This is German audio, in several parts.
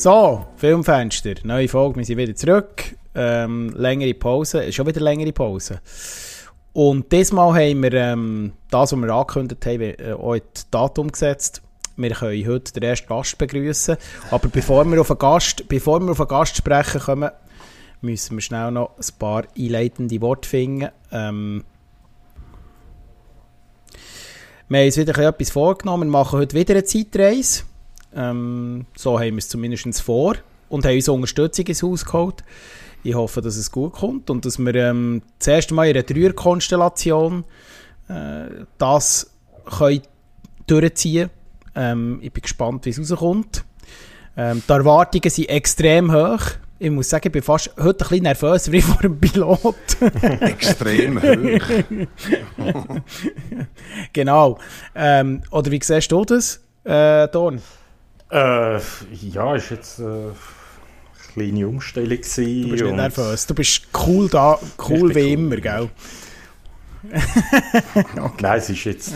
So, Filmfenster, neue Folge, wir sind wieder zurück. Längere Pause, schon wieder längere Pause. Und diesmal haben wir das, was wir angekündigt haben, auch in das Datum gesetzt. Wir können heute den ersten Gast begrüßen. Aber bevor wir auf einen Gast sprechen kommen, müssen wir schnell noch ein paar einleitende Worte finden. Wir haben uns wieder etwas vorgenommen. Wir machen heute wieder eine Zeitreise. So haben wir es zumindest vor. Und haben unsere Unterstützung ins Haus geholt. Ich hoffe, dass es gut kommt und dass wir das erste Mal in einer Dreierkonstellation das können durchziehen können. Ich bin gespannt, wie es rauskommt. Die Erwartungen sind extrem hoch. Ich muss sagen, ich bin fast heute ein bisschen nervös wie vor dem Pilot. Extrem hoch. Genau. Oder wie siehst du das, Dorn? Ja, ist jetzt kleine Umstellung gewesen. Du bist nicht nervös. Du bist cool da, cool wie immer, gell? Okay. Nein, es ist jetzt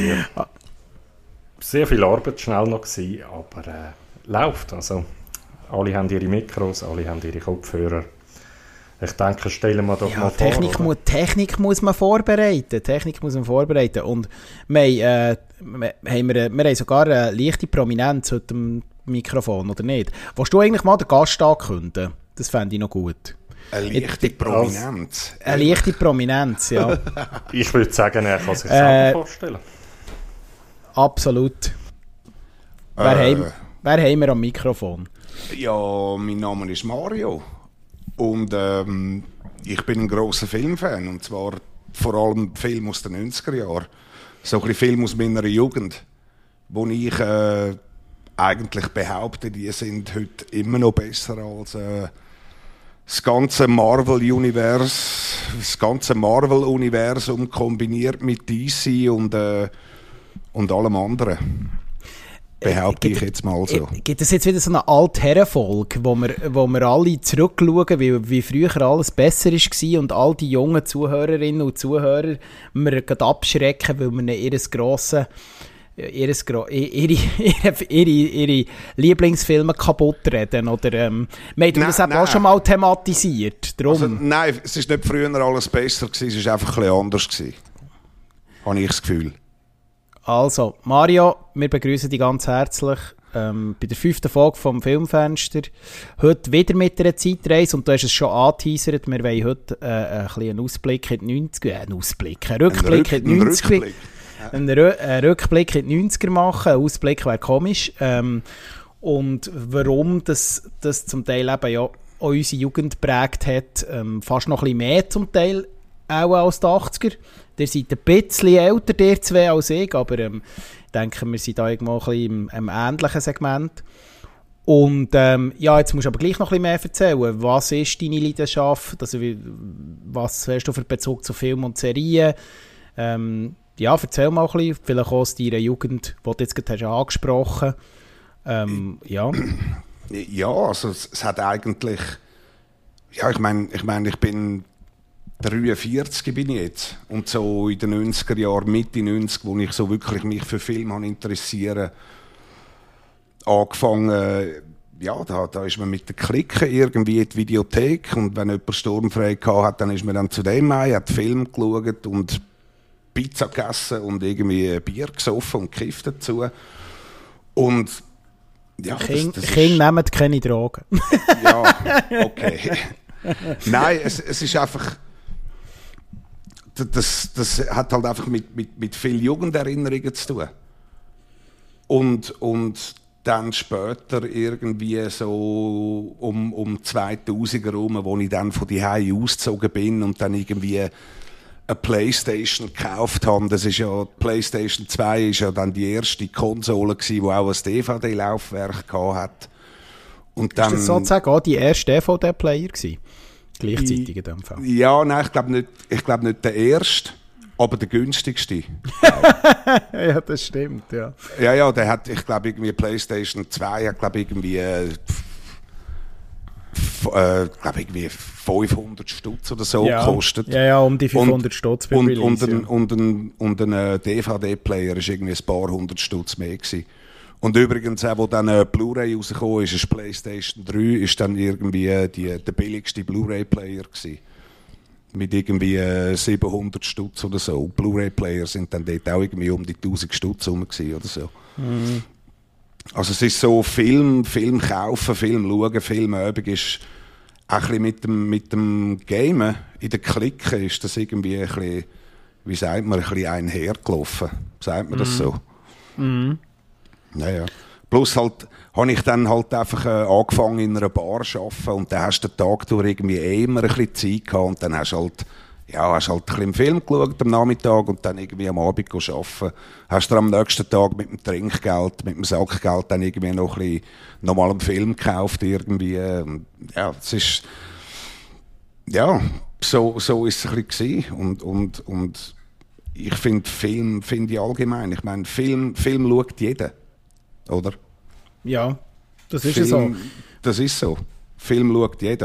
sehr viel Arbeit schnell noch gewesen, aber läuft. Also, alle haben ihre Mikros, alle haben ihre Kopfhörer. Ich denke, stellen wir doch mal vor. Technik muss man vorbereiten. Und wir haben sogar eine leichte Prominenz heute am Mikrofon, oder nicht? Willst du eigentlich mal den Gast ankündigen? Das fände ich noch gut. Eine leichte Prominenz? Eine leichte Prominenz, ja. Ich würde sagen, er kann sich selber vorstellen. Absolut. Wer haben wir am Mikrofon? Ja, mein Name ist Mario. Und ich bin ein grosser Filmfan. Und zwar vor allem Filme aus den 90er Jahren. So ein bisschen Filme aus meiner Jugend. Wo ich eigentlich behaupte, die sind heute immer noch besser als das ganze Marvel-Universum kombiniert mit DC und allem anderen. Behaupte ich jetzt mal so. Gibt es jetzt wieder so eine Altherrenfolge, wo wir alle zurückschauen, wie früher alles besser war und all die jungen Zuhörerinnen und Zuhörer wir gerade abschrecken, weil wir ihre Lieblingsfilme kaputt reden? Oder, wir haben das auch schon mal thematisiert. Also, nein, es ist nicht früher alles besser gewesen, es war einfach ein bisschen anders gewesen. Habe ich das Gefühl. Also, Mario, wir begrüßen dich ganz herzlich bei der 5. Folge vom Filmfenster. Heute wieder mit einer Zeitreise und du hast es schon angeteasert. Wir wollen heute einen kleinen Ausblick in die 90er, einen Rückblick in die 90er. Einen Rückblick in die 90er machen. Ein Ausblick wäre komisch. Und warum das zum Teil eben ja auch unsere Jugend geprägt hat, fast noch ein bisschen mehr zum Teil auch als die 80er. Ihr seid ein bisschen älter, ihr zwei, als ich, aber ich denke, wir sind da irgendwo ein bisschen im ähnlichen Segment. Und jetzt musst du aber gleich noch ein bisschen mehr erzählen. Was ist deine Leidenschaft? Also, was hast du für Bezug zu Film und Serien? Erzähl mal ein bisschen, vielleicht auch aus deiner Jugend, die du jetzt gerade hast angesprochen hast. Ja, also es hat eigentlich... Ja, ich meine, ich bin 43 bin ich jetzt. Und so in den 90er Jahren, Mitte 90, wo ich so wirklich mich für Filme interessiere, angefangen, da ist man mit den Klicken irgendwie in die Videothek und wenn jemand sturmfrei hatte, dann ist man dann zu dem ein, hat Film geschaut und Pizza gegessen und irgendwie Bier gesoffen und gekifft dazu. Und ja, Kinder nehmen keine Drogen. Ja, okay. Nein, es ist einfach... Das hat halt einfach mit viel Jugenderinnerungen zu tun. Und dann später irgendwie so um 2000 herum, wo ich dann von die Hause ausgezogen bin und dann irgendwie eine Playstation gekauft habe. Das ist ja, die Playstation 2 ist ja dann die erste Konsole gewesen, die auch ein DVD-Laufwerk hatte. Und dann, ist das sozusagen auch die erste DVD-Player gewesen? Gleichzeitig in dem Fall. Ja, nein, ich glaube nicht der erste, aber der günstigste. Ja, das stimmt, ja. Ja, der hat, ich glaube, irgendwie PlayStation 2 hat, glaube irgendwie 500 Stutz oder so gekostet. Ja, um die 500 Stutz bei und ein DVD-Player war irgendwie ein paar hundert Stutz mehr gewesen. Und übrigens auch, wo dann Blu-ray rausgekommen ist PlayStation 3, ist dann irgendwie der billigste Blu-ray-Player gewesen. Mit irgendwie 700 Stutz oder so. Blu-ray-Player sind dann dort auch irgendwie um die 1000 Stutz rum gewesen oder so. Mhm. Also es ist so, Film kaufen, Film schauen, Filmübung ist auch ein bisschen mit dem Gamen in den Klicken ist das irgendwie ein bisschen, wie sagt man, ein bisschen einhergelaufen. Sagt man das so? Mhm. Naja. Plus halt, habe ich dann halt einfach angefangen in einer Bar zu arbeiten und dann hast du den Tag durch irgendwie immer ein bisschen Zeit gehabt und dann hast du halt ein bisschen im Film geschaut am Nachmittag und dann irgendwie am Abend arbeiten. Hast du am nächsten Tag mit dem Trinkgeld, mit dem Sackgeld dann irgendwie noch ein bisschen nochmal einen Film gekauft irgendwie. Ja, es ist, ja, so ist es ein bisschen gewesen. Und ich finde Film, finde ich allgemein. Ich meine, Film schaut jeder. Oder? Ja, das ist so. Das ist so. Film schaut jeder.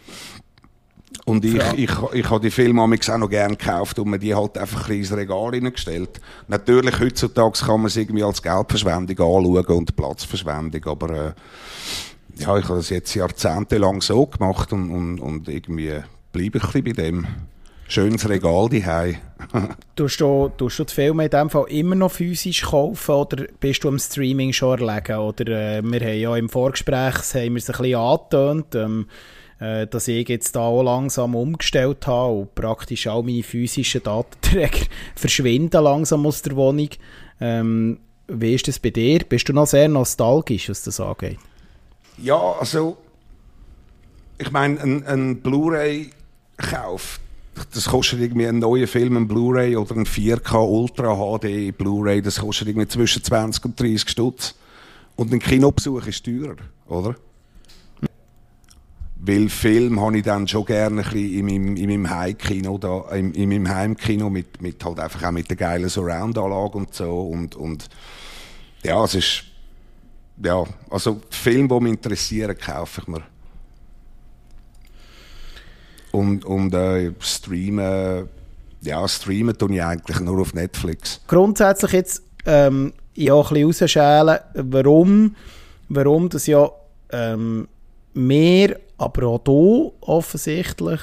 Und ich habe die Filme auch noch gerne gekauft und mir die halt einfach ins Regal reingestellt. Natürlich, heutzutage kann man es irgendwie als Geldverschwendung anschauen und Platzverschwendung, aber ich habe das jetzt jahrzehntelang so gemacht und irgendwie bleibe ich ein bisschen bei dem. Schönes Regal daheim. Tust du die Filme in dem Fall immer noch physisch kaufen oder bist du am Streaming schon erlegen? Oder wir haben ja im Vorgespräch haben wir es ein bisschen angetönt, dass ich jetzt da auch langsam umgestellt habe und praktisch all meine physischen Datenträger verschwinden langsam aus der Wohnung. Wie ist das bei dir? Bist du noch sehr nostalgisch, was das angeht? Ja, also ich meine, ein Blu-ray-Kauf, das kostet irgendwie einen neuen Film, ein Blu-ray oder ein 4K Ultra HD Blu-ray, das kostet irgendwie zwischen 20 und 30 Stutz. Und ein Kinobesuch ist teurer, oder? Weil Film habe ich dann schon gerne ein bisschen in meinem Heimkino, in meinem Heimkino mit halt einfach auch mit der geilen Surround-Anlage und so. Und ja, es ist, ja, also Filme, die mich interessieren, kaufe ich mir. Und streamen tue ich eigentlich nur auf Netflix. Grundsätzlich jetzt ja ein bisschen rausschälen, warum das ja mehr, aber auch du offensichtlich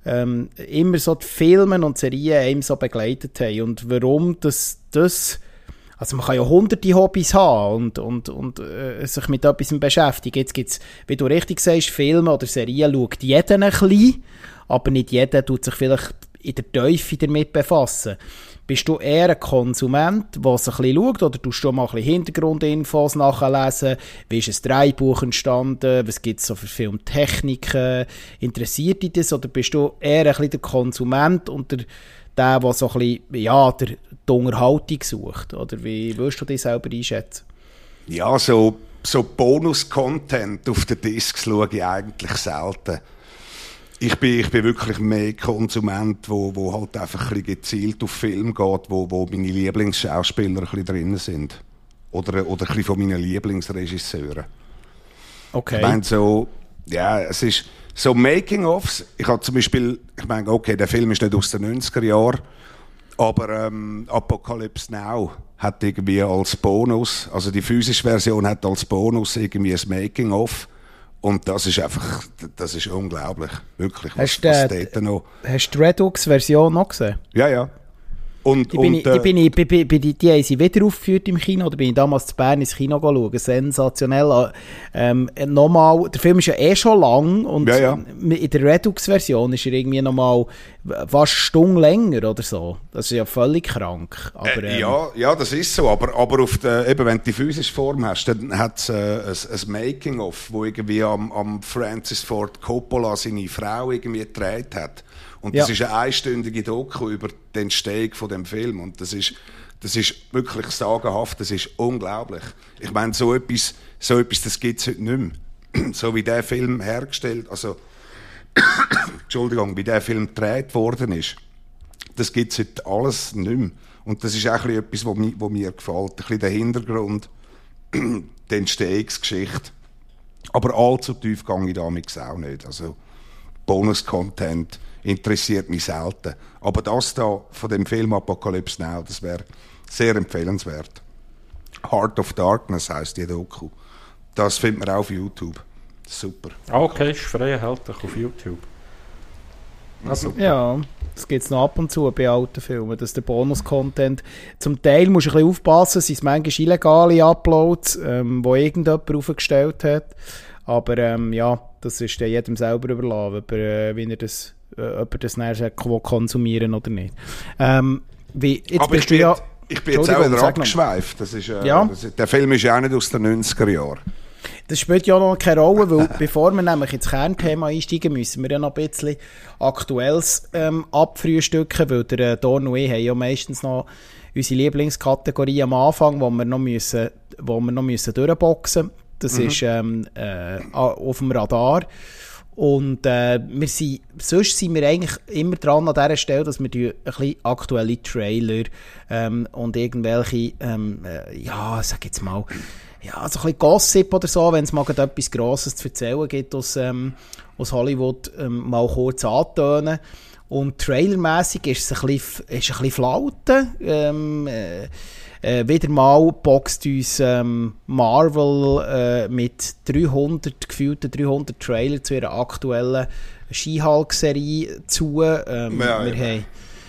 immer so die Filme und Serien einem so begleitet haben und warum das also man kann ja hunderte Hobbys haben und sich mit etwas beschäftigen. Jetzt gibt es, wie du richtig sagst, Filme oder Serien schaut jeder ein bisschen, aber nicht jeder tut sich vielleicht in der Tiefe damit befassen. Bist du eher ein Konsument, der sich ein bisschen schaut, oder tust du mal ein bisschen Hintergrundinfos nachlesen? Wie ist ein Drehbuch entstanden? Was gibt es so für Filmtechniken? Interessiert dich das? Oder bist du eher ein bisschen der Konsument und der so ein bisschen, ja, die Unterhaltung sucht? Oder wie würdest du das selber einschätzen? Ja, so Bonus-Content auf den Discs schaue ich eigentlich selten. Ich bin wirklich mehr Konsument, wo halt einfach ein bisschen gezielt auf Film geht, wo meine Lieblingsschauspieler ein bisschen drin sind. Oder ein bisschen von meinen Lieblingsregisseuren. Okay. Ich meine, so, ja, es ist so Making-ofs. Ich habe zum Beispiel, ich meine, okay, der Film ist nicht aus den 90er Jahren, aber Apocalypse Now hat irgendwie als Bonus, also die physische Version hat als Bonus irgendwie ein Making-of. Und das ist einfach, das ist unglaublich, wirklich. Hast du die Redux-Version noch gesehen? Ja, ja. Und, die haben sie wieder aufgeführt im Kino, oder bin ich damals zu Bern ins Kino schauen. Sensationell. Nochmal, der Film ist ja eh schon lang und ja. In der Redux-Version ist er irgendwie nochmal fast eine Stunde länger oder so. Das ist ja völlig krank. Aber, ja, das ist so. Aber auf eben, wenn du die physische Form hast, dann hat es ein Making-of, wo irgendwie am Francis Ford Coppola seine Frau irgendwie gedreht hat. Und das ist eine einstündige Doku über die Entstehung von dem Film. Und das ist wirklich sagenhaft, das ist unglaublich. Ich meine, so etwas das gibt es heute nicht mehr. So wie der Film hergestellt, also Entschuldigung, wie der Film gedreht worden ist, das gibt es heute alles nicht mehr. Und das ist auch etwas, was mir gefällt. Ein bisschen der Hintergrund, die Entstehungsgeschichte. Aber allzu tief gehe ich damit auch nicht. Also Bonus-Content interessiert mich selten. Aber das da von dem Film Apocalypse Now, das wäre sehr empfehlenswert. Heart of Darkness heisst die Doku. Das findet man auch auf YouTube. Super. Okay, ist frei erhältlich auf YouTube. Also, ja, das gibt es noch ab und zu bei alten Filmen, dass der Bonus-Content, zum Teil musst du ein bisschen aufpassen, sind es manchmal illegale Uploads, wo irgendjemand aufgestellt hat, aber ja, das ist dann jedem selber überlassen, ob er das nachher konsumieren oder nicht. Jetzt aber bist du ja... Ich bin jetzt auch wieder abgeschweift. Der Film ist ja auch nicht aus den 90er Jahren. Das spielt ja noch keine Rolle, weil bevor wir nämlich ins Kernthema einsteigen, müssen wir ja noch ein bisschen Aktuelles abfrühstücken, weil der Dorn und ich haben ja meistens noch unsere Lieblingskategorie am Anfang, wo wir noch müssen durchboxen. Das ist auf dem Radar. Und sonst sind wir eigentlich immer dran an dieser Stelle, dass wir ein bisschen aktuelle Trailer und irgendwelche, sag jetzt mal, so ein bisschen Gossip oder so, wenn es mal etwas Grosses zu erzählen gibt aus Hollywood, mal kurz antönen. Und trailermässig ist es ein bisschen Flaute. Wieder mal boxt uns Marvel mit gefühlten 300 Trailer zu ihrer aktuellen She-Hulk-Serie zu. Wir haben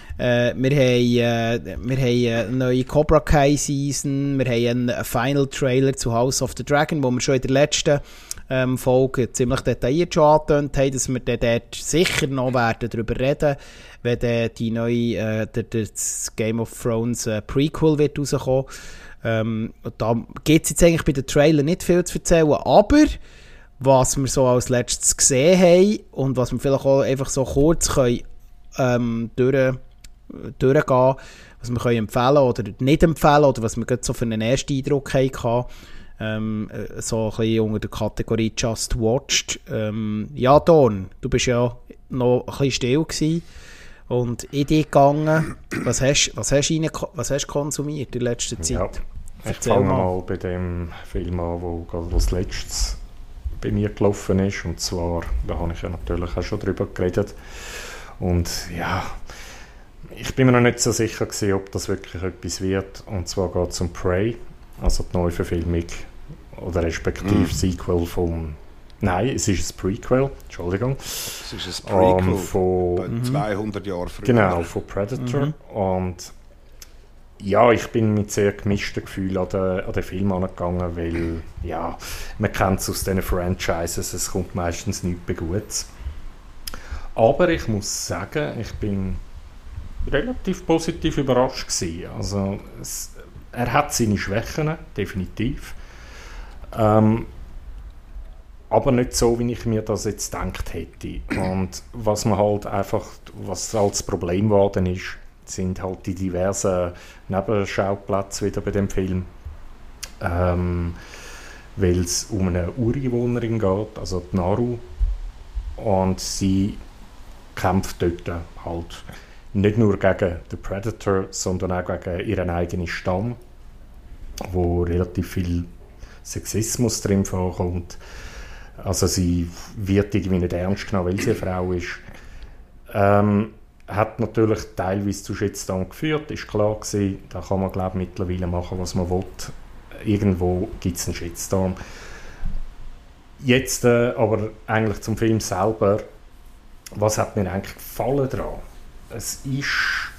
eine neue Cobra Kai Season, wir haben einen Final Trailer zu House of the Dragon, wo wir schon in der letzten Folge ziemlich detailliert schon angetönt haben, dass wir dann dort sicher noch darüber reden, wenn dann die neue das Game of Thrones Prequel wird rauskommen. Da gibt es jetzt eigentlich bei den Trailern nicht viel zu erzählen, aber was wir so als letztes gesehen haben und was wir vielleicht auch einfach so kurz können durchgehen, was wir können empfehlen oder nicht empfehlen oder was wir gerade so für einen ersten Eindruck hatten, so ein bisschen unter der Kategorie Just Watched. Ja, Dorn, du bist ja noch ein bisschen still gewesen und in dich gegangen. Was hast du konsumiert in letzter Zeit? Ja, ich fange mal bei dem Film an, der gerade als letztes bei mir gelaufen ist. Und zwar, da habe ich ja natürlich auch schon drüber geredet. Und ja, ich bin mir noch nicht so sicher gewesen, ob das wirklich etwas wird. Und zwar geht es um Prey, also die Neuverfilmung oder respektive Sequel vom... Nein, es ist ein Prequel, Entschuldigung. Es ist ein Prequel von 200 Jahren früher. Genau, von Predator. Und ja, ich bin mit sehr gemischten Gefühlen an den Film angegangen, weil ja, man kennt es aus diesen Franchises, es kommt meistens nichts bei Gutes. Aber ich muss sagen, ich bin relativ positiv überrascht gewesen. Also er hat seine Schwächen, definitiv. Aber nicht so, wie ich mir das jetzt gedacht hätte. Und was man halt einfach, was als Problem geworden ist, sind halt die diversen Nebenschauplätze wieder bei dem Film. Weil es um eine Ureinwohnerin geht, also die Naru. Und sie kämpft dort halt nicht nur gegen den Predator, sondern auch gegen ihren eigenen Stamm, wo relativ viel Sexismus drin vorkommt. Also sie wird irgendwie nicht ernst genommen, weil sie eine Frau ist. Hat natürlich teilweise zu Shitstorm geführt, ist klar gewesen. Da kann man, glaube ich, mittlerweile machen, was man will. Irgendwo gibt es einen Shitstorm. Jetzt aber eigentlich zum Film selber. Was hat mir eigentlich gefallen daran? Es ist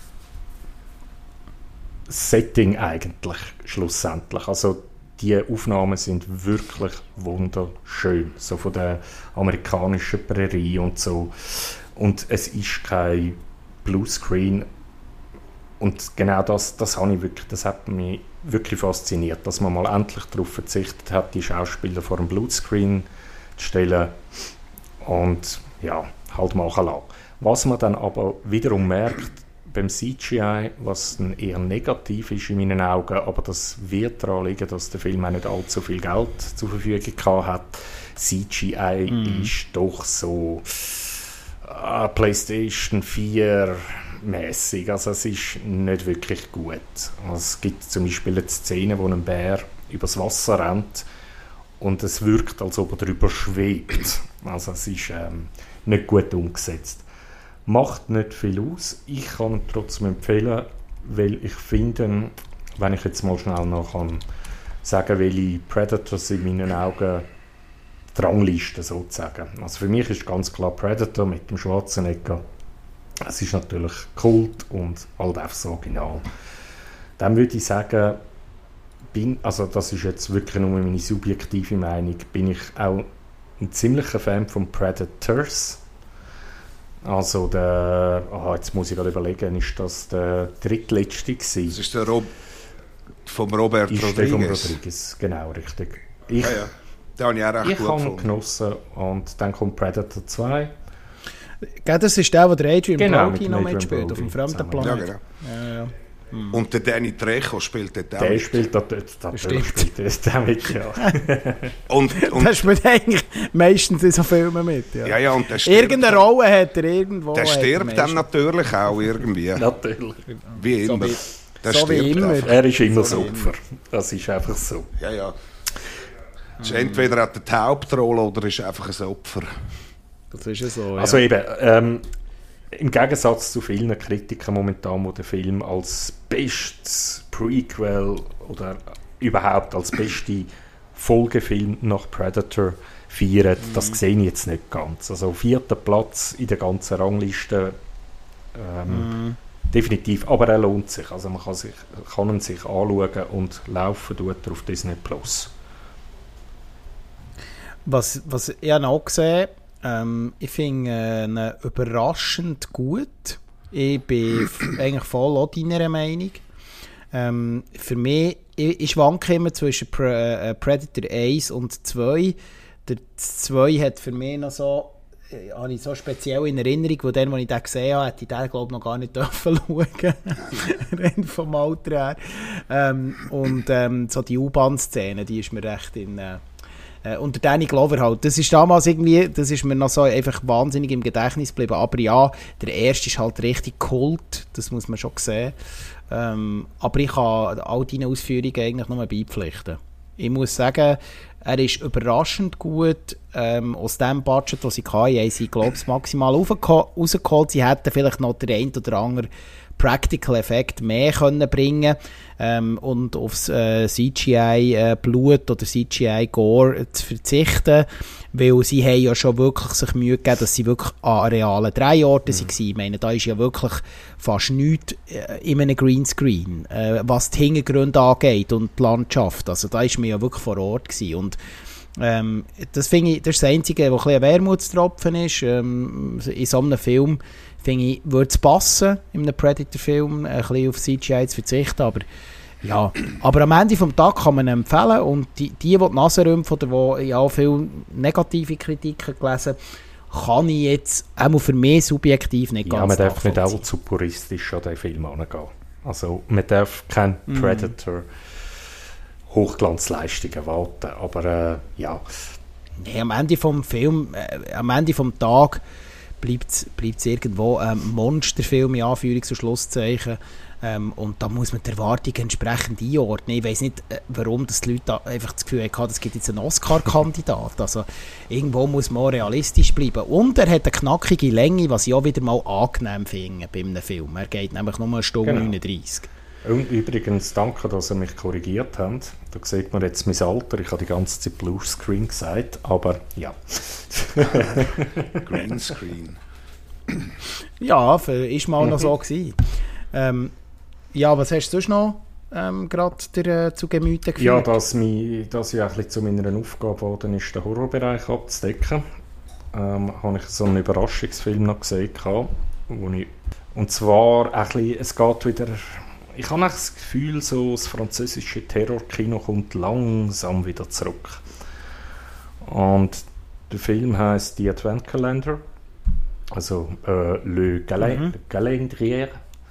das Setting eigentlich schlussendlich. Also die Aufnahmen sind wirklich wunderschön, so von der amerikanischen Prärie und so. Und es ist kein Bluescreen. Und genau das hat mich wirklich fasziniert, dass man mal endlich darauf verzichtet hat, die Schauspieler vor dem Bluescreen zu stellen und ja, halt machen lassen. Was man dann aber wiederum merkt, beim CGI, was dann eher negativ ist in meinen Augen, aber das wird daran liegen, dass der Film auch nicht allzu viel Geld zur Verfügung hat. CGI ist doch so PlayStation 4 mäßig, also es ist nicht wirklich gut. Also es gibt zum Beispiel eine Szene, wo ein Bär übers Wasser rennt und es wirkt, als ob er darüber schwebt. Also es ist nicht gut umgesetzt. Macht nicht viel aus. Ich kann ihn trotzdem empfehlen, weil ich finde, wenn ich jetzt mal schnell noch sagen, welche Predators in meinen Augen die Rangliste sozusagen. Also für mich ist ganz klar Predator mit dem Schwarzenegger. Es ist natürlich Kult und halt einfach so original. Dann würde ich sagen, also das ist jetzt wirklich nur meine subjektive Meinung, bin ich auch ein ziemlicher Fan von Predators. Also jetzt muss ich gerade überlegen, ist das der drittletzte gewesen? Das ist der vom Robert ist Rodriguez. Vom Rodriguez, genau, richtig. Ja. Den habe ich auch recht gut gefunden. Ich habe genossen und dann kommt Predator 2. Das ist der, wo der Adrian Brody noch Adrian mitspielt, Brody auf dem fremden zusammen. Planet. Ja, genau. Ja. Und der Danny Trejo spielt dort auch Der mit. spielt dort mit, ja. Und Der spielt eigentlich meistens in so Filmen mit. Ja. ja, und der stirbt, Irgendeine Rolle hat er irgendwo. der stirbt dann natürlich auch irgendwie. Natürlich. Wie So immer. wie- Der so wie stirbt immer. einfach. Er ist immer das So Opfer. Das ist einfach so. Ja. Ist entweder hat er die Hauptrolle oder ist einfach ein Opfer. Das ist ja so. Also eben, im Gegensatz zu vielen Kritikern momentan, die den Film als bestes Prequel oder überhaupt als beste Folgefilm nach Predator feiern, das sehe ich jetzt nicht ganz. Also 4. Platz in der ganzen Rangliste, definitiv, aber er lohnt sich. Also man kann ihn sich anschauen und laufen tut er auf Disney+. Was ich habe noch gesehen, ich finde ihn überraschend gut. Ich bin eigentlich voll auch deiner Meinung. Für mich, ich schwanke immer zwischen Predator 1 und 2. Der 2 hat für mich noch so, habe ich so speziell in Erinnerung, wo den, als ich den gesehen habe, hätte ich den, glaube ich, noch gar nicht dürfen schauen. Rein vom Alter her. Und so die U-Bahn-Szene, die ist mir recht in... und der Danny Glover halt, das ist damals irgendwie, das ist mir noch so einfach wahnsinnig im Gedächtnis geblieben, aber ja, der erste ist halt richtig Kult, das muss man schon sehen, aber ich kann all deine Ausführungen eigentlich nur beipflichten. Ich muss sagen, er ist überraschend gut, aus dem Budget, das sie hatten, haben sie, glaube ich, maximal rausgeholt, sie hätten vielleicht noch den einen oder anderen Practical-Effekt mehr können bringen und aufs CGI-Blut oder CGI-Gore zu verzichten, weil sie haben ja schon wirklich sich Mühe gegeben, dass sie wirklich an realen Drehorten waren. Ich meine, da ist ja wirklich fast nichts in einem Greenscreen, was die Hintergründe angeht und die Landschaft. Also da ist man ja wirklich vor Ort gewesen. Und das finde ich, das ist das Einzige, was ein Wermutstropfen ist. In so einem Film, finde ich, würde es passen, in einem Predator-Film ein bisschen auf CGI zu verzichten, aber ja, aber am Ende des Tages kann man ihn empfehlen und die Nase rümpfen oder die ja viele negative Kritiken gelesen, kann ich jetzt auch für mich subjektiv nicht ganz nachvollziehen. Ja, man darf nicht auch zu puristisch an den Film herangehen. Also man darf keinen Predator Hochglanzleistung erwarten, aber ja. Nee, am Ende vom Film, am Ende vom Tag bleibt es irgendwo ein Monsterfilm in Anführungs- und Schlusszeichen. Und da muss man die Erwartungen entsprechend einordnen. Ich weiss nicht, warum das die Leute einfach das Gefühl hatten, es gibt jetzt einen Oscar-Kandidat. Also irgendwo muss man auch realistisch bleiben. Und er hat eine knackige Länge, was ich auch wieder mal angenehm finde bei einem Film. Er geht nämlich nur 1 Stunde 39. Und übrigens, danke, dass ihr mich korrigiert habt. Da sieht man jetzt mein Alter. Ich habe die ganze Zeit Bluescreen gesagt, aber ja. Greenscreen. Ja, ist mal noch so gewesen. Ja, was hast du sonst noch gerade zu Gemüte geführt? Ja, dass ja ein bisschen zu meiner Aufgabe geworden ist, den Horrorbereich abzudecken. Habe ich so einen Überraschungsfilm noch gesehen. Und zwar ein bisschen, es geht wieder... Ich habe das Gefühl, so das französische Terrorkino kommt langsam wieder zurück. Und der Film heisst «The Advent Calendar», also «Le Calendrier».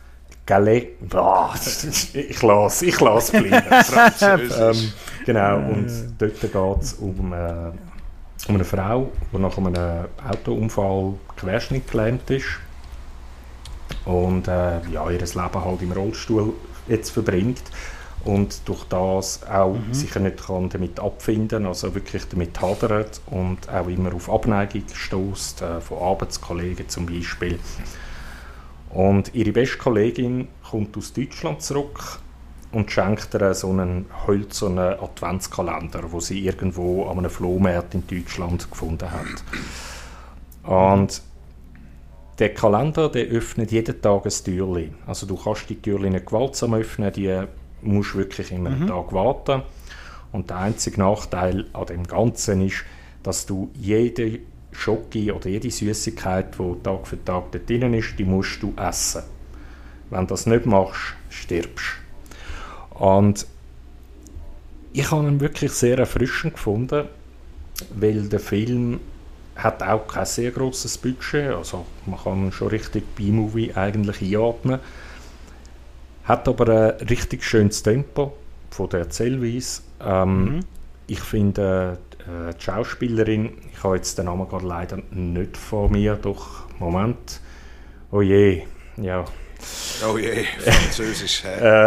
Ich lasse bleiben. Genau, und dort geht es um eine Frau, die nach einem Autounfall querschnittgelähmt ist. Und ihr Leben halt im Rollstuhl jetzt verbringt und durch das auch sicher nicht kann damit abfinden, also wirklich damit hadert und auch immer auf Abneigung stößt, von Arbeitskollegen zum Beispiel. Und ihre beste Kollegin kommt aus Deutschland zurück und schenkt ihr so einen hölzernen Adventskalender, den sie irgendwo an einem Flohmarkt in Deutschland gefunden hat. Und der Kalender, der öffnet jeden Tag ein Türchen. Also du kannst die Türchen nicht gewaltsam öffnen, die musst wirklich immer einen Tag warten. Und der einzige Nachteil an dem Ganzen ist, dass du jede Schoki oder jede Süßigkeit, die Tag für Tag dort drin ist, die musst du essen. Wenn du das nicht machst, stirbst du. Und ich habe ihn wirklich sehr erfrischend gefunden, weil der Film hat auch kein sehr grosses Budget, also man kann ihn schon richtig B-Movie eigentlich einordnen. Hat aber ein richtig schönes Tempo von der Erzählweise. Ich finde die Schauspielerin, ich habe jetzt den Namen gerade leider nicht vor mir, doch, Moment, oh je, ja. Oh je, Französisch.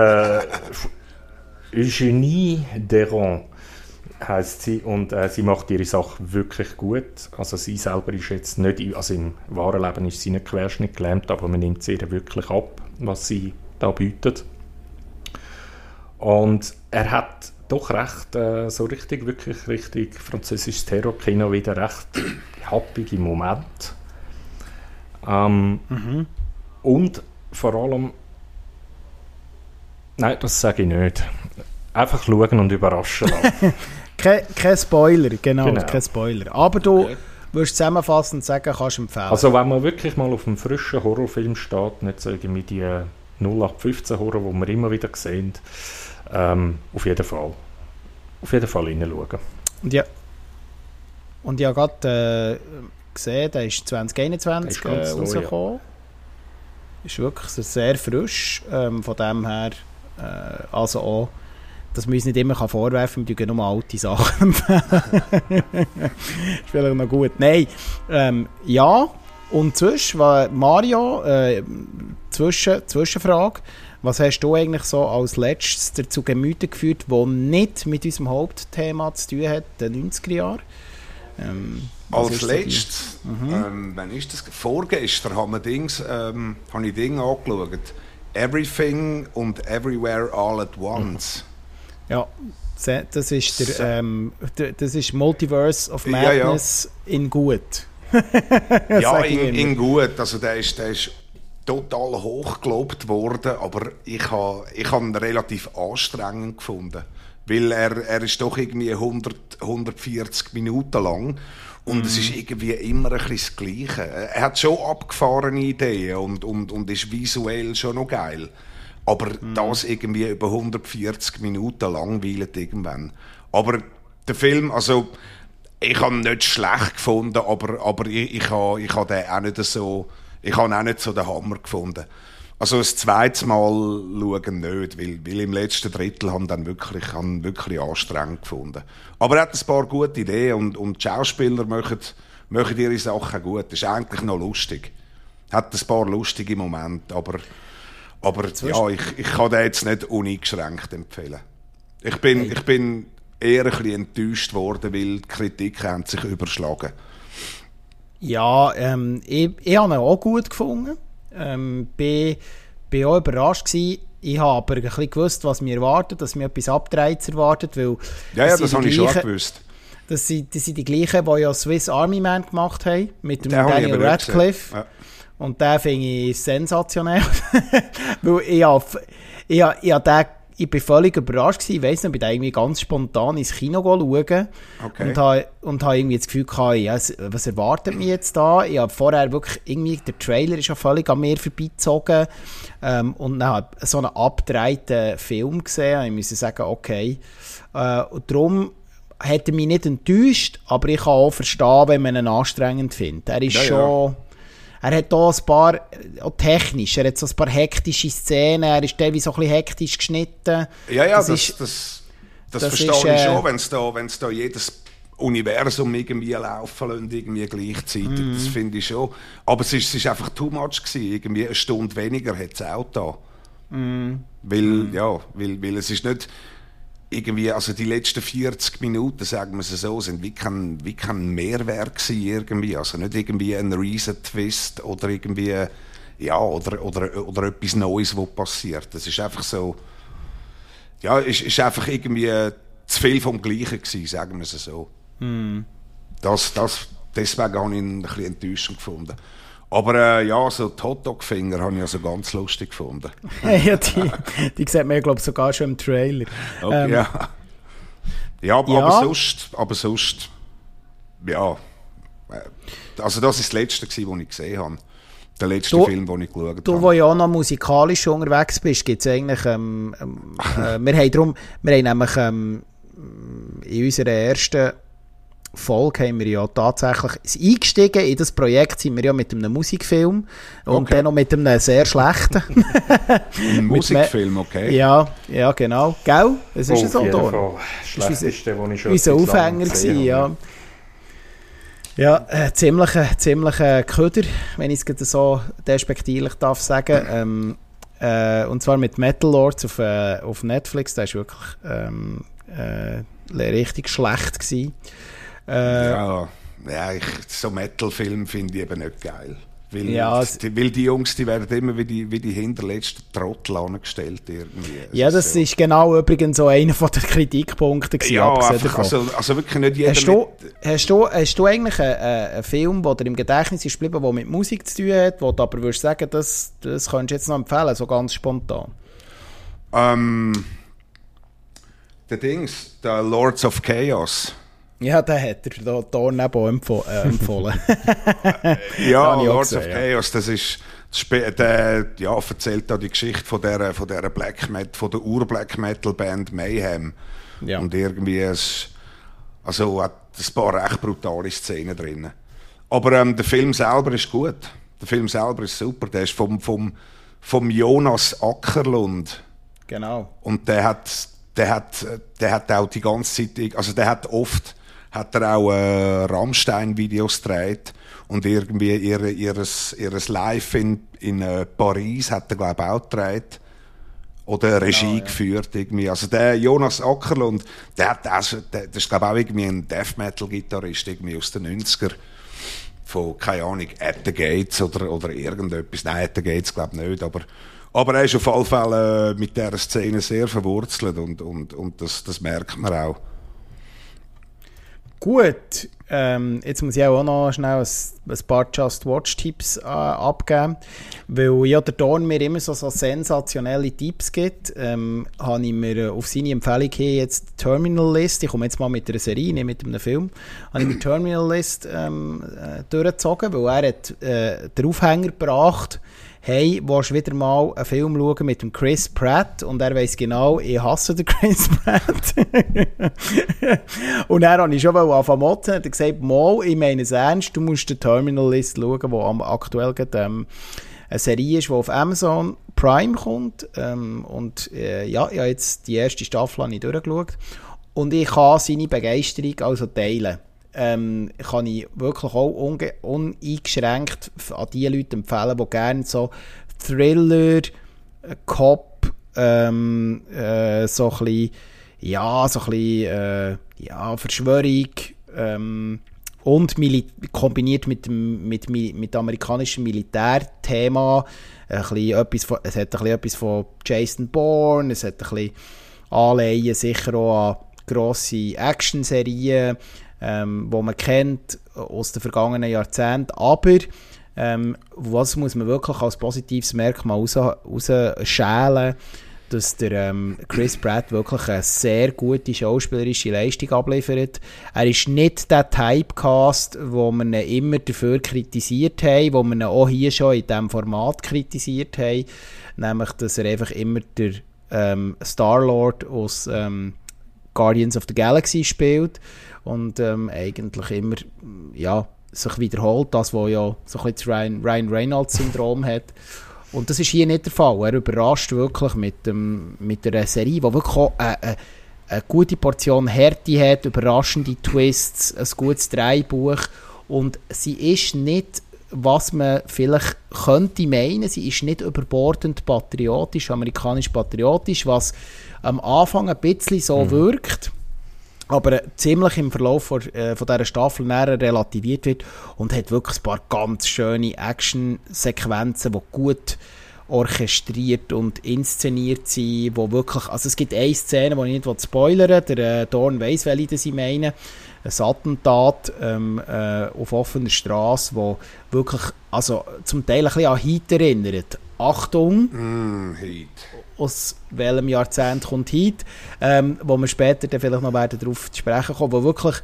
Eugénie Deron heisst sie und sie macht ihre Sache wirklich gut. Also sie selber ist jetzt nicht, also im wahren Leben ist sie nicht querschnittgelähmt, aber man nimmt sie ihr wirklich ab, was sie da bietet. Und er hat doch recht, so wirklich richtig französisches Terrorkino wieder recht happige Momente. Und vor allem, nein, das sage ich nicht. Einfach schauen und überraschen lassen. Kein Spoiler, genau, kein Spoiler. Aber du würdest zusammenfassend sagen, kannst du empfehlen. Also wenn man wirklich mal auf einem frischen Horrorfilm steht, nicht so irgendwie die 0815 Horror, die wir immer wieder sehen, auf jeden Fall hineinschauen. Und ich habe gerade gesehen, der ist 2021 rausgekommen. Ist wirklich sehr frisch. Von dem her, also auch, dass man uns nicht immer vorwerfen kann, wir nur alte Sachen empfehlen. Ist vielleicht noch gut. Nein, ja. Und Mario, Zwischenfrage. Was hast du eigentlich so als letztes dazu Gemüte geführt, was nicht mit unserem Hauptthema zu tun hat, den 90er Jahren? Als letztes, wann ist das? Vorgestern habe ich Dinge angeschaut. Everything und Everywhere All at Once. Ja, das ist das ist Multiverse of Madness in gut. Ja, in gut. Also der ist total hoch gelobt worden, aber ich habe ihn relativ anstrengend gefunden. Weil er ist doch irgendwie 140 Minuten lang und es ist irgendwie immer ein bisschen das Gleiche. Er hat schon abgefahrene Ideen und ist visuell schon noch geil. Aber das irgendwie über 140 Minuten langweilt irgendwann. Aber der Film, also ich habe ihn nicht schlecht gefunden, aber ich habe ihn auch nicht so den Hammer gefunden. Also das zweite Mal schauen nicht, weil im letzten Drittel haben dann wirklich anstrengend gefunden. Aber er hat ein paar gute Ideen und die Schauspieler machen ihre Sachen gut. Das ist eigentlich noch lustig. Hat ein paar lustige Momente, aber ja, ich kann den jetzt nicht uneingeschränkt empfehlen. Ich bin eher ein bisschen enttäuscht worden, weil die Kritiken haben sich überschlagen. Ja, ich habe ihn auch gut gefunden. Bin auch überrascht gewesen. Ich habe aber ein bisschen gewusst, was mir erwartet, dass mir etwas Abtreiz erwartet, weil... Ja, das habe ich schon gewusst. Das sind die gleichen, die ja Swiss Army Man gemacht haben, mit dem Daniel Radcliffe. Ja. Und den finde ich sensationell. Weil ich bin völlig überrascht gewesen. Ich weiss nicht, ich bin irgendwie ganz spontan ins Kino schauen. Okay. Und habe irgendwie das Gefühl gehabt, ja, was erwartet mich jetzt da? Ich habe vorher wirklich irgendwie, der Trailer ist ja völlig an mir vorbeigezogen. Und dann habe ich so einen abgedrehten Film gesehen. Ich muss sagen, okay. Und darum hat er mich nicht enttäuscht, aber ich kann auch verstehen, wenn man ihn anstrengend findet. Er ist schon... Er hat hier ein paar, auch technisch, er hat so ein paar hektische Szenen, er ist teilweise auch ein bisschen hektisch geschnitten. Ja, das verstehe ich schon, wenn es da jedes Universum irgendwie laufen lässt, irgendwie gleichzeitig, das finde ich schon. Aber es ist einfach too much gewesen, irgendwie eine Stunde weniger hat es auch da. Weil es ist nicht... Irgendwie, also die letzten 40 Minuten, sagen wir es so, sind wie kein Mehrwert gewesen irgendwie. Also nicht irgendwie ein Riesen-Twist oder irgendwie, ja, oder etwas Neues, was passiert. Das ist einfach so, ja, ist einfach irgendwie zu viel vom Gleichen gewesen, sagen wir es so. Deswegen habe ich ihn ein bisschen enttäuschend gefunden. Aber ja, so die Hotdog-Finger habe ich also ganz lustig gefunden. Ja, die sieht man ja, glaube ich, sogar schon im Trailer. Okay, ja, aber sonst, ja. Also das ist das Letzte, was ich gesehen habe. Der letzte Film, den ich geschaut habe. Du, der ja auch noch musikalisch unterwegs bist, gibt es eigentlich... wir haben nämlich in unserer ersten Folge haben wir ja tatsächlich eingestiegen in das Projekt, sind wir ja mit einem Musikfilm und dann noch mit einem sehr schlechten. Ein Musikfilm, okay. Ja, genau. Gell? Es ist so da. Das Schlechteste, was ich schon unser Aufhänger gewesen, ja. Ja, ziemlicher Köder, wenn ich es so despektierlich darf sagen. Und zwar mit Metal Lords auf Netflix. Der ist wirklich richtig schlecht gewesen. So Metal-Film finde ich eben nicht geil. Weil, ja, weil die Jungs, die werden immer wie die hinterletzten Trottel angestellt irgendwie. Ja, das ist genau übrigens so einer der Kritikpunkte gewesen. Ja, einfach, also wirklich nicht jeder... Hast du eigentlich einen Film, der dir im Gedächtnis ist geblieben, der mit Musik zu tun hat, wo du aber würdest sagen, das könntest du jetzt noch empfehlen, so ganz spontan? Der Lords of Chaos. Ja, den hat er da neben empfohlen. Ja, Lords of Chaos, das ist der erzählt da die Geschichte von der Ur-Black Metal Band Mayhem. Ja. Und irgendwie hat ein paar recht brutale Szenen drin. Aber der Film selber ist gut. Der Film selber ist super. Der ist vom Jonas Ackerlund. Genau. Und der hat auch die ganze Zeit, also der hat oft auch Rammstein-Videos gedreht und irgendwie ihres Live in Paris hat er, glaube ich, auch gedreht oder Regie geführt irgendwie. Also der Jonas Ackerlund, der ist, glaube ich, auch irgendwie ein Death-Metal-Gitarrist irgendwie aus den 90er von, keine Ahnung, At the Gates oder irgendetwas. Nein, At the Gates glaube ich nicht, aber er ist auf jeden Fall mit dieser Szene sehr verwurzelt und das merkt man auch. Gut, jetzt muss ich auch noch schnell ein paar Just-Watch-Tipps abgeben, weil ja der Dorn mir immer so sensationelle Tipps gibt, habe ich mir auf seine Empfehlung hin jetzt Terminal List, ich komme jetzt mal mit einer Serie, nicht mit einem Film, habe ich mir Terminal List durchgezogen, weil er hat den Aufhänger gebracht, hey, willst du wieder mal einen Film schauen mit dem Chris Pratt? Und er weiss genau, ich hasse den Chris Pratt. Und dann habe ich schon angefangen zu motzen, hat er gesagt, mal, ich meine es ernst, du musst den Terminal List schauen, die aktuell eine Serie ist, die auf Amazon Prime kommt. Ich habe jetzt die erste Staffel durchgeschaut. Und ich kann seine Begeisterung also teilen. Kann ich wirklich auch uneingeschränkt an die Leute empfehlen, die gerne so Thriller, Cop, so ein bisschen Verschwörung und kombiniert mit amerikanischem Militärthema. Es hat ein bisschen etwas von Jason Bourne, es hat ein bisschen Anleihen sicher auch an grosse Action-Serien, wo man kennt aus den vergangenen Jahrzehnten. Aber was muss man wirklich als positives Merkmal rausschälen, dass der Chris Pratt wirklich eine sehr gute schauspielerische Leistung abliefert. Er ist nicht der Typecast, wo man ihn immer dafür kritisiert haben, wo man ihn auch hier schon in diesem Format kritisiert haben, nämlich, dass er einfach immer der Star-Lord aus Guardians of the Galaxy spielt und eigentlich immer sich wiederholt, das, was ja so ein bisschen das Ryan Reynolds-Syndrom hat. Und das ist hier nicht der Fall. Er überrascht wirklich mit einer Serie, die wirklich auch eine gute Portion Härte hat, überraschende Twists, ein gutes Drehbuch. Und sie ist nicht, was man vielleicht könnte meinen, sie ist nicht überbordend patriotisch, amerikanisch-patriotisch, was am Anfang ein bisschen so wirkt, aber ziemlich im Verlauf von dieser Staffel näher relativiert wird und hat wirklich ein paar ganz schöne Action-Sequenzen, die gut orchestriert und inszeniert sind, wo wirklich, also es gibt eine Szene, die ich nicht spoilern will, der Dorn weiss, welche ich meine, ein Attentat auf offener Straße, wo wirklich, also zum Teil ein bisschen an Heat erinnert. Achtung! Heat. Aus welchem Jahrzehnt kommt Heat? Wo wir später dann vielleicht noch darauf zu sprechen kommen, wo wirklich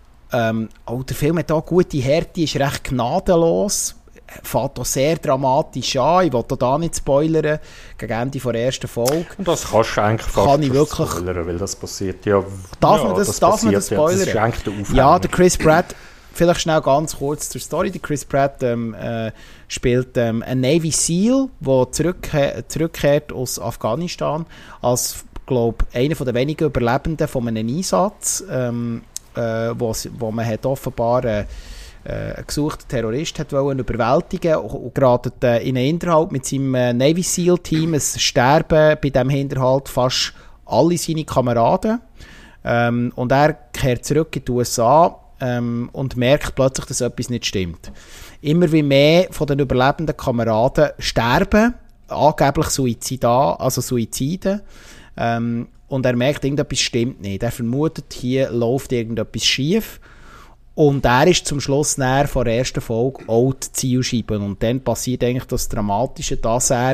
der Film hat auch gute Härte, ist recht gnadenlos, fängt auch sehr dramatisch an, ich will da nicht spoilern, gegen Ende der ersten Folge. Und das kannst du eigentlich fast spoilern, weil das passiert ja... Darf man das spoilern? Das ist eigentlich der Aufhänger. Ja, der Chris Pratt, vielleicht schnell ganz kurz zur Story, der Chris Pratt spielt einen Navy SEAL, der zurückkehrt aus Afghanistan, als, glaube ich, einer der wenigen Überlebenden von einem Einsatz, wo man hat offenbar einen gesuchten Terrorist hat überwältigen und geraten in einen Hinterhalt mit seinem Navy SEAL-Team. Es sterben bei diesem Hinterhalt fast alle seine Kameraden. Und er kehrt zurück in die USA und merkt plötzlich, dass etwas nicht stimmt. Immer wie mehr von den überlebenden Kameraden sterben, angeblich Suizide. Und er merkt, irgendetwas stimmt nicht. Er vermutet, hier läuft irgendetwas schief. Und er ist zum Schluss näher von der ersten Folge auch die Zielscheibe. Und dann passiert eigentlich das Dramatische, dass er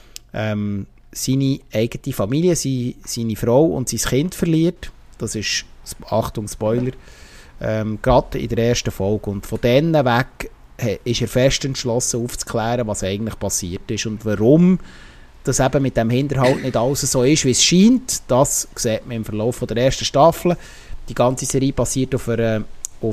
seine eigene Familie, seine Frau und sein Kind verliert. Das ist, Achtung, Spoiler, gerade in der ersten Folge. Und von dann weg ist er fest entschlossen, aufzuklären, was eigentlich passiert ist und warum das eben mit dem Hinterhalt nicht alles so ist, wie es scheint. Das sieht man im Verlauf der ersten Staffel. Die ganze Serie basiert auf einem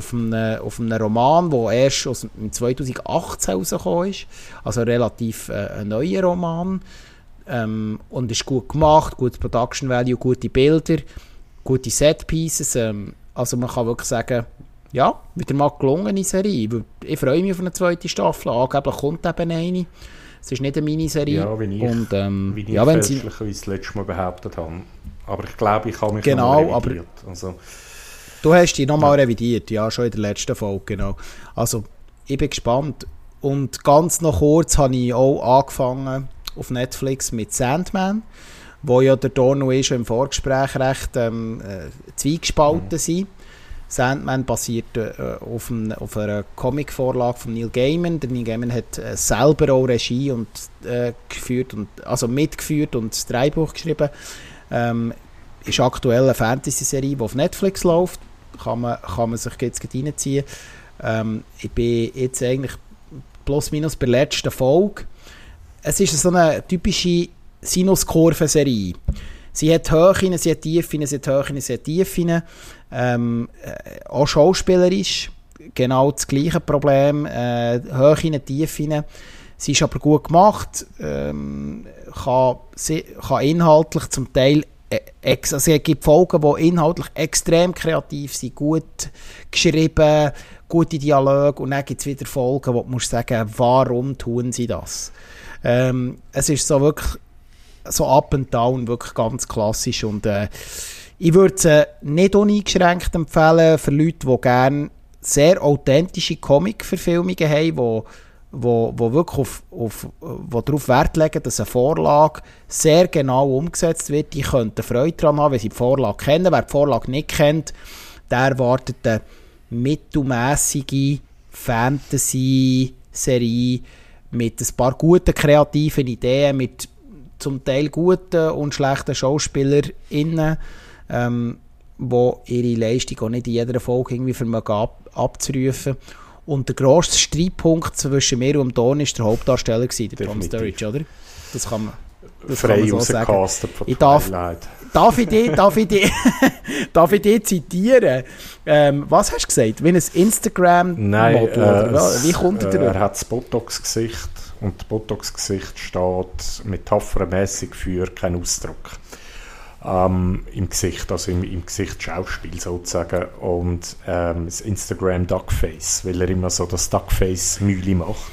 Roman, der erst aus 2018 rausgekommen ist. Also relativ ein neuer Roman. Und ist gut gemacht, gutes Production Value, gute Bilder, gute Set-Pieces. Also man kann wirklich sagen, ja, wieder mal gelungene Serie. Ich freue mich auf eine zweite Staffel. Angeblich kommt eben eine. Es ist nicht eine Miniserie. Ja, wie ich ja, fälschlicherweise das letzte Mal behauptet habe. Aber ich glaube, ich habe mich noch revidiert. Also. Du hast dich nochmal revidiert, ja, schon in der letzten Folge, genau. Also, ich bin gespannt. Und ganz noch kurz habe ich auch angefangen auf Netflix mit Sandman, wo ja der Dorno schon im Vorgespräch recht zweigespalten sind. Sandman basiert auf einer Comicvorlage von Neil Gaiman. Der Neil Gaiman hat selber auch Regie und mitgeführt und das Drehbuch geschrieben. Ist aktuell eine Fantasy-Serie, die auf Netflix läuft. Kann man sich jetzt reinziehen. Ich bin jetzt eigentlich plus minus bei der letzten Folge. Es ist so eine typische Sinuskurven-Serie. Sie hat Höhen, sie hat Tiefen, sie hat Höhen, sie hat Tiefen. Auch schauspielerisch genau das gleiche Problem. Höhen, Tiefen. Sie ist aber gut gemacht. Kann inhaltlich zum Teil also es gibt Folgen, die inhaltlich extrem kreativ sind, gut geschrieben, gute Dialoge, und dann gibt es wieder Folgen, wo du musst sagen, warum tun sie das? Es ist so wirklich so up and down, wirklich ganz klassisch, und ich würde es nicht uneingeschränkt empfehlen für Leute, die gerne sehr authentische Comic-Verfilmungen haben, wo wirklich wo darauf Wert legen, dass eine Vorlage sehr genau umgesetzt wird. Die könnten Freude daran haben, wenn sie die Vorlage kennen. Wer die Vorlage nicht kennt, der erwartet eine mittelmässige Fantasy-Serie mit ein paar guten kreativen Ideen, mit zum Teil guten und schlechten SchauspielerInnen, die ihre Leistung auch nicht in jeder Folge irgendwie vermögen abzurufen. Und der grosste Streitpunkt zwischen mir und Don war der Hauptdarsteller, der Tom Sturridge, oder? Das kann man frei so sagen. Darf ich dich zitieren? Was hast du gesagt? Wie ein Instagram-Model? Wie kommt er Er hat das Botox-Gesicht, und das Botox-Gesicht steht metaphermäßig für keinen Ausdruck. Im Gesicht, also im Gesichtsschauspiel sozusagen, und das Instagram Duckface, weil er immer so das Duckface-Mühle macht.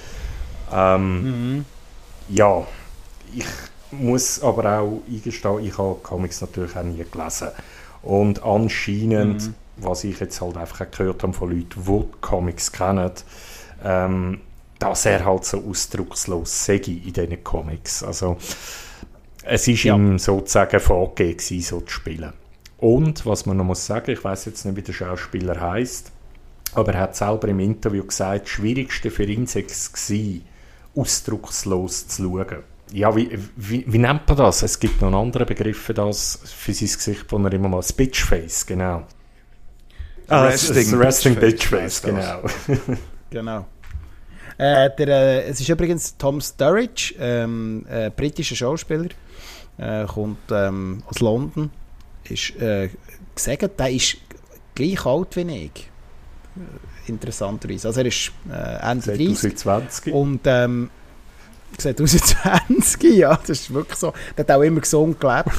Ja, ich muss aber auch eingestehen, ich habe Comics natürlich auch nie gelesen. Und anscheinend, was ich jetzt halt einfach gehört habe von Leuten, die Comics kennen, dass er halt so ausdruckslos sei in diesen Comics. Also es ist ihm sozusagen vorgegeben, so zu spielen. Und, was man noch muss sagen, ich weiss jetzt nicht, wie der Schauspieler heisst, aber er hat selber im Interview gesagt, das Schwierigste für ihn sei es gewesen, ausdruckslos zu schauen. Ja, wie nennt man das? Es gibt noch einen anderen Begriff für das, für sein Gesicht, wo er immer mal Bitchface, genau. Resting Bitchface, genau. Genau. Es ist übrigens Tom Sturridge, britischer Schauspieler, kommt aus London, ist gesagt, der ist gleich alt wie ich. Interessanterweise. Also er ist Ende 30. 2020. Und 2020, ja, das ist wirklich so. Der hat auch immer gesund gelebt.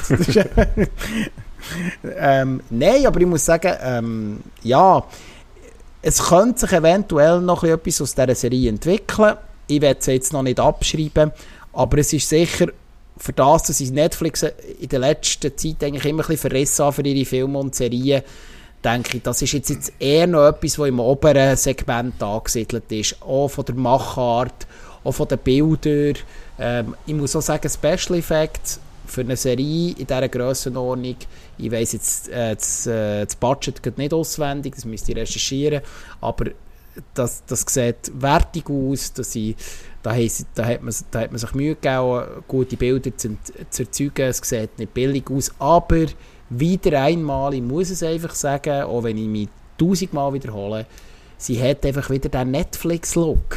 Nein, aber ich muss sagen, ja, es könnte sich eventuell noch etwas aus dieser Serie entwickeln. Ich werde es jetzt noch nicht abschreiben, aber es ist sicher, für das, dass ich Netflix in der letzten Zeit eigentlich immer ein bisschen verrissen habe für ihre Filme und Serien, denke ich, das ist jetzt eher noch etwas, was im oberen Segment angesiedelt ist. Auch von der Machart, auch von den Bildern. Ich muss auch sagen, Special Effects für eine Serie in dieser Grössenordnung, ich weiss jetzt das Budget geht nicht auswendig, das müsst ihr recherchieren, aber das sieht wertig aus, da hat man sich Mühe gegeben, gute Bilder zu erzeugen, es sieht nicht billig aus, aber wieder einmal, ich muss es einfach sagen, auch wenn ich mich 1000-mal wiederhole, sie hat einfach wieder den Netflix-Look,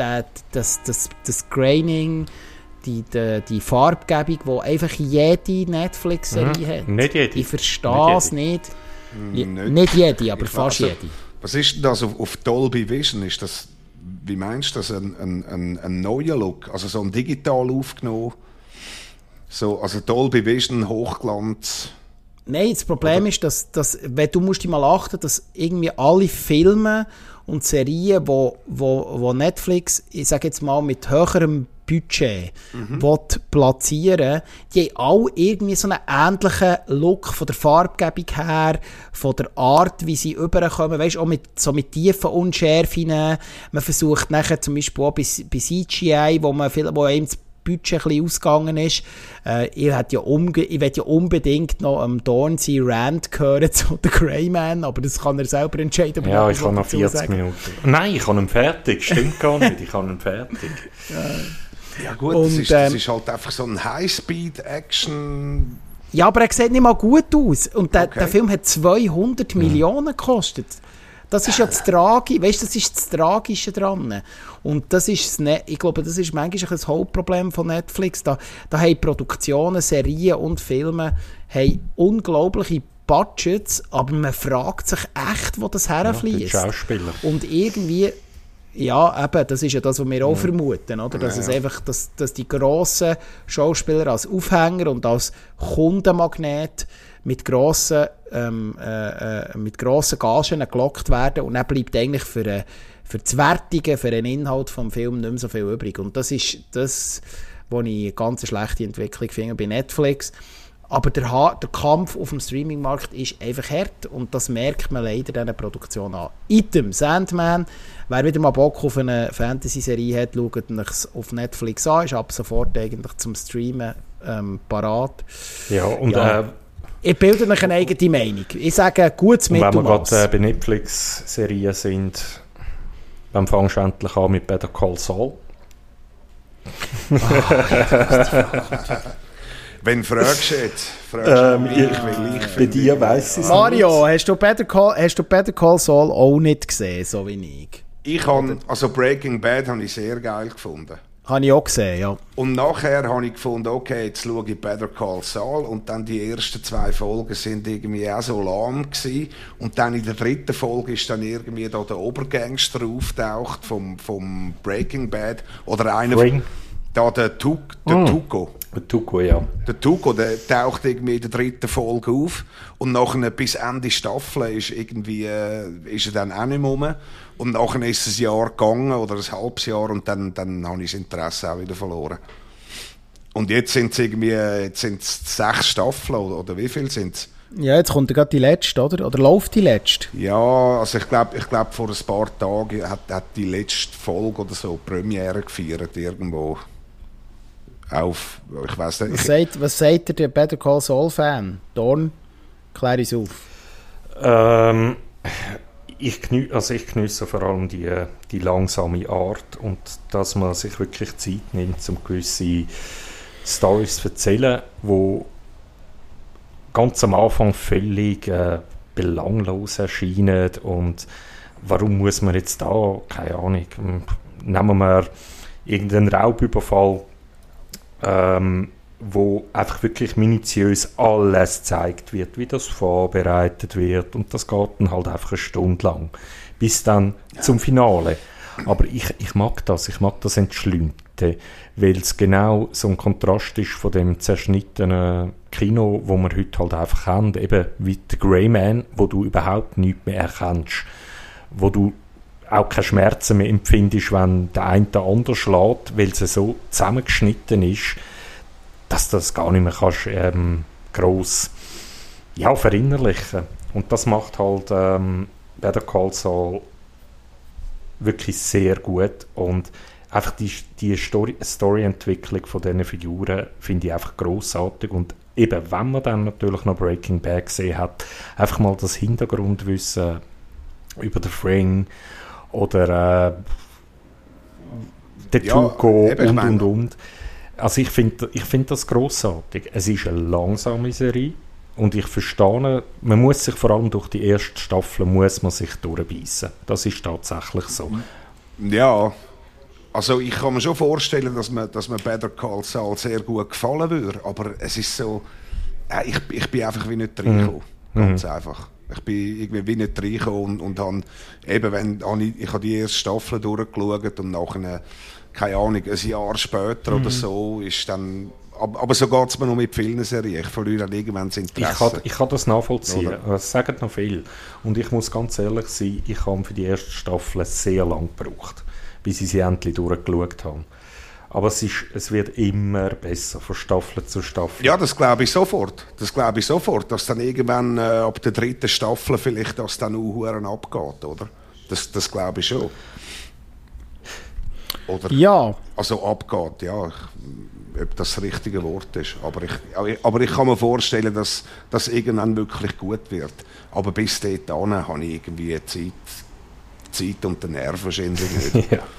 das Graining, die Farbgebung, die einfach jede Netflix-Serie hat. Nicht jede. Ich verstehe es nicht. Nicht jede, aber fast jede. Was ist denn das auf Dolby Vision? Ist das, wie meinst du das, ein neuer Look? Also so ein digital aufgenommen? So, also Dolby Vision, Hochglanz? Nein, das Problem ist, dass wenn du musst dich mal achten, dass irgendwie alle Filme und Serien, wo Netflix, ich sage jetzt mal, mit höherem Budget platzieren, die haben alle irgendwie so einen ähnlichen Look von der Farbgebung her, von der Art, wie sie rüberkommen, weißt du, auch mit tiefen Unschärfen. Man versucht nachher zum Beispiel auch bei CGI, wo einem das Budget ein bisschen ausgegangen ist. Ich will ja unbedingt noch am Dornsey Rand hören zu The Greyman, aber das kann er selber entscheiden. Ja, ich habe noch 40 Minuten. Nein, ich habe ihn fertig. Stimmt gar nicht, ich habe ihn fertig. Ja gut, und, das ist halt einfach so ein High-Speed-Action... Ja, aber er sieht nicht mal gut aus. Und der Film hat 200 Millionen gekostet. Das ist ja das Tragische, weißt, das ist das Tragische dran. Und das ist, ich glaube, das ist manchmal ein Hauptproblem von Netflix. Da haben Produktionen, Serien und Filme haben unglaubliche Budgets, aber man fragt sich echt, wo das herfließt. Ja, Schauspieler. Und irgendwie, ja, eben, das ist ja das, was wir auch vermuten, oder? Dass es einfach, dass die grossen Schauspieler als Aufhänger und als Kundenmagnet mit grossen Gagen gelockt werden und dann bleibt eigentlich für das Wertige, für den Inhalt des Films nicht mehr so viel übrig. Und das ist das, was ich eine ganz schlechte Entwicklung finde bei Netflix. Aber der Kampf auf dem Streaming-Markt ist einfach hart und das merkt man leider in dieser Produktion an. Item, Sandman, wer wieder mal Bock auf eine Fantasy-Serie hat, schaut es auf Netflix an, ist ab sofort eigentlich zum Streamen parat. Ja, und ich bilde euch eine eigene Meinung. Ich sage, gutes Mittelmaß. Wenn wir gerade bei Netflix-Serien sind, dann fangst du endlich an mit Better Call Saul. Wenn fragst du jetzt, bei dir weiss ich es Mario, hast du Better Call Saul auch nicht gesehen, so wie ich? Also Breaking Bad habe ich sehr geil gefunden. Habe ich auch gesehen, ja. Und nachher habe ich gefunden, okay, jetzt schaue ich Better Call Saul und dann die ersten 2 Folgen sind irgendwie auch so lahm gewesen. Und dann in der 3. Folge ist dann irgendwie da der Obergangster auftaucht vom Breaking Bad oder einer der Tuco. Der Tuco, ja. Der Tuco, der taucht irgendwie in der 3. Folge auf und nachher bis Ende Staffel ist er dann auch nicht mehr rum. Und nachher ist es ein Jahr gegangen oder ein halbes Jahr und dann habe ich das Interesse auch wieder verloren. Und jetzt sind es 6 Staffeln oder wie viel sind es? Ja, jetzt kommt ja gerade die letzte, oder? Oder läuft die letzte? Ja, also ich glaube, vor ein paar Tagen hat die letzte Folge oder so Premiere gefeiert irgendwo. Auf, ich weiss nicht. Was sagt der Better Call Saul Fan? Dorn, klär uns auf. Ich geniesse vor allem die langsame Art und dass man sich wirklich Zeit nimmt, um gewisse Storys zu erzählen, die ganz am Anfang völlig belanglos erscheinen. Und warum muss man jetzt da, keine Ahnung, nehmen wir irgendeinen Raubüberfall, wo einfach wirklich minutiös alles gezeigt wird, wie das vorbereitet wird, und das geht dann halt einfach eine Stunde lang, bis dann zum Finale. Aber ich mag das Entschleunigte, weil es genau so ein Kontrast ist von dem zerschnittenen Kino, wo wir heute halt einfach haben, eben wie The Grey Man, wo du überhaupt nichts mehr erkennst, wo du auch keine Schmerzen mehr empfindest, wenn der eine den anderen schlägt, weil es so zusammengeschnitten ist, dass du das gar nicht mehr kannst, gross verinnerlichen. Und das macht halt Better Call Saul wirklich sehr gut. Und einfach die Storyentwicklung von diesen Figuren finde ich einfach grossartig. Und eben, wenn man dann natürlich noch Breaking Bad gesehen hat, einfach mal das Hintergrundwissen über den Fring oder den Tuco und. Also ich finde das grossartig. Es ist eine langsame Serie und ich verstehe, man muss sich vor allem durch die erste Staffel durchbeissen. Das ist tatsächlich so. Ja, also ich kann mir schon vorstellen, dass mir Better Call Saul sehr gut gefallen würde, aber es ist so, ich bin einfach wie nicht reingekommen. Ganz einfach. Ich bin irgendwie wie nicht reingekommen und habe eben, ich habe die erste Staffel durchgeschaut und nachher, keine Ahnung, ein Jahr später oder so ist dann, aber so geht es mir noch mit vielen Serien. Ich verliere dann irgendwann das Interesse. Ich kann das nachvollziehen. Das sagen noch viel. Und ich muss ganz ehrlich sein, ich habe für die erste Staffel sehr lange gebraucht, bis ich sie endlich durchgeschaut habe. Aber es wird immer besser, von Staffel zu Staffel. Ja, das glaube ich sofort. Dass dann irgendwann ab der 3. Staffel vielleicht das dann auch abgeht, oder? Das glaube ich schon. Oder, ja. Also abgeht, ja. Ob das das richtige Wort ist. Aber ich kann mir vorstellen, dass das irgendwann wirklich gut wird. Aber bis dahin habe ich irgendwie Zeit und den Nerv wahrscheinlich nicht. Ja.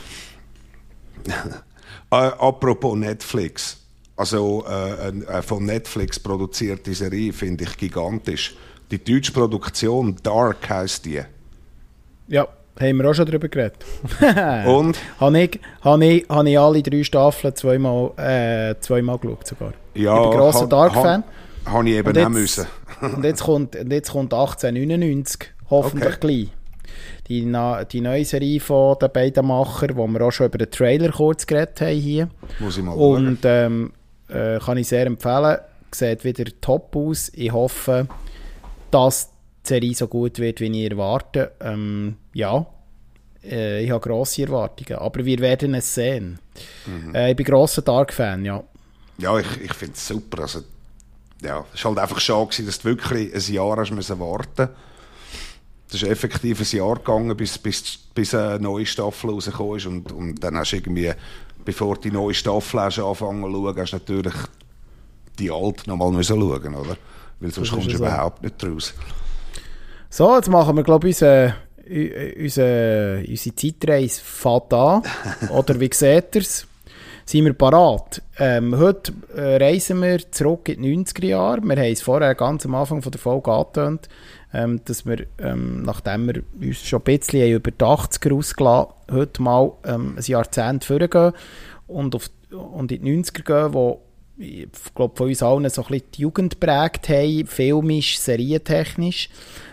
Apropos Netflix. Also von Netflix produzierte Serie finde ich gigantisch. Die deutsche Produktion Dark heisst die. Ja. Haben wir auch schon darüber geredet. Und? Habe ich alle 3 Staffeln zweimal geschaut sogar. Ja, ich bin grosser Dark-Fan. Habe ich eben auch müssen. und jetzt kommt 1899, hoffentlich gleich. Die neue Serie von den beiden Machern, wo wir auch schon über den Trailer kurz geredet haben hier. Muss ich mal schauen. Und kann ich sehr empfehlen. Sieht wieder top aus. Ich hoffe, dass die Serie so gut wird, wie ich erwarte. Ich habe grosse Erwartungen, aber wir werden es sehen. Ich bin grosser Dark-Fan, ja. Ja, ich finde es super. Also, ja, es war halt einfach schade, dass du wirklich ein Jahr hast müssen warten. Es ist effektiv ein Jahr gegangen, bis eine neue Staffel rausgekommen ist. Und dann hast du irgendwie, bevor die neue Staffel angefangen zu schauen, hast du natürlich die alte noch mal schauen, oder? Weil sonst kommst du überhaupt nicht raus. So, jetzt machen wir, glaube ich, unsere Zeitreise fährt an. Oder wie seht ihr es? Sind wir parat? Heute reisen wir zurück in die 90er Jahre. Wir haben es vorher ganz am Anfang von der Folge angetönt, dass wir, nachdem wir uns schon ein bisschen über die 80er ausgelassen haben, heute mal ein Jahrzehnt vorgehen und in die 90er gehen, wo ich glaube, von uns allen so ein bisschen die Jugend geprägt haben, filmisch, serientechnisch.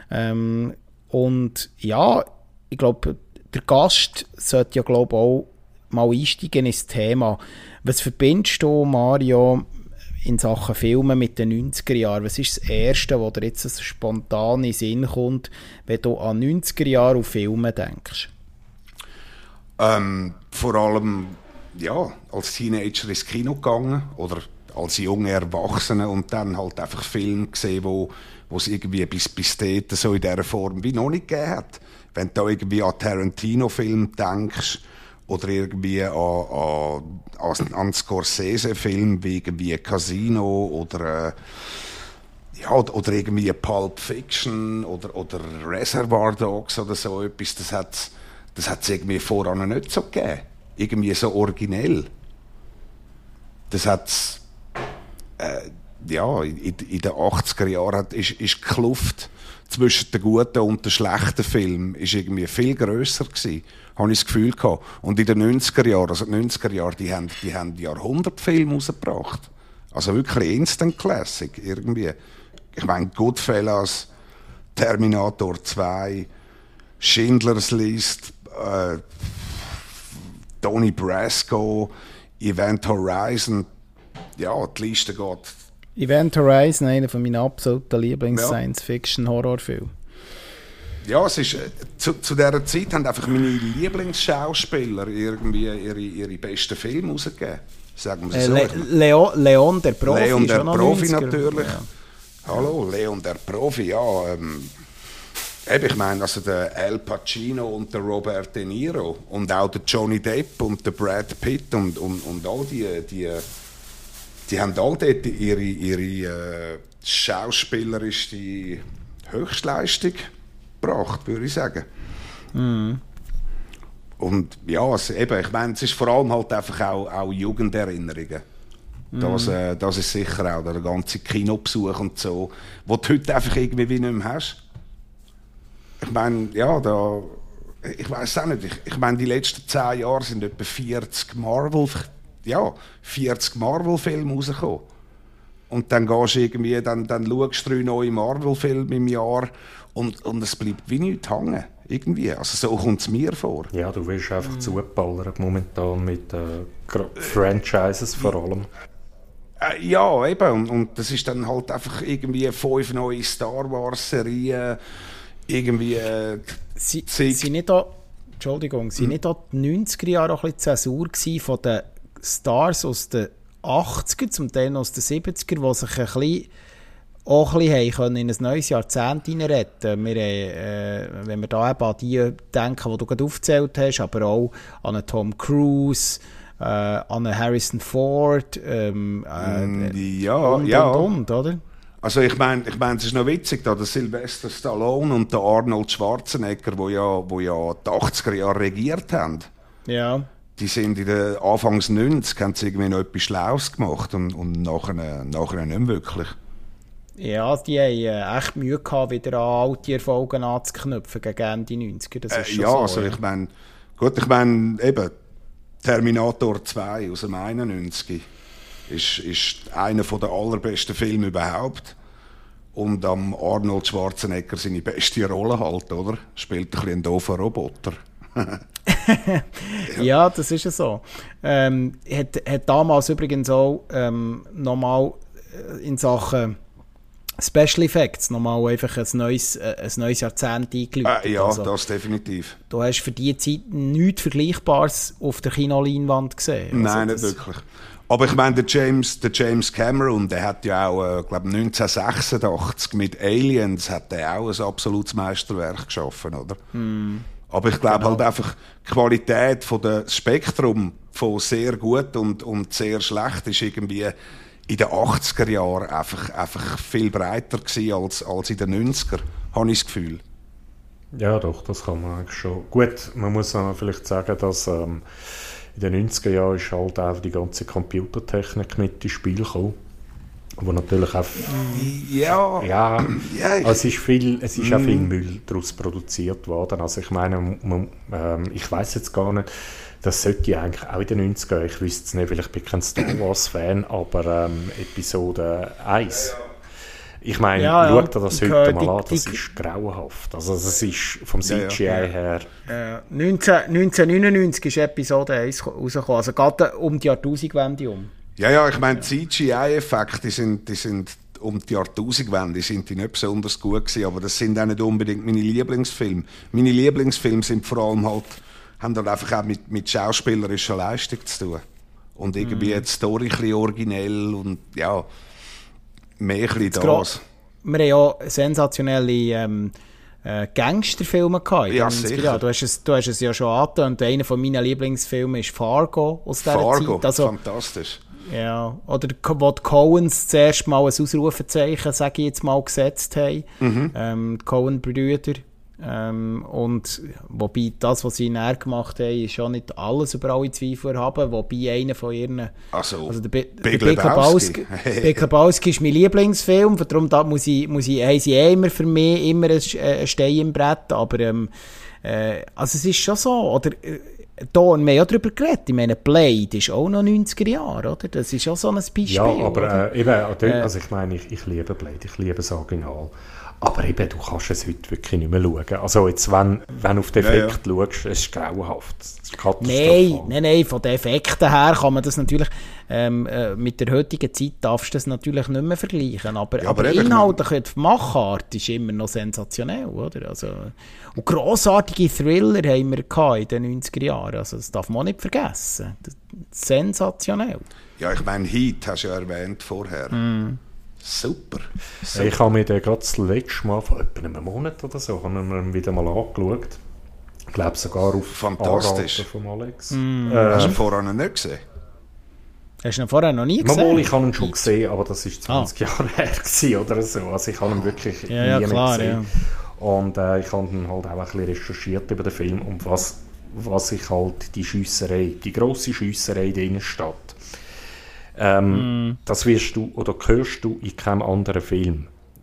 Und ja, ich glaube, der Gast sollte ja, glaube ich, auch mal einsteigen ins Thema. Was verbindest du, Mario, in Sachen Filmen mit den 90er Jahren? Was ist das Erste, was dir jetzt so spontan in den Sinn kommt, wenn du an 90er Jahre und Filme denkst? Vor allem, ja, als Teenager ins Kino gegangen oder als junge Erwachsene und dann halt einfach Filme gesehen, wo es irgendwie bis dort so in dieser Form wie noch nicht gegeben hat. Wenn du da irgendwie an Tarantino-Film denkst oder irgendwie an Scorsese-Film wie irgendwie Casino oder irgendwie Pulp Fiction oder Reservoir Dogs oder so etwas, das hat's irgendwie voran nicht so gegeben. Irgendwie so originell. Das hat's in den 80er Jahren ist die Kluft zwischen den guten und den schlechten Filmen ist irgendwie viel grösser gewesen, habe ich das Gefühl gehabt. Und in den 90er Jahren, die haben Jahrhundertfilme rausgebracht. Also wirklich Instant Classic irgendwie. Ich meine, Goodfellas, Terminator 2, Schindler's List, Donnie Brasco, Event Horizon, ja, die Liste geht. Event Horizon, einer von meinen absoluten Lieblings-Science-Fiction-Horrorfilmen. Ja, es ist, zu dieser Zeit haben einfach meine Lieblingsschauspieler irgendwie ihre besten Filme rausgegeben. Sagen wir so. Leon der Profi. Leon der Profi 90er. natürlich. Ja. Hallo, Leon der Profi, ja. Ich meine, also der Al Pacino und der Robert De Niro und auch der Johnny Depp und der Brad Pitt und all die haben all dort ihre schauspielerische Höchstleistung gebracht, würde ich sagen. Mhm. Und ja, ich meine, es ist vor allem halt einfach auch Jugenderinnerungen. Das ist sicher auch der ganze Kinobesuch und so, wo du heute einfach irgendwie wie nicht mehr hast. Ich meine, ja, ich weiß auch nicht, ich meine, die letzten 10 Jahre sind etwa 40 Marvel-Filme rausgekommen. Und dann gehst du irgendwie, dann schaust du 3 neue Marvel-Filme im Jahr und es bleibt wie nichts hängen. Irgendwie. Also so kommt es mir vor. Ja, du wirst einfach zugeballert momentan mit Franchises vor allem. Ja, eben. Und das ist dann halt einfach irgendwie 5 neue Star Wars-Serien, irgendwie sind nicht da, Entschuldigung, sind nicht da die 90er Jahre auch ein bisschen Zäsur gewesen von den Stars aus den 80er, zum Teil aus den 70er, die sich auch ein bisschen in ein neues Jahrzehnt hineinretten. Wenn wir da eben an die denken, die du gerade aufgezählt hast, aber auch an einen Tom Cruise, an einen Harrison Ford, und, oder? Also ich meine, es ist noch witzig, da der Sylvester Stallone und der Arnold Schwarzenegger, wo ja die 80er Jahre regiert haben. Ja. Die sind in den Anfangs 90 haben sie irgendwie noch etwas Schlaues gemacht und nachher nicht mehr wirklich. Ja, die haben echt Mühe gehabt, wieder an alte Erfolge anzuknüpfen gegen Ende 90er. Das ist schon ja, so, also ja. ich meine, eben Terminator 2 aus dem 91 ist einer der allerbesten Filme überhaupt. Und am Arnold Schwarzenegger seine beste Rolle halt, oder? Spielt ein bisschen einen doofen Roboter. Ja, das ist ja so. Hat damals übrigens auch nochmal in Sachen Special Effects nochmal einfach ein neues Jahrzehnt eingeläutet. Ja, also, das definitiv. Du hast für diese Zeit nichts Vergleichbares auf der Kinoleinwand gesehen. Nein, nicht wirklich. Aber ich meine, der James Cameron, der hat ja auch, glaube 1986 mit Aliens hat der auch ein absolutes Meisterwerk geschaffen, oder? Aber ich glaube halt einfach, die Qualität von der Spektrum von sehr gut und sehr schlecht ist irgendwie in den 80er Jahren einfach viel breiter gewesen als in den 90er, habe ich das Gefühl. Ja, doch, das kann man eigentlich schon. Gut, man muss vielleicht sagen, dass in den 90er Jahren ist halt auch die ganze Computertechnik mit ins Spiel gekommen. Wo natürlich auch es ist auch viel Müll daraus produziert worden. Also ich meine, ich weiss jetzt gar nicht, das sollte ja eigentlich auch in den 90er, ich wüsste es nicht, vielleicht bin ich kein Star Wars-Fan, aber Episode 1. Ich meine, schau dir das heute mal an, das ist grauenhaft. Also das ist vom CGI her... 1999 ist Episode 1 rausgekommen, also gerade um die Jahrtausendwende um. Ja, ich meine, die CGI-Effekte, die sind um die Jahrtausendwende sind die nicht besonders gut gewesen, aber das sind auch nicht unbedingt meine Lieblingsfilme. Meine Lieblingsfilme sind vor allem halt, haben halt einfach auch mit schauspielerischer Leistung zu tun. und irgendwie die Story ein bisschen originell und ja, mehr ein bisschen das. Wir haben ja sensationelle Gangsterfilme gehabt. Ja, sicher. Du hast es ja schon angetönt. Einer von meinen Lieblingsfilmen ist Fargo aus dieser Zeit. Also, fantastisch. Ja, oder wo die Coens zuerst mal ein Ausrufezeichen, sage ich jetzt mal, gesetzt haben. Die Coen-Brüder. Und wobei das, was sie näher gemacht haben, ist schon nicht alles über alle Zweifel erhaben. Wobei einer von ihren... Also der Big Lebowski. Big Lebowski ist mein Lieblingsfilm. Darum haben sie immer für mich immer ein Stein im Brett. Aber also es ist schon so. Oder... Da haben wir ja darüber geredet. Ich meine, Blade ist auch noch 90er Jahre, oder? Das ist auch so ein Beispiel. Ja, aber eben, also ich meine, ich liebe Blade, ich liebe das Original. Aber eben, du kannst es heute wirklich nicht mehr schauen. Also jetzt, wenn du auf den Effekt schaust, es ist grauenhaft. Es ist katastrophal. Nein, von den Effekten her kann man das natürlich, mit der heutigen Zeit darfst du das natürlich nicht mehr vergleichen. Aber inhaltlich, die Machart ist immer noch sensationell, oder? Also, und grossartige Thriller haben wir gehabt in den 90er Jahren. Also das darf man nicht vergessen. Sensationell. Ja, ich meine, Heat hast du ja erwähnt vorher. Super. Ich habe mir den gerade das letzte Mal, vor etwa einem Monat oder so, habe mir wieder mal angeschaut. Ich glaube sogar auf Anraten von Alex. Hast du ihn vorher noch nicht gesehen? Hast du ihn vorher noch nie gesehen? Obwohl, ich habe ihn schon gesehen, aber das war 20 Jahre her gewesen oder so. Also ich habe ihn wirklich nie mehr gesehen. Ja. Und ich habe dann halt auch ein bisschen recherchiert über den Film und was ich halt die Schiesserei, die grosse Schiesserei drin steht. Das wirst du oder hörst du in keinem anderen Film,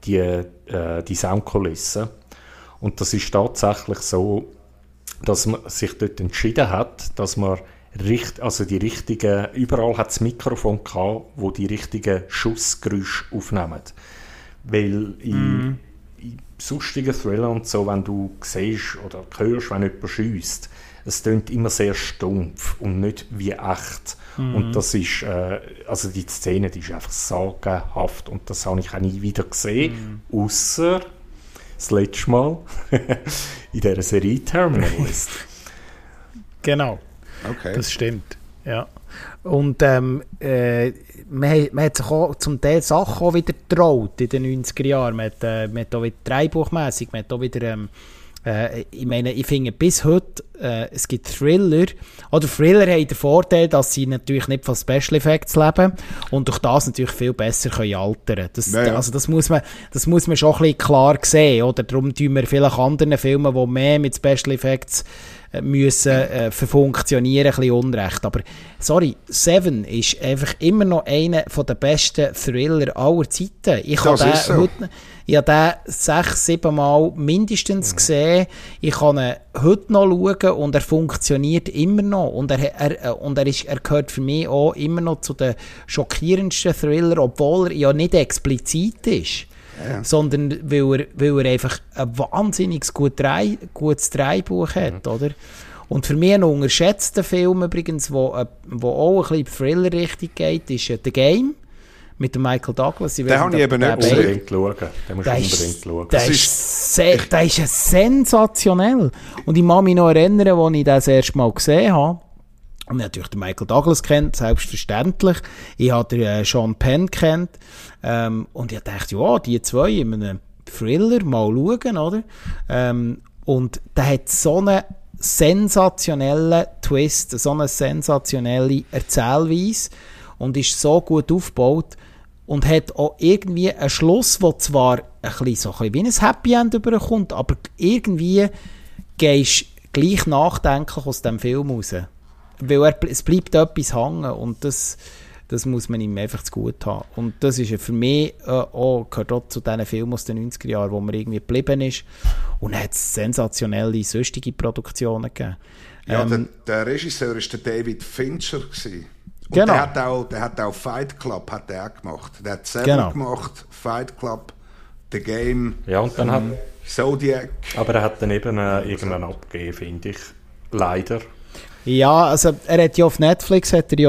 die Soundkulisse. Und das ist tatsächlich so, dass man sich dort entschieden hat, dass man die richtigen, überall hat es Mikrofon gehabt, wo die richtigen Schussgeräusche aufnehmen. Weil in sonstigen Thriller und so, wenn du siehst oder hörst, wenn jemand schiesst, es tönt immer sehr stumpf und nicht wie echt. Und das ist, also die Szene, die ist einfach sagenhaft und das habe ich auch nie wieder gesehen, außer das letzte Mal in dieser Serie Terminalist. Genau, okay. Das stimmt, ja. Und man hat sich auch zum Teil Sachen auch wieder getraut in den 90er Jahren. Man hat auch wieder drehbuchmässig, man hat auch wieder... ich meine, ich finde bis heute, es gibt Thriller. Oder Thriller haben den Vorteil, dass sie natürlich nicht von Special Effects leben und durch das natürlich viel besser können altern. Also das muss man schon ein bisschen klar sehen. Oder darum tun wir vielleicht anderen Filmen, die mehr mit Special Effects müssen verfunktionieren, ein bisschen Unrecht. Aber sorry, Seven ist einfach immer noch einer der besten Thriller aller Zeiten. Ich habe den 6-7 Mal mindestens gesehen. Ich kann ihn heute noch schauen und er funktioniert immer noch. Und er gehört für mich auch immer noch zu den schockierendsten Thriller, obwohl er ja nicht explizit ist. Ja. Sondern weil er einfach ein wahnsinnig gutes Drehbuch hat, oder? Und für mich ein unterschätzter Film übrigens, wo auch ein bisschen Thriller-Richtung geht, ist «The Game» mit dem Michael Douglas. Den habe ich eben nicht unbedingt schauen. Den musst du unbedingt schauen. Der ist sensationell. Und ich kann mich noch erinnern, als ich das erste Mal gesehen habe. Und natürlich den Michael Douglas kennt, selbstverständlich. Ich habe den Sean Penn kennt. Und ich dachte, ja, die zwei in einem Thriller mal schauen, oder? Und der hat so einen sensationellen Twist, so eine sensationelle Erzählweise und ist so gut aufgebaut und hat auch irgendwie einen Schluss, der zwar ein bisschen wie ein Happy End überkommt, aber irgendwie gehst du gleich nachdenklich aus dem Film raus. Weil es bleibt etwas hängen und das muss man ihm einfach zu gut haben. Und das ist für mich gehört auch zu diesen Filmen aus den 90er Jahren, wo man irgendwie geblieben ist. Und dann hat es sensationelle, sonstige Produktionen gegeben. Ja, der Regisseur war der David Fincher gewesen. Und genau. der hat auch Fight Club hat der gemacht. Der hat Seven gemacht, Fight Club, The Game, ja, und dann hat Zodiac. Aber er hat dann eben irgendwann abgegeben, finde ich. Leider. Ja, also er hat ja auf Netflix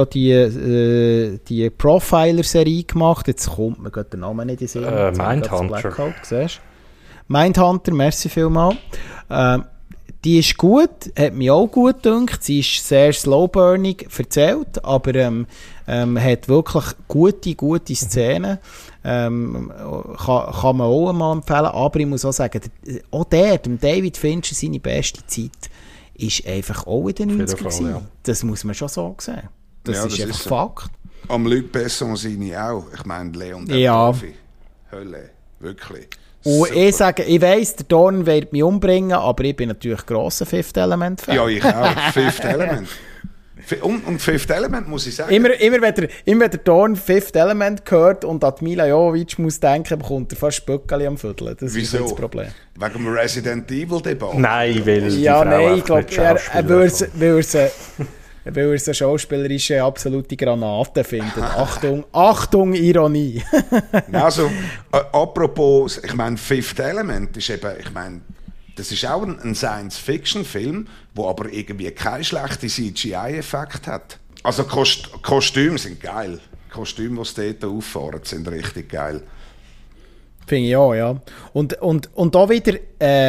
die Profiler-Serie gemacht. Jetzt kommt mir gerade der Name nicht in den Sinn. Mindhunter. Mindhunter, merci vielmals. die ist gut, hat mich auch gut gedacht. Sie ist sehr slow-burning erzählt, aber hat wirklich gute Szenen. Kann man auch mal empfehlen. Aber ich muss auch sagen, auch dem David Fincher, seine beste Zeit, ist einfach auch in den 90ern gewesen. Ja. Das muss man schon so sehen. Das ist einfach Fakt. Am Luc Besson seine auch. Ich meine, Leon der Profi. Hölle. Wirklich. Und ich sage, ich weiss, der Dorn wird mich umbringen, aber ich bin natürlich grosser Fifth Element-Fan. Ja, ich auch. Fifth Element. Und Fifth Element, muss ich sagen. Immer wenn der Dorn Fifth Element hört und an Mila Jovovich muss denken, bekommt er fast Spöckeli am Viertel. Das ist das Problem. Wegen dem Resident Evil-Debatte? Nein, weil ich glaube, er weil er so schauspielerische absolute Granate findet. Achtung, Ironie. Also, apropos, ich meine, Fifth Element ist eben, das ist auch ein Science-Fiction-Film, der aber irgendwie keinen schlechten CGI-Effekt hat. Also Kostüme sind geil. Die Kostüme, die sie dort auffahren, sind richtig geil. Finde ich auch, ja. Und auch wieder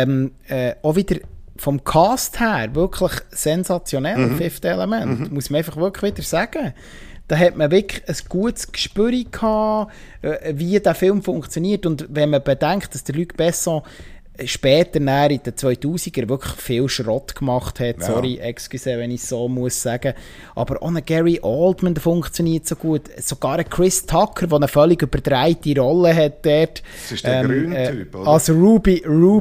vom Cast her wirklich sensationell, Fifth Element, muss man einfach wirklich wieder sagen. Da hat man wirklich ein gutes Gespür gehabt, wie der Film funktioniert. Und wenn man bedenkt, dass der Luc Besson später in den 2000er wirklich viel Schrott gemacht hat, sorry, excuse, wenn ich es so muss sagen, aber auch ein Gary Oldman, der funktioniert so gut, sogar ein Chris Tucker, der eine völlig überdrehte Rolle hat dort. Das ist der grüne Typ, oder? Also Ruby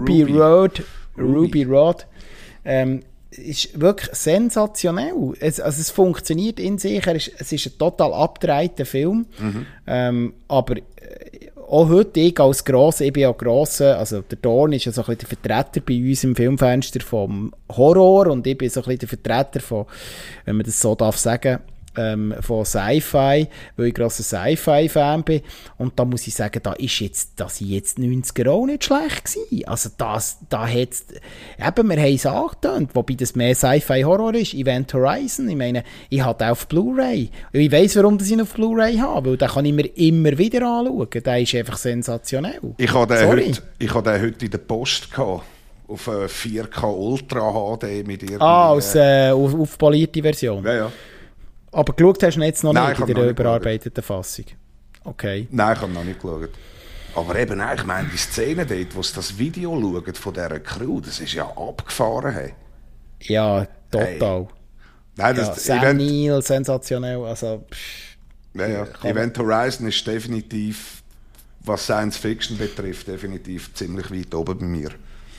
Rhod, ist wirklich sensationell. Es funktioniert in sich, es ist ein total abgedrehter Film, aber auch heute, ich bin ja grosser, also der Dorn ist ja so ein bisschen der Vertreter bei uns im Filmfenster vom Horror und ich bin so ein bisschen der Vertreter von, wenn man das so darf sagen, von Sci-Fi, weil ich grosser Sci-Fi-Fan bin. Und da muss ich sagen, da sind jetzt 90er auch nicht schlecht gewesen. Also da hat's, eben, wir haben es angetönt, wobei das mehr Sci-Fi-Horror ist, Event Horizon. Ich meine, ich habe den auf Blu-ray. Ich weiss, warum ich ihn auf Blu-ray habe, weil den kann ich mir immer wieder anschauen. Der ist einfach sensationell. Ich habe den heute in der Post gehabt. Auf 4K Ultra HD mit irgendwie... auf polierte Version? Ja. Aber geschaut hast du jetzt noch nicht in der überarbeiteten Fassung? Okay. Nein, ich habe noch nicht geschaut. Aber eben, ich meine, die Szene dort, wo sie das Video schauen von dieser Crew, das ist ja abgefahren. Hey. Ja, total. Hey. Nein, Sam Neill, sensationell. Also, Event Horizon ist definitiv, was Science Fiction betrifft, definitiv ziemlich weit oben bei mir.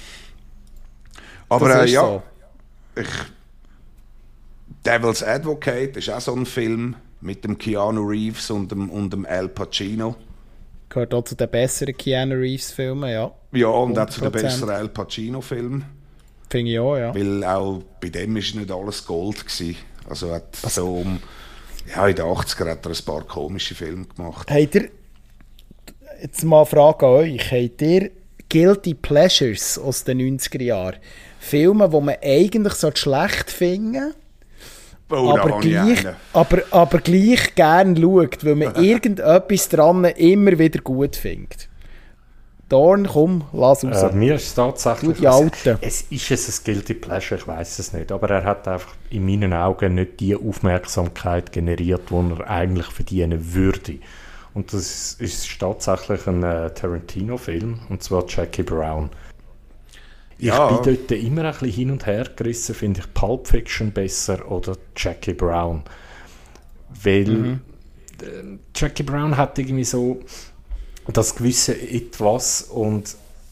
Aber so. Devil's Advocate ist auch so ein Film mit dem Keanu Reeves und dem Al Pacino. Gehört auch zu den besseren Keanu Reeves-Filmen, ja. Ja, und 100%. Auch zu den besseren Al Pacino-Filmen. Finde ich auch, ja. Weil auch bei dem war nicht alles Gold gewesen. Also in den 80ern hat er ein paar komische Filme gemacht. Habt ihr, jetzt mal eine Frage an euch, habt ihr Guilty Pleasures aus den 90er Jahren? Filme, die man eigentlich so schlecht finden, aber gleich gerne schaut, weil man irgendetwas dran immer wieder gut findet. Dorn, komm, lass raus. Mir ist es tatsächlich... Es ist ein Guilty Pleasure, ich weiss es nicht, aber er hat einfach in meinen Augen nicht die Aufmerksamkeit generiert, die er eigentlich verdienen würde. Und das ist tatsächlich ein Tarantino-Film, und zwar Jackie Brown. Ich bin dort immer ein bisschen hin und her gerissen, finde ich Pulp Fiction besser oder Jackie Brown. Weil Jackie Brown hat irgendwie so das gewisse Etwas und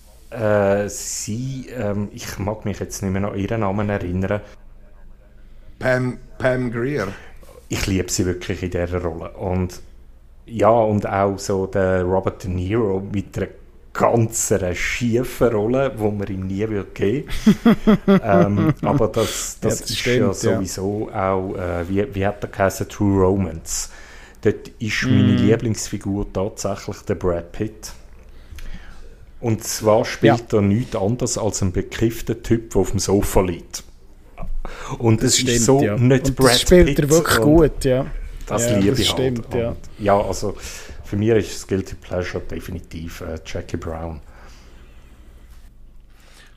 sie, ich mag mich jetzt nicht mehr an ihren Namen erinnern. Pam Grier. Ich liebe sie wirklich in dieser Rolle. Und ja, und auch so der Robert De Niro mit einer ganz schiefen Rolle, die man ihm nie geben würde. Aber das ist stimmt, ja sowieso auch, wie hat der geheißen, True Romance. Dort ist meine Lieblingsfigur tatsächlich der Brad Pitt. Und zwar spielt er nichts anderes als ein bekiffter Typ, der auf dem Sofa liegt. Und das ist so nicht und Brad Pitt. Das spielt er wirklich gut, ja. Das liebe ich stimmt, halt. Und, ja, also für mich ist das Guilty Pleasure definitiv Jackie Brown.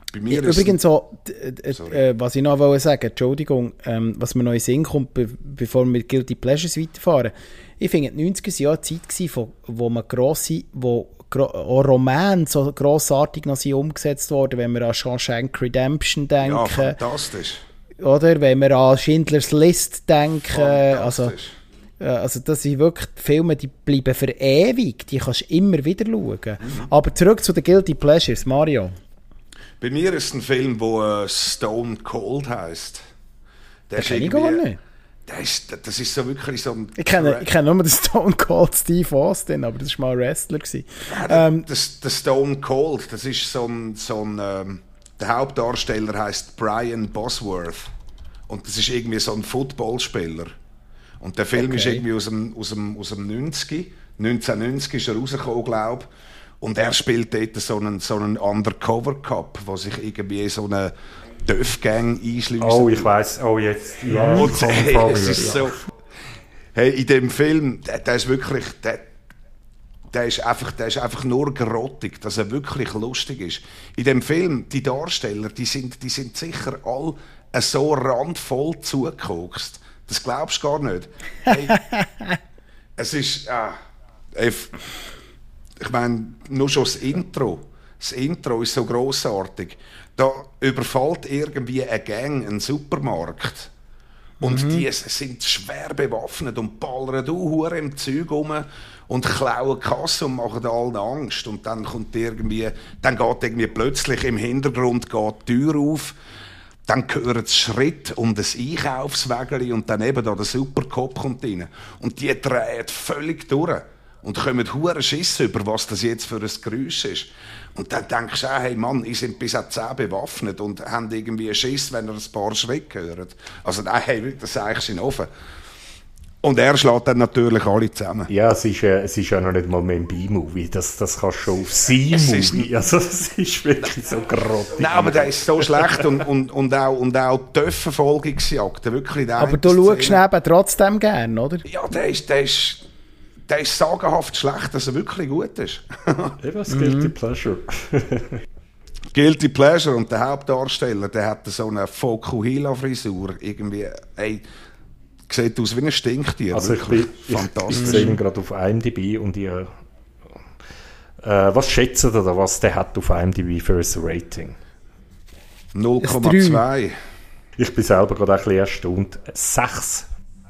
Bei mir übrigens so, was ich noch wollte sagen, Entschuldigung, was mir noch in den Sinn kommt, bevor wir mit Guilty Pleasures weiterfahren. Ich finde, die 90er Jahre Zeit gewesen, wo man auch Romane so grossartig noch sind umgesetzt worden, wenn wir an Shawshank Redemption denken. Ja, fantastisch. Oder wenn wir an Schindlers List denken. Also das sind wirklich Filme, die bleiben verewigt, die kannst du immer wieder schauen. Aber zurück zu den Guilty Pleasures, Mario. Bei mir ist ein Film, der Stone Cold heisst. Den kenne ich gar nicht. Das ist so wirklich so ein... Ich kenne nur den Stone Cold Steve Austin, aber das war mal ein Wrestler. Ja, der Stone Cold, das ist so ein der Hauptdarsteller heißt Brian Bosworth. Und das ist irgendwie so ein Footballspieler. Und der Film ist irgendwie aus dem 1990 ist er rausgekommen, glaube ich. Und er spielt dort so einen Undercover-Cop, der sich irgendwie so eine Döff-Gang einschließt. Oh, ich weiss. Oh, jetzt. Ja, und es ist so... Hey, in dem Film, der ist wirklich... Der ist einfach nur grottig, dass er wirklich lustig ist. In dem Film, die Darsteller, die sind sicher all so randvoll zugekokst. Das glaubst du gar nicht. Hey, es ist... ich meine, nur schon das Intro. Das Intro ist so grossartig. Da überfällt irgendwie eine Gang einen Supermarkt. Und die sind schwer bewaffnet und ballern im Zeug rum und klauen Kasse und machen allen Angst. Und dann geht irgendwie plötzlich im Hintergrund die Tür auf. Dann hören sie Schritt um das Einkaufswägeli und dann eben da der Supercop kommt rein. Und die drehen völlig durch. Und kommen hure Schiss über, was das jetzt für ein Geräusch ist. Und dann denkst du auch, hey Mann, ich sind bis an 10 bewaffnet und haben irgendwie einen Schiss, wenn ihr ein paar Schritte hört. Also nein, hey, das ist in offen. Und er schlägt dann natürlich alle zusammen. Ja, es ist ja noch nicht mal mehr ein B-Movie. Das kannst du schon auf C-Movie. Also das ist wirklich so grottig. Nein, aber der ist so schlecht und auch die Verfolgungsjagd. Wirklich aber du schaust ihn eben trotzdem gern, oder? Ja, der ist sagenhaft schlecht, dass er wirklich gut ist. Was Guilty Pleasure. Guilty Pleasure und der Hauptdarsteller, der hat so eine Fokuhila-Frisur. Irgendwie, sieht aus wie ein Stinktier. Also ich sehe ihn gerade auf IMDb und was schätzt ihr da, was der hat auf IMDb für ein Rating? 0,2. Ich bin selber gerade ein bisschen erstaunt. 6.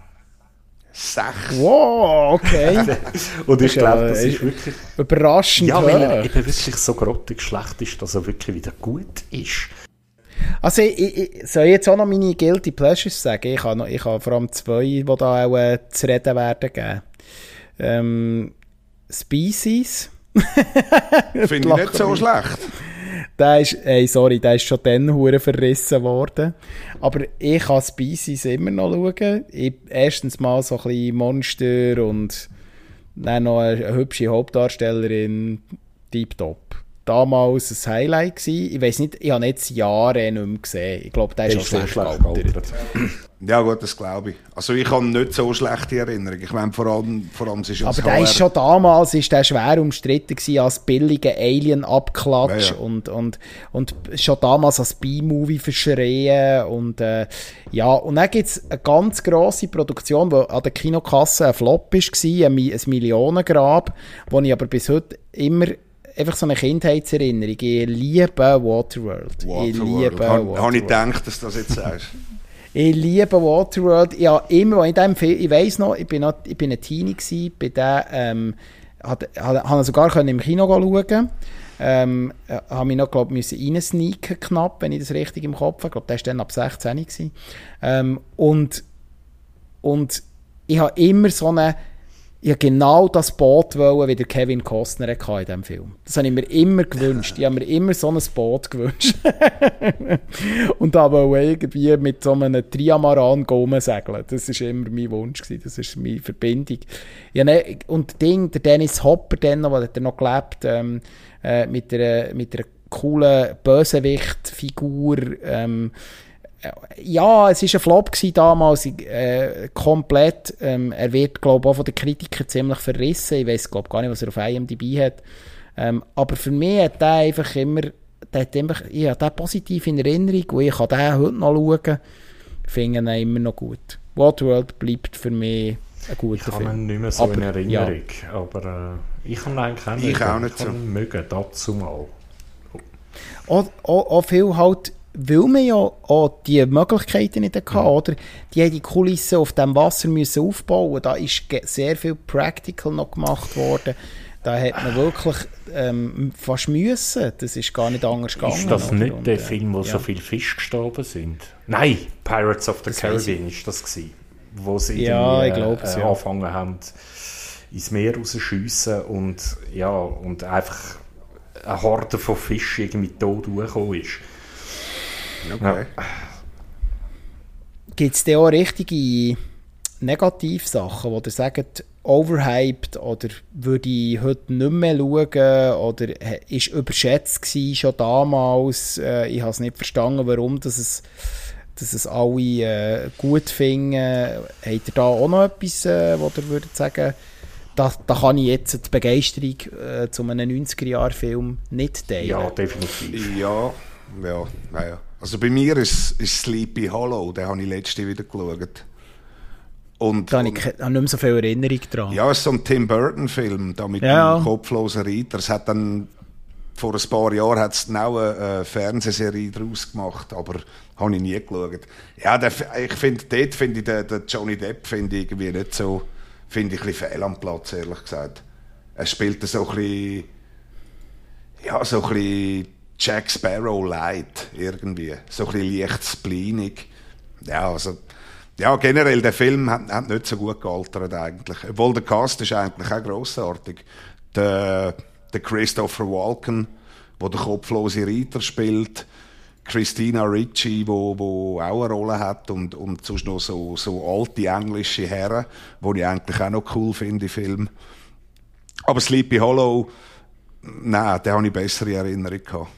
Wow, okay. Und ich glaube, das ist wirklich... Überraschend. Ja, weil er eben wirklich so grottig schlecht ist, dass er wirklich wieder gut ist. Also ich soll jetzt auch noch meine Guilty Pleasures sagen? Ich habe vor allem 2, die da auch zu reden werden geben. Species. Finde ich nicht so schlecht. Der ist schon dann hure verrissen worden. Aber ich kann Species immer noch schauen. Erstens mal so ein bisschen Monster und dann noch eine hübsche Hauptdarstellerin, Deep-Top. Damals ein Highlight gewesen. Ich weiss nicht, ich habe jetzt Jahre nicht mehr gesehen. Ich glaube, der ist auch schlecht gealtert. Ja gut, das glaube ich. Also ich habe nicht so schlechte Erinnerungen. Ich meine, vor allem ist aber der ist schon damals schwer umstritten gewesen als billiger Alien-Abklatsch und schon damals als B-Movie verschrien und und dann gibt es eine ganz grosse Produktion, die an der Kinokasse ein Flop war, ein Millionengrab, wo ich aber bis heute immer einfach so eine Kindheitserinnerung. Ich liebe Waterworld. Habe ich gedacht, dass du das jetzt sagst. Ich liebe Waterworld. Ja, immer, wenn ich dem Film, ich weiss noch, ich bin ein Teenie gewesen, bei dem, habe sogar im Kino schauen. Habe mich noch, glaube ich, reinsneaken knapp, wenn ich das richtig im Kopf habe. Ich glaube, der war dann ab 16 gewesen. Und ich habe immer so eine... Ich wollte genau das Boot wollen, wie der Kevin Costner hatte in diesem Film. Das habe ich mir immer gewünscht. Ich habe mir immer so ein Boot gewünscht. Und da wollte irgendwie mit so einem Triamaran segeln. Das war immer mein Wunsch. Das ist meine Verbindung. Ja, und der Dennis Hopper, der hat noch gelebt, mit einer coolen Bösewicht-Figur. Ja, es war ein Flop damals, komplett. Er wird, glaube ich, auch von den Kritikern ziemlich verrissen. Ich weiss, glaube gar nicht, was er auf IMDb hat. Aber für mich hat der einfach immer ich habe den positiv in Erinnerung und ich kann den heute noch schauen. Ich finde ihn immer noch gut. Waterworld bleibt für mich ein guter Film. Ich habe ihn nicht mehr so in Erinnerung, aber ich habe ihn eigentlich auch nicht. Ich auch nicht so. Mögen, dazu mal. Auch viel halt, weil man ja auch die Möglichkeiten nicht hatte, oder? Die haben die Kulissen auf dem Wasser müssen aufbauen. Da ist sehr viel Practical noch gemacht worden. Da hat man wirklich fast müssen. Das ist gar nicht anders gegangen. Ist das nicht und, der Film, wo so viele Fische gestorben sind? Nein, Pirates of the Caribbean ist das gewesen. Wo sie angefangen haben, ins Meer rauszuschiessen und einfach eine Horde von Fischen irgendwie tot durchgekommen ist. Okay. Ja. Gibt es da auch richtige Negativsachen, wo ihr sagt, overhyped oder würde ich heute nicht mehr schauen oder ist überschätzt gewesen, schon damals? Ich habe es nicht verstanden, warum dass es alle gut finden. Habt ihr da auch noch etwas, wo ihr würdet sagen, da kann ich jetzt die Begeisterung zu einem 90er-Jahre-Film nicht teilen? Ja, definitiv. Ja. Also bei mir ist Sleepy Hollow, den habe ich letzte wieder geschaut. Da habe ich nicht mehr so viel Erinnerung dran. Ja, es ist so ein Tim Burton-Film, da mit dem kopflosen Reiter. Es hat dann, vor ein paar Jahren hat es genau eine Fernsehserie daraus gemacht, aber habe ich nie geschaut. Ja, ich finde den Johnny Depp finde ich irgendwie nicht so, finde ich ein bisschen fehl am Platz, ehrlich gesagt. Er spielt so ein bisschen Jack Sparrow light irgendwie, so ein bisschen leicht spleenig. Ja, generell, der Film hat nicht so gut gealtert eigentlich. Obwohl der Cast ist eigentlich auch grossartig. Der Christopher Walken, der den kopflosen Reiter spielt. Christina Ricci, wo auch eine Rolle hat. Und sonst noch so alte englische Herren, die ich eigentlich auch noch cool finde im Film. Aber Sleepy Hollow, nein, da habe ich bessere Erinnerungen gehabt.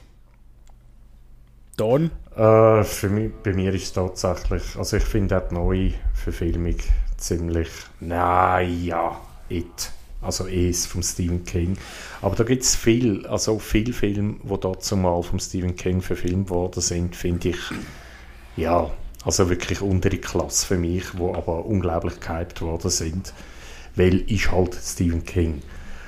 Don? Bei mir ist es tatsächlich, also ich finde auch die neue Verfilmung ziemlich, also es vom Stephen King. Aber da gibt es viele Filme, die dazu mal vom Stephen King verfilmt worden sind, finde ich, also wirklich untere Klasse für mich, die aber unglaublich gehypt worden sind, weil ist halt Stephen King.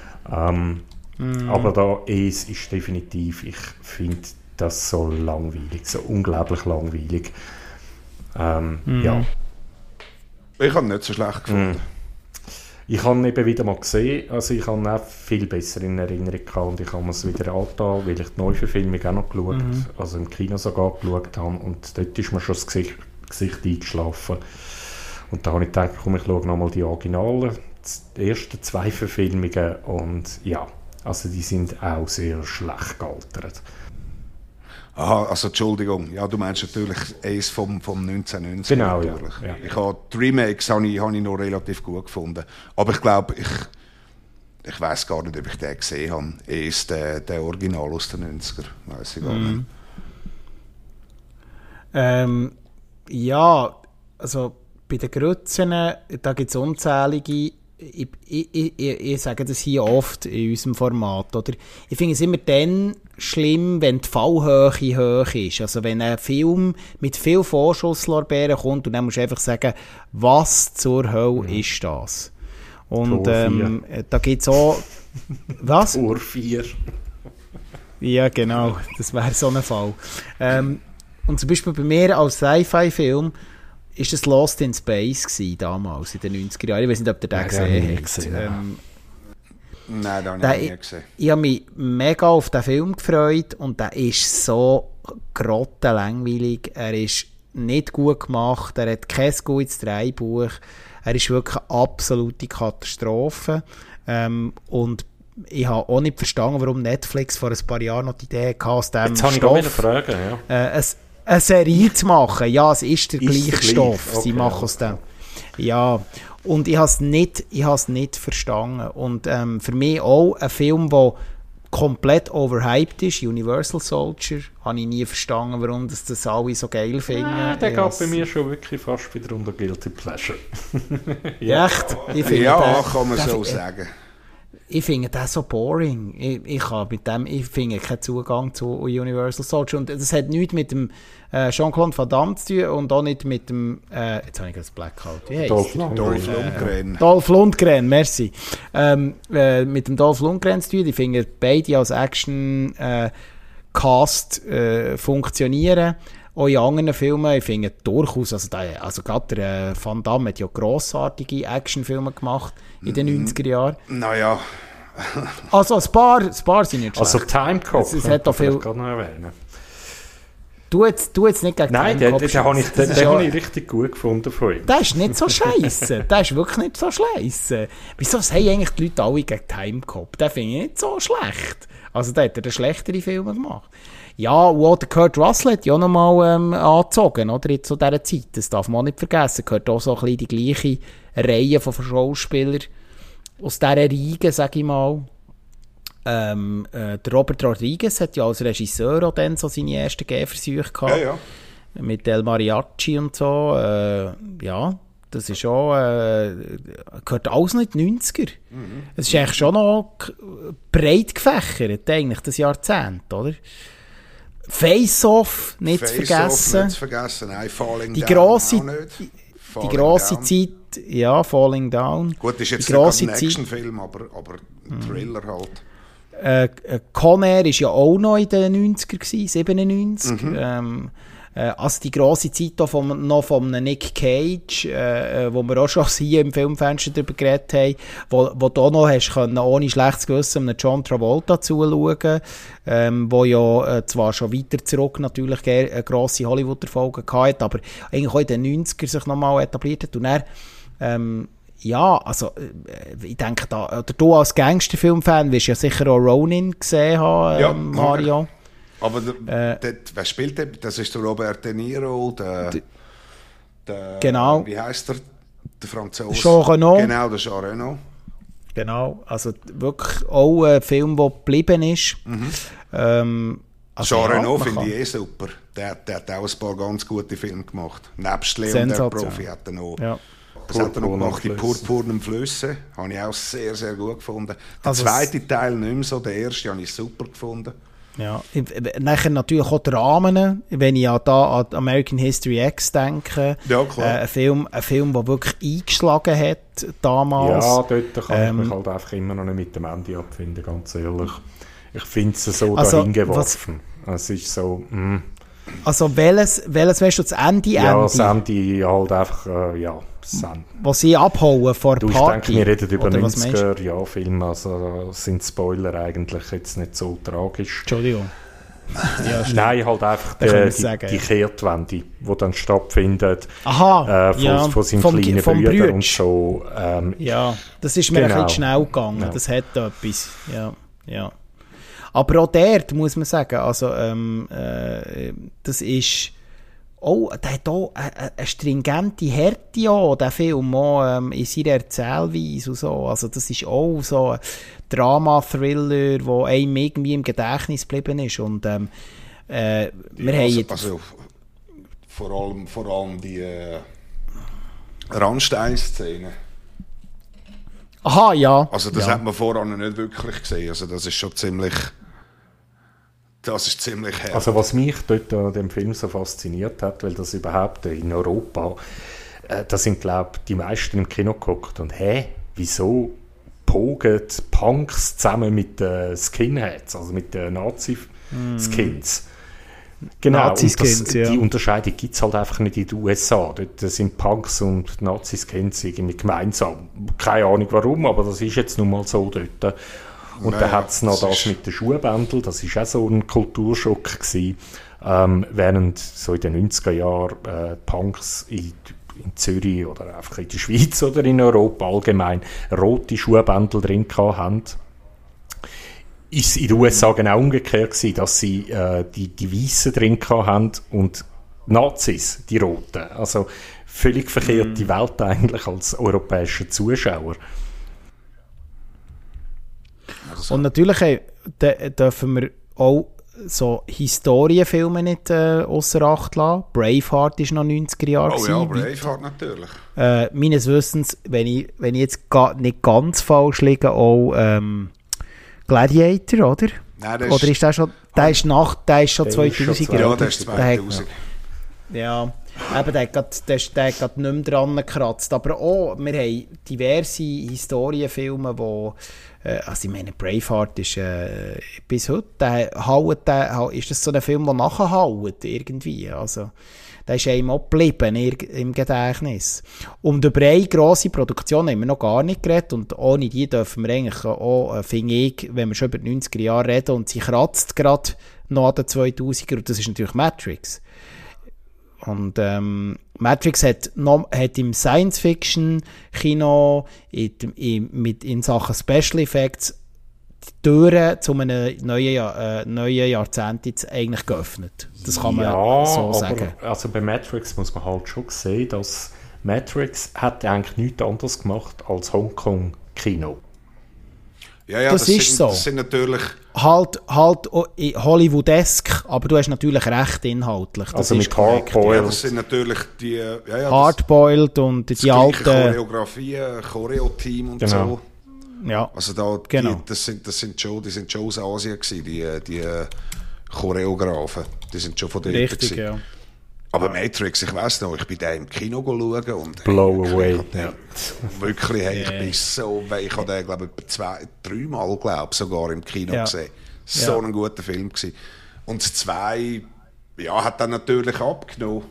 Aber da es ist definitiv, ich finde das so langweilig, so unglaublich langweilig. Ja. Ich habe ihn nicht so schlecht gefunden. Ich habe ihn eben wieder mal gesehen, also ich habe ihn auch viel besser in Erinnerung gehabt und ich habe es wieder angetan, weil ich die Neuverfilmung auch noch geschaut, also im Kino sogar geschaut habe und dort ist mir schon das Gesicht eingeschlafen. Und da habe ich gedacht, komm, ich schaue nochmal die Originalen, die ersten 2 Verfilmungen und ja, also die sind auch sehr schlecht gealtert. Aha, also Entschuldigung, ja, du meinst natürlich eins vom 1990. Genau, natürlich. Ja. Ich habe die Remakes habe ich noch relativ gut gefunden. Aber ich glaube, ich weiss gar nicht, ob ich den gesehen habe. Ist der Original aus den 90er, weiss ich gar nicht. Ja, also bei den Grützen, da gibt es unzählige. Ich sage das hier oft in unserem Format, oder? Ich finde es immer dann schlimm, wenn die Fallhöhe hoch ist. Also wenn ein Film mit viel Vorschusslorbeeren kommt und dann musst du einfach sagen, was zur Hölle ist das? Und da gibt es auch... Was? Tor 4. Ja, genau. Das wäre so ein Fall. Und zum Beispiel bei mir als Sci-Fi-Film ist es Lost in Space gewesen, damals, in den 90er Jahren. Ich weiß nicht, ob ihr den gesehen habt. Nein, den habe ich nie gesehen. Ich habe mich mega auf den Film gefreut und der ist so grottenlangweilig. Er ist nicht gut gemacht, er hat kein gutes Drehbuch. Er ist wirklich eine absolute Katastrophe. Und ich habe auch nicht verstanden, warum Netflix vor ein paar Jahren noch die Idee hatte, aus diesem Stoff... Jetzt habe ich fragen, ja. Eine Serie zu machen. Ja, es ist der gleiche Stoff. Okay, sie machen aus dem. Ja, und ich habe es nicht verstanden. Und für mich auch ein Film, der komplett overhyped ist, Universal Soldier, habe ich nie verstanden, warum das alle so geil finden. Der geht bei mir schon wirklich fast wieder unter Guilty Pleasure. Ja. Echt? Ja, kann man so sagen. ich finde das so boring. Ich finde keinen Zugang zu Universal Soldier. Und das hat nichts mit dem Jean-Claude Van Damme zu tun und auch nicht mit dem, jetzt habe ich das Blackout. Dolph Lundgren. Dolph Lundgren, merci. Mit dem Dolph Lundgren zu tun. Ich finde beide als Action-Cast funktionieren. Auch in anderen Filmen, ich finde durchaus, also gerade der Van Damme hat ja grossartige Actionfilme gemacht in den 90er Jahren. Naja. Also ein paar sind nicht schlecht. Also Timecop, es hat auch viel... gerade noch erwähnen. Du jetzt nicht gegen Nein, den habe ich richtig gut gefunden von ihm. Der ist nicht so scheisse. Der ist wirklich nicht so scheisse. Wieso haben eigentlich die Leute alle gegen Timecop? Den finde ich nicht so schlecht. Also der hat schlechtere Filme gemacht. Ja, und der Kurt Russell hat ja auch noch mal angezogen, oder, zu dieser Zeit. Das darf man auch nicht vergessen. Gehört auch so ein bisschen die gleiche Reihe von Schauspielern aus dieser Riege, sage ich mal. Der Robert Rodriguez hat ja als Regisseur auch dann so seine ersten Gehversuche gehabt. Ja. Mit El Mariachi und so. Ja, das ist auch... gehört alles nicht in die 90er. Es ist eigentlich schon noch breit gefächert, eigentlich, das Jahrzehnt, oder? Face-Off nicht zu vergessen. Nein, Falling die Down grosse, auch nicht. Die grosse Zeit, ja, Falling Down. Gut, ist jetzt nicht ein Actionfilm, aber ein Thriller halt. Con Air war ja auch noch in den 90er gewesen, 97. Also die grosse Zeit noch von Nick Cage, wo wir auch schon hier im Filmfenster darüber geredet haben, wo du auch noch hast können, ohne schlechtes Gewissen einem John Travolta zuschauen, wo ja zwar schon weiter zurück natürlich grosse Hollywood-Erfolge hatte, aber eigentlich auch in den 90er sich nochmal etabliert hat. Und dann, ja, also ich denke, oder du als Gangsterfilmfan wirst ja sicher auch Ronin gesehen haben, Mario. Okay. Aber wer spielt der? Das ist der Robert De Niro, genau. Wie heisst der? Der Franzose. Jean Reno. Genau, der Jean Reno. Genau, also wirklich auch ein Film, der geblieben ist. Also Jean Reno finde ich super. Der hat auch ein paar ganz gute Filme gemacht. Nebst Leon der Profi hat er noch... Ja. Das hat er noch gemacht, die Purpurnen Flüsse. Habe ich auch sehr, sehr gut gefunden. Der zweite Teil nicht mehr so, der erste habe ich super gefunden. Ja, nachher natürlich auch die Rahmen, wenn ich da an American History X denke. Ja, klar. Ein Film, der wirklich eingeschlagen hat damals. Ja, dort kann ich mich halt einfach immer noch nicht mit dem Ende abfinden, ganz ehrlich. Ich finde es so dahingeworfen. Es ist so... Also welches weißt du, das Ende? Ja, das Ende halt einfach, was sie abhauen vor Party. Ich denke, wir reden über 90er-Jahr-Filme, also sind Spoiler eigentlich jetzt nicht so tragisch. Entschuldigung. Ja, nein, halt einfach die Kehrtwende, die dann stattfindet. Aha, von seinem kleinen Bruder und so. Ja, das ist mir ein bisschen schnell gegangen, ja. Das hat da etwas, ja. Aber auch dort muss man sagen, also das ist... Oh, der hat auch eine stringente Härte auch, der Film auch, in seiner Erzählweise und so. Also das ist auch so ein Drama-Thriller, der einem irgendwie im Gedächtnis geblieben ist. Und wir haben... Also vor allem die Rammstein-Szene. Aha, ja. Also das hat man voran nicht wirklich gesehen. Also das ist schon ziemlich... Das ist ziemlich hart. Also was mich dort an dem Film so fasziniert hat, weil das überhaupt in Europa, da sind, glaube ich, die meisten im Kino geguckt und wieso pogen Punks zusammen mit den Skinheads, also mit den Nazi-Skins? Genau, Nazi-Skins, die Unterscheidung gibt es halt einfach nicht in den USA. Dort sind Punks und Nazi-Skins irgendwie gemeinsam. Keine Ahnung warum, aber das ist jetzt nun mal so dort. Und dann hat es noch das mit den Schuhbändeln, das war auch so ein Kulturschock gewesen, während so in den 90er Jahren Punks in Zürich oder einfach in der Schweiz oder in Europa allgemein rote Schuhbändel drin hatten. Ist in den USA genau umgekehrt gewesen, dass sie die Weißen drin hatten und Nazis, die Roten. Also völlig verkehrte Welt eigentlich als europäischer Zuschauer. Und natürlich dürfen wir auch so Historienfilme nicht ausser Acht lassen. Braveheart war noch 90er Jahre. Oh ja, Braveheart natürlich. Meines Wissens, wenn ich jetzt nicht ganz falsch liege, auch Gladiator, oder? Nein, oder ist der schon, der ist schon 2000er? Ja, der ist 2000. Ja, eben, der hat gerade nicht mehr dran gekratzt. Aber auch, wir haben diverse Historienfilme, wo also ich meine, Braveheart ist bis heute, ist das so ein Film, der nachhaut irgendwie, also der ist einem auch geblieben im Gedächtnis. Und über eine grosse Produktion haben wir noch gar nicht geredet und ohne die dürfen wir eigentlich auch, finde ich, wenn wir schon über die 90er Jahre reden und sie kratzt gerade noch an den 2000er und das ist natürlich Matrix. Und Matrix hat im Science-Fiction-Kino in Sachen Special Effects die Türen zu einem neuen Jahrzehnt jetzt eigentlich geöffnet. Das kann man so sagen. Also bei Matrix muss man halt schon sehen, dass Matrix hat eigentlich nichts anderes gemacht als Hongkong-Kino. Ja, das ist so. Das sind natürlich... Halt Hollywoodesk, aber du hast natürlich recht inhaltlich. Das also ist mit Hardboiled. Ja, das sind natürlich die... Hardboiled und die alten... Choreografie, Choreo-Team und so. Ja, also da, genau. Die sind schon aus Asien gewesen, die Choreografen. Die sind schon von dort Richtig, gewesen. ja. Aber Matrix, ich weiss noch, ich bin da im Kino schauen und Blow away. Wirklich, ich bis so, ich habe den, glaube ich, 2-3 Mal, sogar im Kino gesehen. So ein guter Film gewesen. Und das 2, hat dann natürlich abgenommen.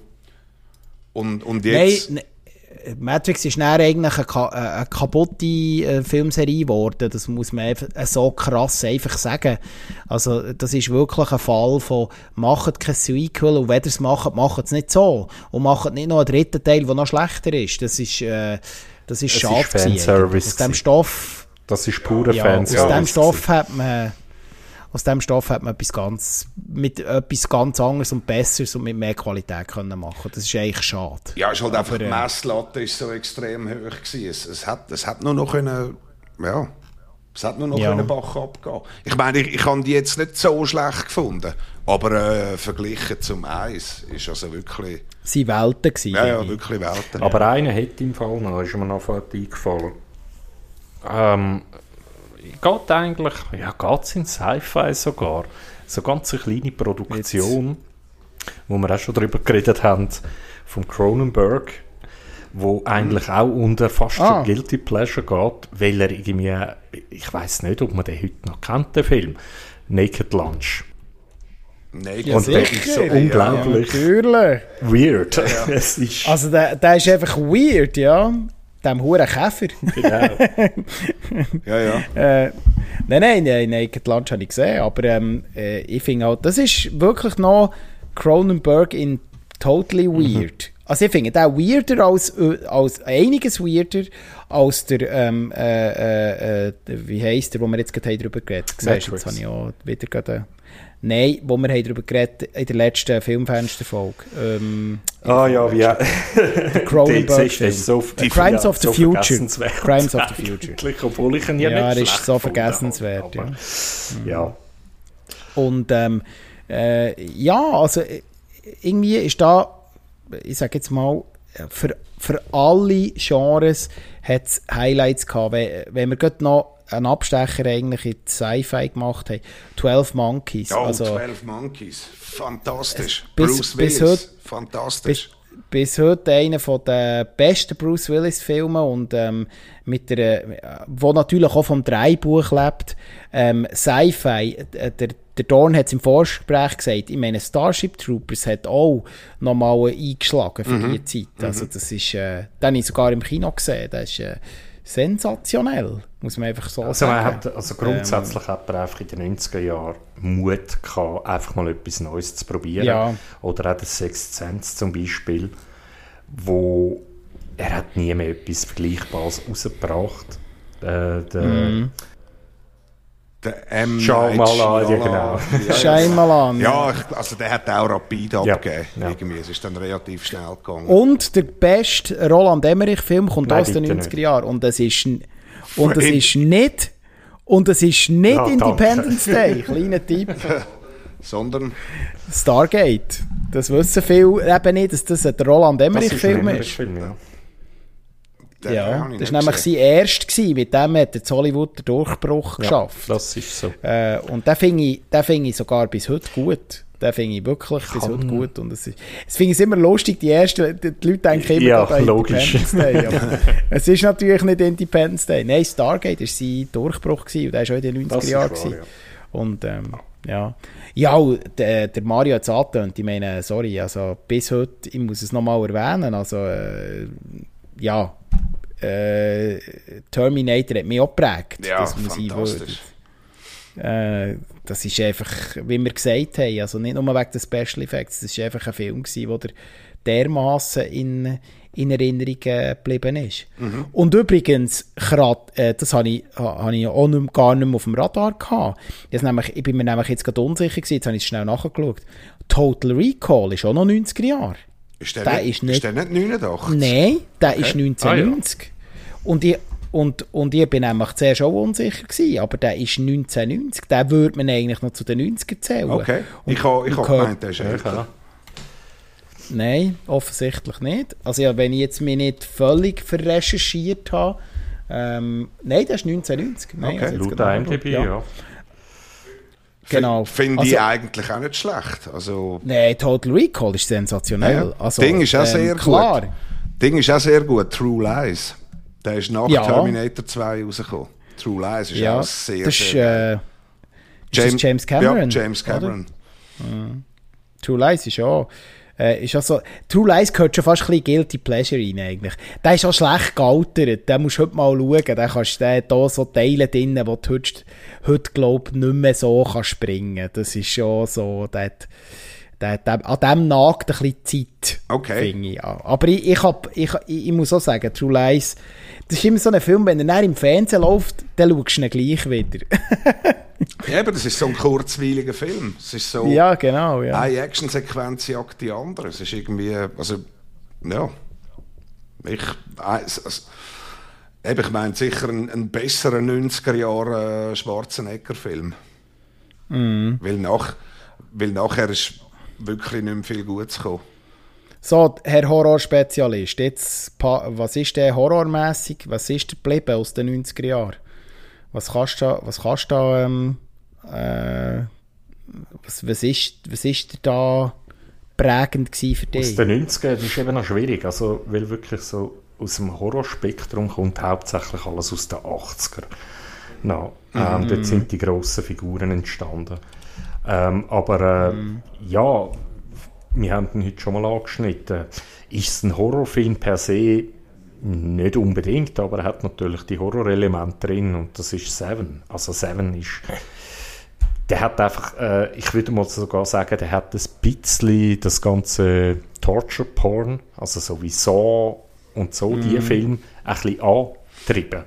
Und jetzt... Nein, Matrix ist dann eigentlich eine kaputte Filmserie geworden. Das muss man so krass einfach sagen. Also, das ist wirklich ein Fall von, macht kein Sequel und wenn ihr es macht es nicht so. Und macht nicht noch einen dritten Teil, der noch schlechter ist. Das ist schade Fanservice. Aus dem Stoff... Das ist pure Fanservice. Aus dem Stoff hat man etwas ganz anderes und Besseres und mit mehr Qualität können machen. Das ist eigentlich schade. Ja, es ist halt einfach, die Messlatte ist so extrem hoch gewesen. Es hat nur noch können, es hat nur noch können Bach abgehen. Ich meine, ich habe die jetzt nicht so schlecht gefunden, aber verglichen zum Eis ist also wirklich... Sie Welten gewesen. Ja, wirklich Welten. Aber einer hätte im Fall noch, ist mir noch eingefallen. Geht eigentlich, geht's in Sci-Fi sogar. So ganz eine kleine Produktion, wo wir auch schon darüber geredet haben, vom Cronenberg, wo eigentlich auch unter fast schon Guilty Pleasure geht, weil er irgendwie, ich weiss nicht, ob man den heute noch kennt, den Film, Naked Lunch. Naked und der ist so unglaublich weird. Ja. Es ist also der ist einfach weird, ja. Dem huren Käfer. Genau. Nein, Naked Lunch habe ich gesehen, aber ich finde auch, das ist wirklich noch Cronenberg in totally weird. Also ich finde den weirder als einiges weirder als der, wie heisst der, wo wir jetzt gerade darüber geredet haben. Jetzt habe ich auch wieder gerade... Nein, wo wir darüber geredet in der letzten Filmfensterfolge. Cronenberg-Film. Crimes of the Future. Crimes of the Future. Obwohl ich ihn nicht er ist so vergessenswert. Ja. Und also irgendwie ist da, ich sage jetzt mal, für alle Genres hat es Highlights gehabt. Wenn wir gerade noch einen Abstecher eigentlich in die Sci-Fi gemacht haben. 12 Monkeys. Ja, also, 12 Monkeys. Fantastisch. Bruce Willis. Fantastisch. Bis heute einer der besten Bruce Willis-Filme und wo natürlich auch vom Drehbuch lebt. Sci-Fi, der Dorn hat es im Vorgespräch gesagt, ich meine, Starship Troopers hat auch nochmal eingeschlagen für die Zeit. Also das ist, den habe ich sogar im Kino gesehen. Das ist sensationell, muss man einfach so sagen. Grundsätzlich hat er einfach in den 90er Jahren Mut gehabt, einfach mal etwas Neues zu probieren. Ja. Oder auch der Sixth Sense zum Beispiel, wo er hat nie mehr etwas Vergleichbares rausgebracht. Der M. Shyamalan, genau. Shyamalan. Ja, also der hat auch rapid abgegeben. Ja. Irgendwie. Es ist dann relativ schnell gegangen. Und der beste Roland Emmerich-Film kommt aus den 90er Jahren. Und es ist nicht Independence Day, kleiner Tipp. sondern Stargate. Das wissen viele eben nicht, dass das ein Roland Emmerich-Film ist. Ja, das war nämlich sein erster, mit dem hat er Hollywood den Durchbruch geschafft. Das ist so. Und den finde ich sogar bis heute gut. Den finde ich wirklich bis heute gut. Und das finde ich immer lustig, die Leute denken immer an Independence Day. Aber es ist natürlich nicht Independence Day. Nein, Stargate war sein Durchbruch gewesen, und der war schon in den 90er Jahren. Ja. Und ja, der Mario hat es angetönt. Ich meine, sorry, also bis heute, ich muss es nochmal erwähnen, also Terminator hat mich auch geprägt. Ja, das muss fantastisch. Das ist einfach, wie wir gesagt haben, also nicht nur wegen der Special Effects, das war einfach ein Film gewesen, der dermassen in Erinnerung geblieben ist. Mhm. Und übrigens, das habe ich auch gar nicht mehr auf dem Radar gehabt. Ich bin mir nämlich jetzt gerade unsicher gewesen, jetzt habe ich es schnell nachgeschaut. Total Recall ist auch noch 90er Jahre. Ist der nicht 89? Nein, der ist 1990. Und ich bin nämlich zuerst auch unsicher gewesen, aber der ist 1990. Den würde man eigentlich noch zu den 90ern zählen. Okay, ich habe gemeint, der ist älter. Nein, offensichtlich nicht. Also ja, wenn ich jetzt mich nicht völlig verrecherchiert habe, nein, der ist 1990. Nein, okay, laut IMDb, ja. Genau. Finde ich eigentlich auch nicht schlecht. Also, nein, Total Recall ist sensationell. Ja. Also, Ding ist auch sehr klar. gut. Ding ist auch sehr gut. True Lies. Der ist nach Terminator 2 rausgekommen. True Lies ist auch sehr, sehr gut. James Cameron. Ja, James Cameron. True Lies ist auch... True Lies gehört schon fast ein bisschen Guilty Pleasure rein, eigentlich. Der ist auch schlecht gealtert. Den musst du heute mal schauen. Der kannst du da so Teile drin, wo du heute glaube ich, nicht mehr so kannst springen. Das ist schon so... an dem nagt ein bisschen Zeit, finde ich. Aber ich muss auch sagen, True Lies, das ist immer so ein Film, wenn er dann im Fernsehen läuft, dann schaust du ihn gleich wieder. Ja, aber das ist so ein kurzweiliger Film. Es ist so ja, genau. Ja. Eine Actionsequenz jagt die andere. Es ist irgendwie, also, ja. Ich meine sicher einen besseren 90er-Jahre Schwarzenegger-Film. Mm. Weil nachher ist wirklich nicht mehr viel Gutes gekommen. So, Herr Horrorspezialist, jetzt, was ist der horrormässig? Was ist der geblieben aus den 90er Jahren? Was ist da prägend gewesen für dich? Aus den 90er Jahren, das ist eben noch schwierig, also, weil wirklich so aus dem Horrorspektrum kommt hauptsächlich alles aus den 80er. No, dort sind die grossen Figuren entstanden. Aber ja, wir haben ihn heute schon mal angeschnitten. Ist es ein Horrorfilm per se? Nicht unbedingt, aber er hat natürlich die Horrorelemente drin und das ist Seven. Also Seven ist... Der hat einfach, ich würde mal sogar sagen, der hat ein bisschen das ganze Torture-Porn, also so wie Saw und so, die Filme ein bisschen angetrieben.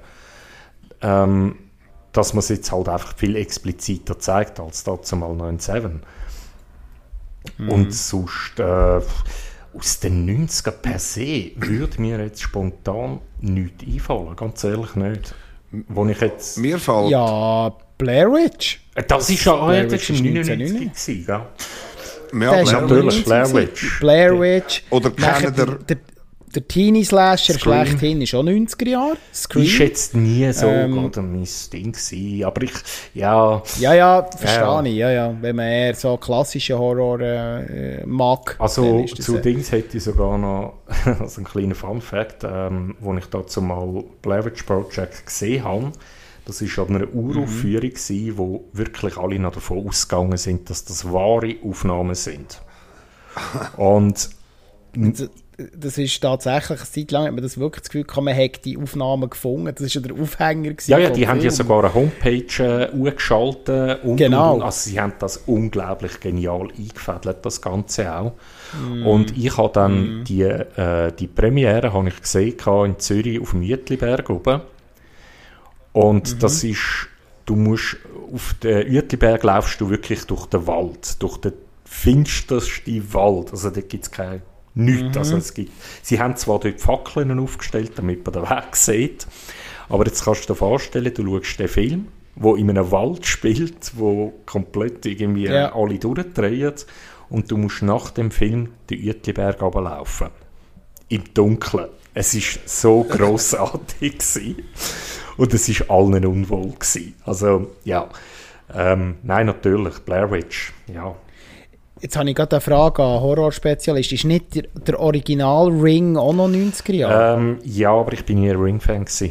Dass man es jetzt halt einfach viel expliziter zeigt, als dazu mal noch in Seven. Und sonst, aus den 90ern per se würde mir jetzt spontan nichts einfallen, ganz ehrlich nicht. Wo ich jetzt... Mir fällt... Ja, Blair Witch. Das ist ja 1999 gewesen, ja, Blair Witch. Blair Witch. Oder kennen der Teenie-Slasher schlechthin ist auch 90er Jahre. Scream. Ist jetzt nie so gerade mein Ding gewesen, aber Ja, verstehe ich. Ja. Wenn man eher so klassische Horror mag. Also zu Dings hätte ich sogar noch also einen kleinen Fun-Fact, wo ich dazu mal Blair Witch Project gesehen habe. Das war an einer Uraufführung, wo wirklich alle noch davon ausgegangen sind, dass das wahre Aufnahmen sind. Und das ist tatsächlich, eine Zeit lang hat man das wirklich das Gefühl gehabt, man hätte die Aufnahmen gefunden. Das war ja der Aufhänger. Ja, die haben ja sogar eine Homepage geschaltet. Genau. Also sie haben das unglaublich genial eingefädelt, das Ganze auch. Und ich habe dann die Premiere habe ich gesehen in Zürich auf dem Uetliberg oben. Und das ist, du musst, auf den Uetliberg laufst du wirklich durch den Wald, durch den finstersten Wald. Also da gibt es keine nichts. Also sie haben zwar dort Fackeln aufgestellt, damit man den Weg sieht, aber jetzt kannst du dir vorstellen, du schaust den Film wo in einem Wald spielt, wo komplett irgendwie alle durchdrehen und du musst nach dem Film den Uetliberg runterlaufen. Im Dunkeln. Es war so grossartig gewesen. Und es war allen unwohl gewesen. Also, ja. Nein, natürlich, Blair Witch, ja. Jetzt habe ich gerade eine Frage an Horrorspezialist. Ist nicht der Original Ring auch noch 90er Jahre? Ja, aber ich bin nie ein Ring-Fan gewesen.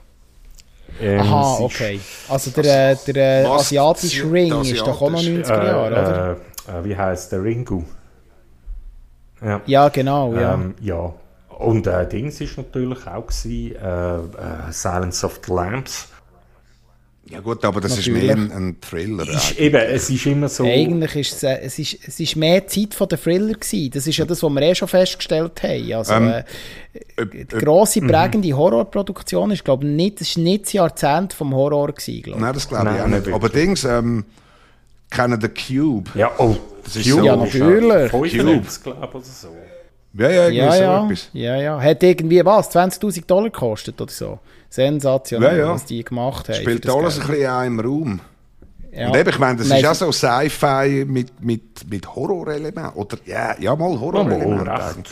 Aha, okay. Also der asiatische Ring ist doch auch noch 90er Jahre, oder? Wie heisst der? Ringu? Ja, genau, ja. Ja. Und Dings war natürlich auch gewesen, Silence of the Lambs. Ja gut, aber das natürlich. Ist mehr ein Thriller. Es ist immer so... Eigentlich ist es ist mehr Zeit von der Thriller gewesen. Das ist ja das, was wir schon festgestellt haben. Also, die grosse, prägende Horrorproduktion ist, glaube ich, nicht das Jahrzehnt vom Horror gewesen, glaube ich. Nein, das glaube ich auch nicht. Aber Dings, kennen The Cube. Ja, das ist Cube, so, ja, natürlich. 95, glaube ich, oder so. Ja, etwas. Ja. Hat irgendwie $20.000 gekostet oder so. Sensationell, was die gemacht haben. Spielt alles ein bisschen auch im Raum. Ja. Und eben, ich meine, das ist auch so Sci-Fi mit Horrorelementen. Oder, mal Horrorelementen.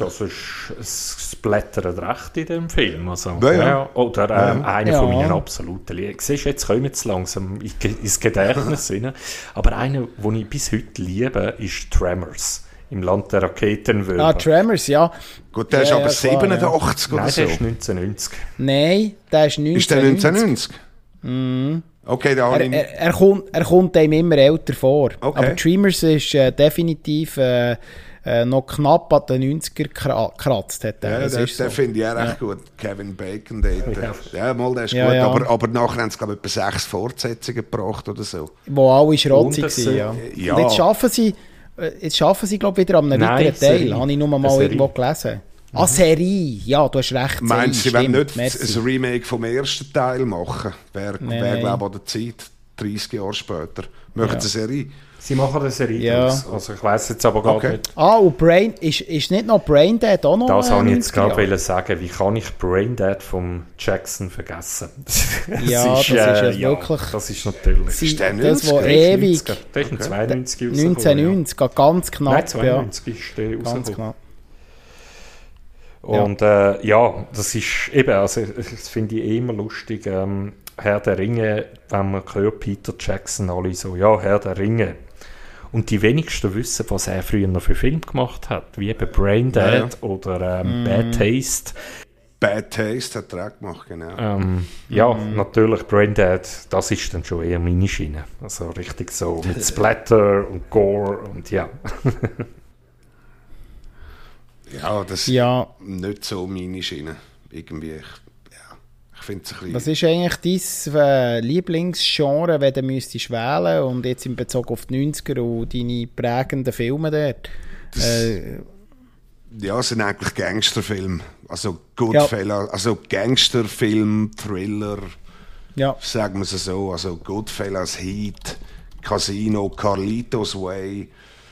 Es blättert recht in dem Film. Also, Oder einer von meinen absoluten Lieben. Siehst du, jetzt kommen wir langsam ins Gedächtnis rein. Aber einer, den ich bis heute liebe, ist Tremors. Im Land der Raketenwölfe. Tremors, ja. Gut, der ist aber 87 oder so. Nein, der ist 1990. Nein, der ist 1990. Ist der 1990? Mhm. Okay, da er kommt einem immer älter vor. Okay. Aber Tremors ist definitiv noch knapp an den 90er gekratzt. Den finde ich auch recht gut. Kevin Bacon, der ist gut. Ja. Aber nachher haben sie, glaube ich, etwa 6 Fortsetzungen gebracht oder so. Wo alle schrotzig waren, ja. Jetzt schaffen sie, glaube ich, wieder an einem weiteren Teil. Habe ich nur mal irgendwo gelesen. Serie. Ja, du hast recht. Meinst du, sie wollen nicht ein Remake vom ersten Teil machen? Wäre glaube ich, an der Zeit, 30 Jahre später. Machen sie eine Serie? Sie machen eine Serie. Ja. Also ich weiss jetzt aber gar nicht. Und Brain, ist nicht noch Braindead auch noch? Das wollte ich jetzt gerade sagen. Wie kann ich Braindead vom Jackson vergessen? Das ist wirklich... Das ist natürlich... Ist der 90? Das war ewig. Der ist in 92 1990, ganz knapp. Nein, 92 ist der ganz knapp. Und das ist eben, also das finde ich immer lustig, Herr der Ringe, wenn man hört, Peter Jackson, alle so, Herr der Ringe. Und die wenigsten wissen, was er früher noch für Film gemacht hat, wie eben Braindead oder Bad Taste. Bad Taste hat er auch gemacht, genau. Natürlich, Braindead, das ist dann schon eher meine Schiene. Also richtig so mit Splatter und Gore und ja. Ja, das ist nicht so meine Schiene. Irgendwie, ich finde es ein bisschen... Was ist eigentlich dein Lieblingsgenre, wenn du müsstest wählen und jetzt in Bezug auf die 90er und deine prägenden Filme dort? Es sind eigentlich Gangsterfilme. Also Goodfellas, also Gangsterfilm, Thriller, sagen wir es so. Also Goodfellas, Heat, Casino, Carlitos Way,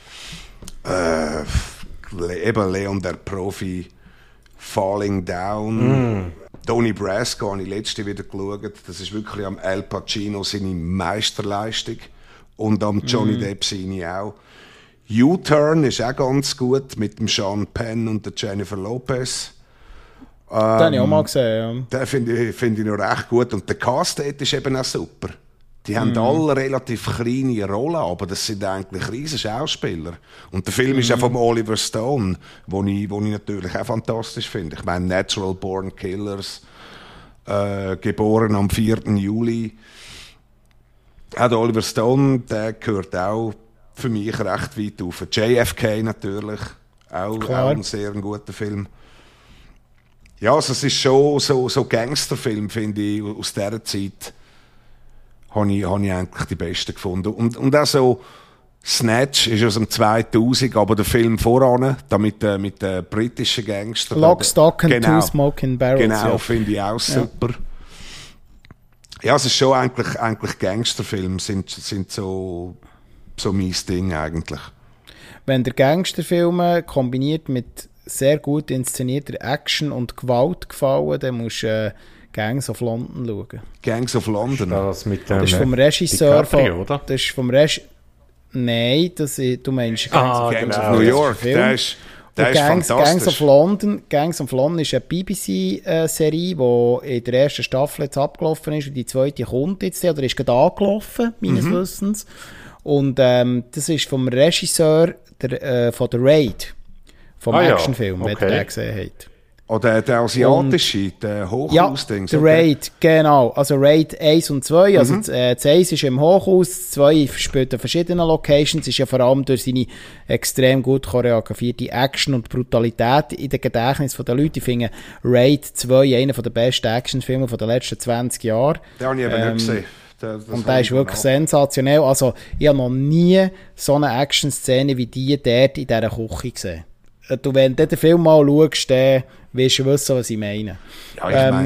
eben Leon der Profi, Falling Down, Donnie Brasco habe ich letzte wieder geschaut. Das ist wirklich am Al Pacino seine Meisterleistung und am Johnny Depp seine auch. U-Turn ist auch ganz gut mit dem Sean Penn und der Jennifer Lopez. Den habe ich auch mal gesehen. Den finde ich noch recht gut. Und der Cast ist eben auch super. Die haben alle relativ kleine Rollen, aber das sind eigentlich riesige Schauspieler. Und der Film ist auch von Oliver Stone, wo ich natürlich auch fantastisch finde. Ich meine, Natural Born Killers, geboren am 4. Juli. Auch der Oliver Stone, der gehört auch für mich recht weit auf. JFK natürlich, auch ein sehr guter Film. Ja, also es ist schon so Gangsterfilm, finde ich, aus dieser Zeit. Habe ich eigentlich die besten gefunden. Und auch so Snatch ist aus dem 2000, aber der Film voran, da mit den britischen Gangstern. Lock, Stock and Two Smoking Barrels. Genau, finde ich auch super. Ja, es ist schon eigentlich Gangsterfilme sind so mein Ding eigentlich. Wenn der Gangsterfilme kombiniert mit sehr gut inszenierter Action und Gewalt gefallen, dann musst du Gangs of London schauen. Gangs of London? Das ist vom Regisseur DiCaprio, oder? Das ist vom Regisseur... Nein, du meinst Gangs of New York. Der ist fantastisch. Gangs of London ist eine BBC-Serie, die in der ersten Staffel jetzt abgelaufen ist und die zweite kommt jetzt, oder ist gerade angelaufen, meines Wissens. Und das ist vom Regisseur von The Raid, vom Actionfilm, wenn ihr den gesehen habt. Oder der asiatische, der Hochhaus-Ding. Ja, The Raid, genau. Also Raid 1 und 2. Also das 1 ist im Hochhaus, das 2 spielt an verschiedenen Locations. Ist ja vor allem durch seine extrem gut choreografierte Action und Brutalität in den Gedächtnis der Leute. Ich finde Raid 2 einer der besten Actionfilme der letzten 20 Jahre. Den habe ich eben nicht gesehen. Und der ist wirklich sensationell. Also ich habe noch nie so eine Action-Szene wie die dort in dieser Küche gesehen. Du, wenn du den Film mal schaust, dann wirst du wissen, was ich meine. Ja, ich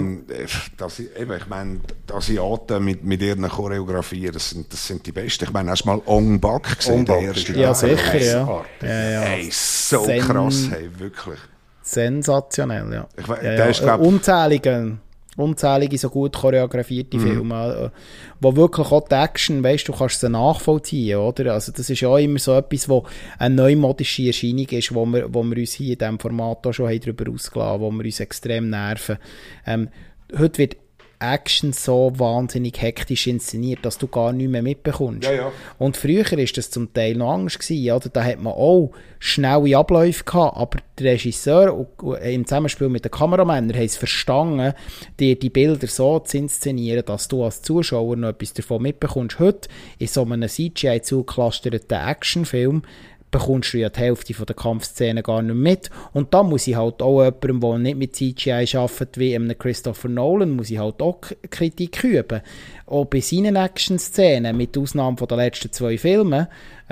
meine, die Asiaten mit ihren Choreografien, das sind die Besten. Ich meine, hast du mal Ong Bak gesehen? Der erste ja, sicher, ja. Hey, so krass, hey, wirklich. Sensationell, ja. Der ist, glaub, unzählige so gut choreografierte Filme, wo wirklich auch die Action, weißt du, kannst sie nachvollziehen, oder? Also das ist ja auch immer so etwas, wo eine neumodische Erscheinung ist, wo wir uns hier in diesem Format auch schon darüber ausgelassen, wo wir uns extrem nerven. Heute wird Action so wahnsinnig hektisch inszeniert, dass du gar nichts mehr mitbekommst. Ja. Und früher war das zum Teil noch anders gewesen, oder? Da hat man auch schnelle Abläufe gehabt, aber der Regisseur im Zusammenspiel mit den Kameramännern haben es verstanden, die Bilder so zu inszenieren, dass du als Zuschauer noch etwas davon mitbekommst. Heute in so einem CGI zugeclusterten Actionfilm bekommst du ja die Hälfte der Kampfszenen gar nicht mit. Und da muss ich halt auch jemandem, der nicht mit CGI arbeitet, wie einem Christopher Nolan, muss ich halt auch Kritik üben. Auch bei seinen Action-Szenen, mit Ausnahme von den letzten 2 Filmen,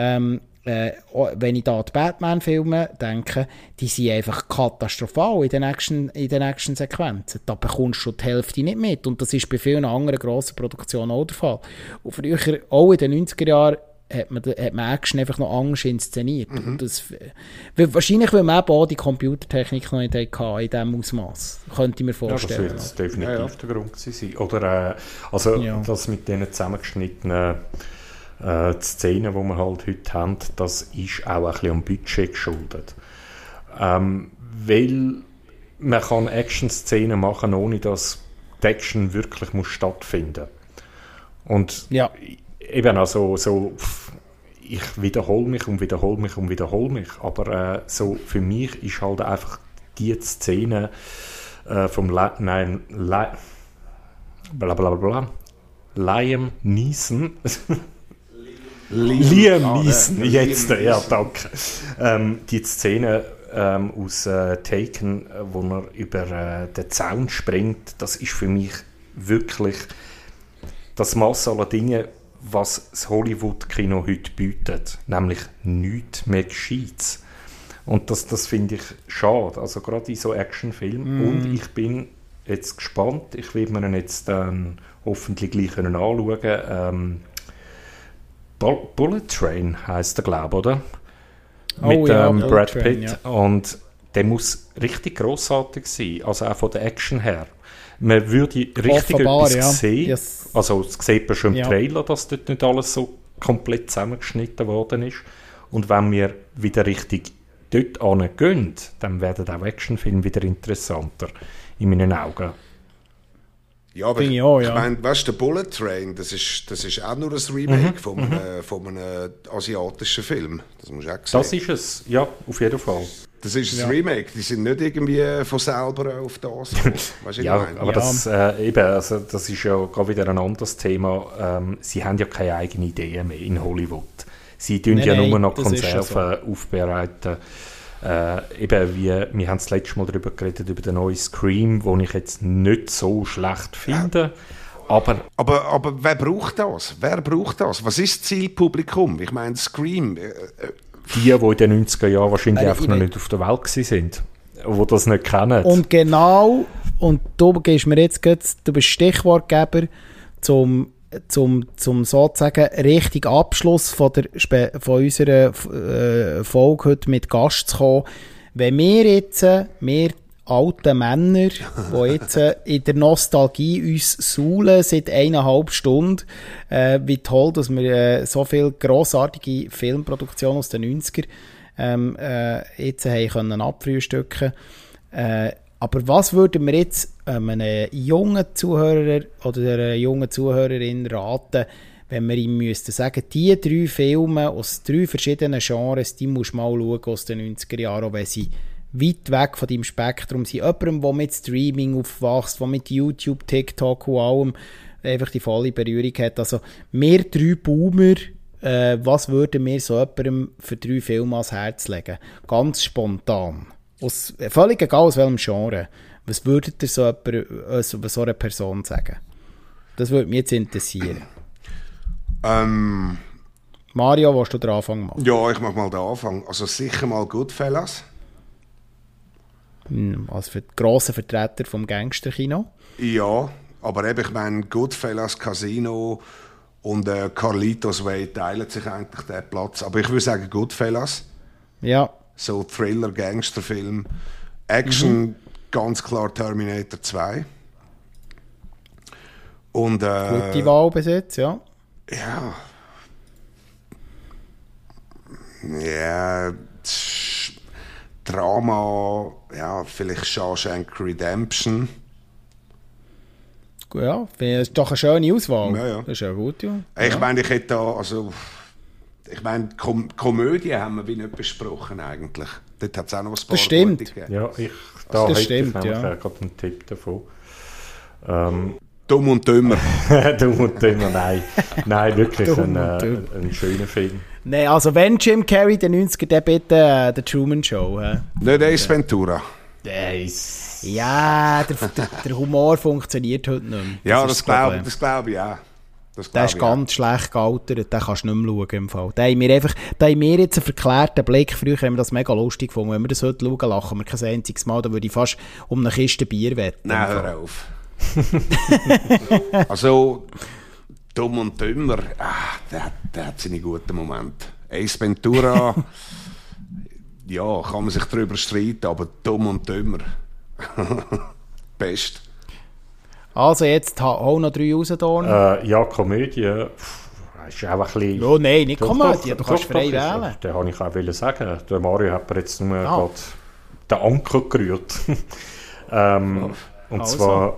wenn ich da an die Batman-Filme denke, die sind einfach katastrophal in den Action-Sequenzen. Da bekommst du die Hälfte nicht mit. Und das ist bei vielen anderen grossen Produktionen auch der Fall. Und früher, auch in den 90er Jahren, hat man Action einfach noch anders inszeniert. Und das, wahrscheinlich, weil man eben auch die Computertechnik noch nicht hatte, in diesem Ausmaß. Könnte ich mir vorstellen. Ja, das wird definitiv der Grund sein. Oder das mit diesen zusammengeschnittenen Szenen, die wir halt heute haben, das ist auch ein bisschen am Budget geschuldet. Weil man kann Action-Szenen machen, ohne dass die Action wirklich muss stattfinden muss. Und eben also ich wiederhole mich, aber so für mich ist halt einfach die Szene vom Liam Neeson. Liam Neeson, jetzt, ja, danke. Die Szene aus Taken, wo er über den Zaun springt, das ist für mich wirklich das Maß aller Dinge, was das Hollywood-Kino heute bietet, nämlich nichts mehr Gescheites. Und das finde ich schade, also gerade in so Actionfilmen. Und ich bin jetzt gespannt, ich werde mir ihn jetzt hoffentlich gleich anschauen können. Bullet Train heisst der, glaube ich, oder? Mit Brad Pitt. Ja. Und der muss richtig grossartig sein, also auch von der Action her. Man würde richtig etwas sehen. Yes. Also es sieht man schon im Trailer, dass dort nicht alles so komplett zusammengeschnitten worden ist. Und wenn wir wieder richtig dort hingehen, dann werden auch Actionfilme wieder interessanter, in meinen Augen. Ja, aber ich meine, weißt du, der Bullet Train, das ist auch nur ein Remake von einem asiatischen Film. Das musst du auch sehen. Das ist es, ja, auf jeden Fall. Das ist ein Remake, die sind nicht irgendwie von selber auf das gekommen. Weißt du, ja, aber das, also das ist ja gerade wieder ein anderes Thema. Sie haben ja keine eigenen Ideen mehr in Hollywood. Sie tun nur noch Konserven aufbereiten. Wir haben das letzte Mal darüber geredet, über den neuen Scream, den ich jetzt nicht so schlecht finde. Aber wer braucht das? Was ist das Zielpublikum? Ich meine, Scream... die in den 90er Jahren wahrscheinlich einfach noch nicht auf der Welt waren, die das nicht kennen. Und genau, und du gibst mir jetzt du bist Stichwortgeber zum sozusagen richtigen Abschluss von unserer Folge heute mit Gast zu kommen. Wenn wir alten Männer, die jetzt in der Nostalgie uns saulen seit 1,5 Stunden. Wie toll, dass wir so viele grossartige Filmproduktionen aus den 90er jetzt haben können abfrühstücken. Aber was würden wir jetzt einem jungen Zuhörer oder einer jungen Zuhörerin raten, wenn wir ihm müssten sagen, die 3 Filme aus 3 verschiedenen Genres, die musst du mal schauen aus den 90er Jahren, auch wenn sie weit weg von deinem Spektrum sind. Jemandem, der mit Streaming aufwächst, der mit YouTube, TikTok und allem einfach die volle Berührung hat. Also wir 3 Boomer, was würden wir so jemandem für 3 Filme ans Herz legen? Ganz spontan. Völlig egal aus welchem Genre. Was würdet ihr so einer Person sagen? Das würde mich jetzt interessieren. Mario, willst du den Anfang machen? Ja, ich mache mal den Anfang. Also sicher mal Goodfellas. Als für die grossen Vertreter vom Gangsterkino. Ja, aber eben, ich meine, Goodfellas, Casino und Carlitos Way teilen sich eigentlich den Platz. Aber ich würde sagen Goodfellas. Ja. So Thriller, Gangsterfilm. Action, ganz klar Terminator 2. Und, gute Wahl bis jetzt, ja. Ja. Ja, Drama, ja, vielleicht Shawshank Redemption. Ja, das ist doch eine schöne Auswahl. Ja, ja. Das ist ja gut, ja. Ich meine, ich hätte da, also, ich meine, Komödie haben wir wie nicht besprochen eigentlich. Dort hat es auch noch ein paar das stimmt. Gute gegeben. Ja, das hätte stimmt, ich ja. gerade einen Tipp davon. Dumm und Dümmer. Dumm und Dümmer, nein. Nein, wirklich ein schöner Film. Nein, also wenn Jim Carrey den 90er, dann bitte The Truman Show. Nicht Ace Ventura. Ja, der Humor funktioniert heute nicht mehr. Ja, das glaube ich auch. Der ist ganz schlecht gealtert, den kannst du nicht mehr schauen im Fall. Da haben wir jetzt einen verklärten Blick. Früher haben wir das mega lustig gefunden. Wenn wir das heute schauen, lachen wir kein einziges Mal. Da würde ich fast um eine Kiste Bier wetten. Nein, hör auf. Also, Dumm und Dümmer, der hat seine guten Momente. Ace Ventura, ja, kann man sich darüber streiten, aber Dumm und Dümmer, best. Also jetzt hau noch 3 raus, Dorn. Ja, Komödie, ist auch ein bisschen... Oh nein, nicht Komödie, du kannst frei wählen. Den wollte ich auch sagen. Der Mario hat mir jetzt nur gerade den Anker gerührt. Und also. zwar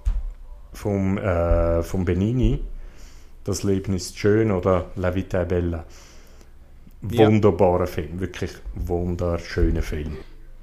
vom Benigni, «Das Leben ist schön» oder «La vita è bella». Wunderbarer Film, wirklich wunderschöner Film.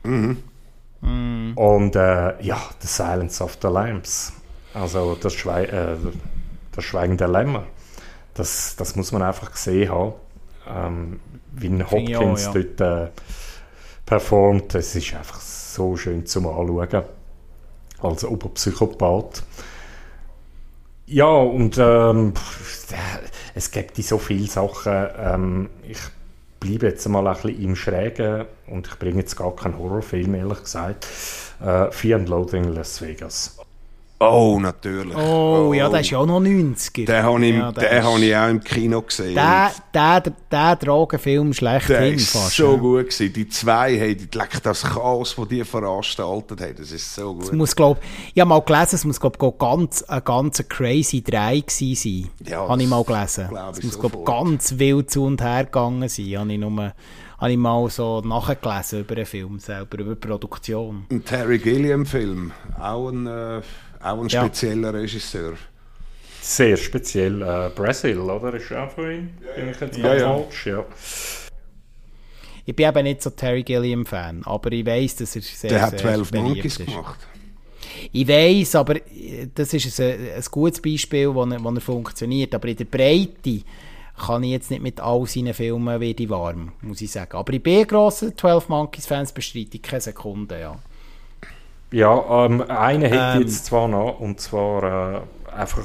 Und ja, «The Silence of the Lambs», also das Schweigen der Lämmer, das muss man einfach gesehen haben, wie ein Hopkins dort performt. Es ist einfach so schön zum Anschauen, als Oberpsychopath. Ja, und es gibt so viele Sachen. Ich bleibe jetzt mal ein bisschen im Schrägen und ich bringe jetzt gar keinen Horrorfilm, ehrlich gesagt. Fear and Loathing in Las Vegas. Oh, natürlich. Oh, ja, der ist ja auch noch 90er. Den habe ich auch im Kino gesehen. Der Drogenfilm schlechthin der fast. war so gut gewesen. Die 2, das Chaos, das die veranstaltet haben, das ist so gut. Ich habe mal gelesen, es muss ein ganz crazy 3 gewesen sein. Ja, habe ich mal gelesen. Es muss ganz wild zu und her gegangen sein. Habe ich mal so nachgelesen über den Film selber, über die Produktion. Ein Terry Gilliam-Film, auch ein spezieller Regisseur. Sehr speziell. Brazil, oder? Ist auch von ihm? Bin ich jetzt falsch? Ja. Ich bin eben nicht so Terry Gilliam-Fan, aber ich weiss, dass er Der hat 12 Monkeys gemacht. Ich weiss, aber das ist ein gutes Beispiel, wo er funktioniert. Aber in der Breite kann ich jetzt nicht mit all seinen Filmen wieder warm, muss ich sagen. Aber ich bin grosser 12 Monkeys-Fans, bestreite ich keine Sekunde, ja. Ja, einen hätte ich jetzt zwar noch, und zwar einfach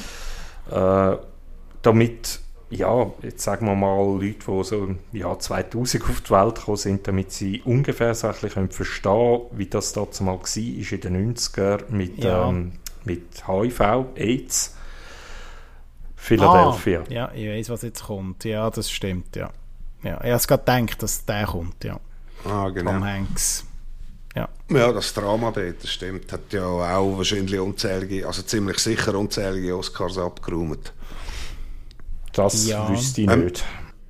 damit, ja, jetzt sagen wir mal Leute, die so im Jahr 2000 auf die Welt gekommen sind, damit sie ungefähr so ein bisschen verstehen können, wie das damals war in den 90ern mit HIV, AIDS, Philadelphia. Ja, ich weiss, was jetzt kommt. Ja, das stimmt, ja. Ich habe gerade gedacht, dass der kommt, ja. Ah, genau. Tom Hanks. Ja, das Drama dort, das stimmt. Hat ja auch wahrscheinlich unzählige, also ziemlich sicher unzählige Oscars abgeräumt. Das wüsste ich nicht.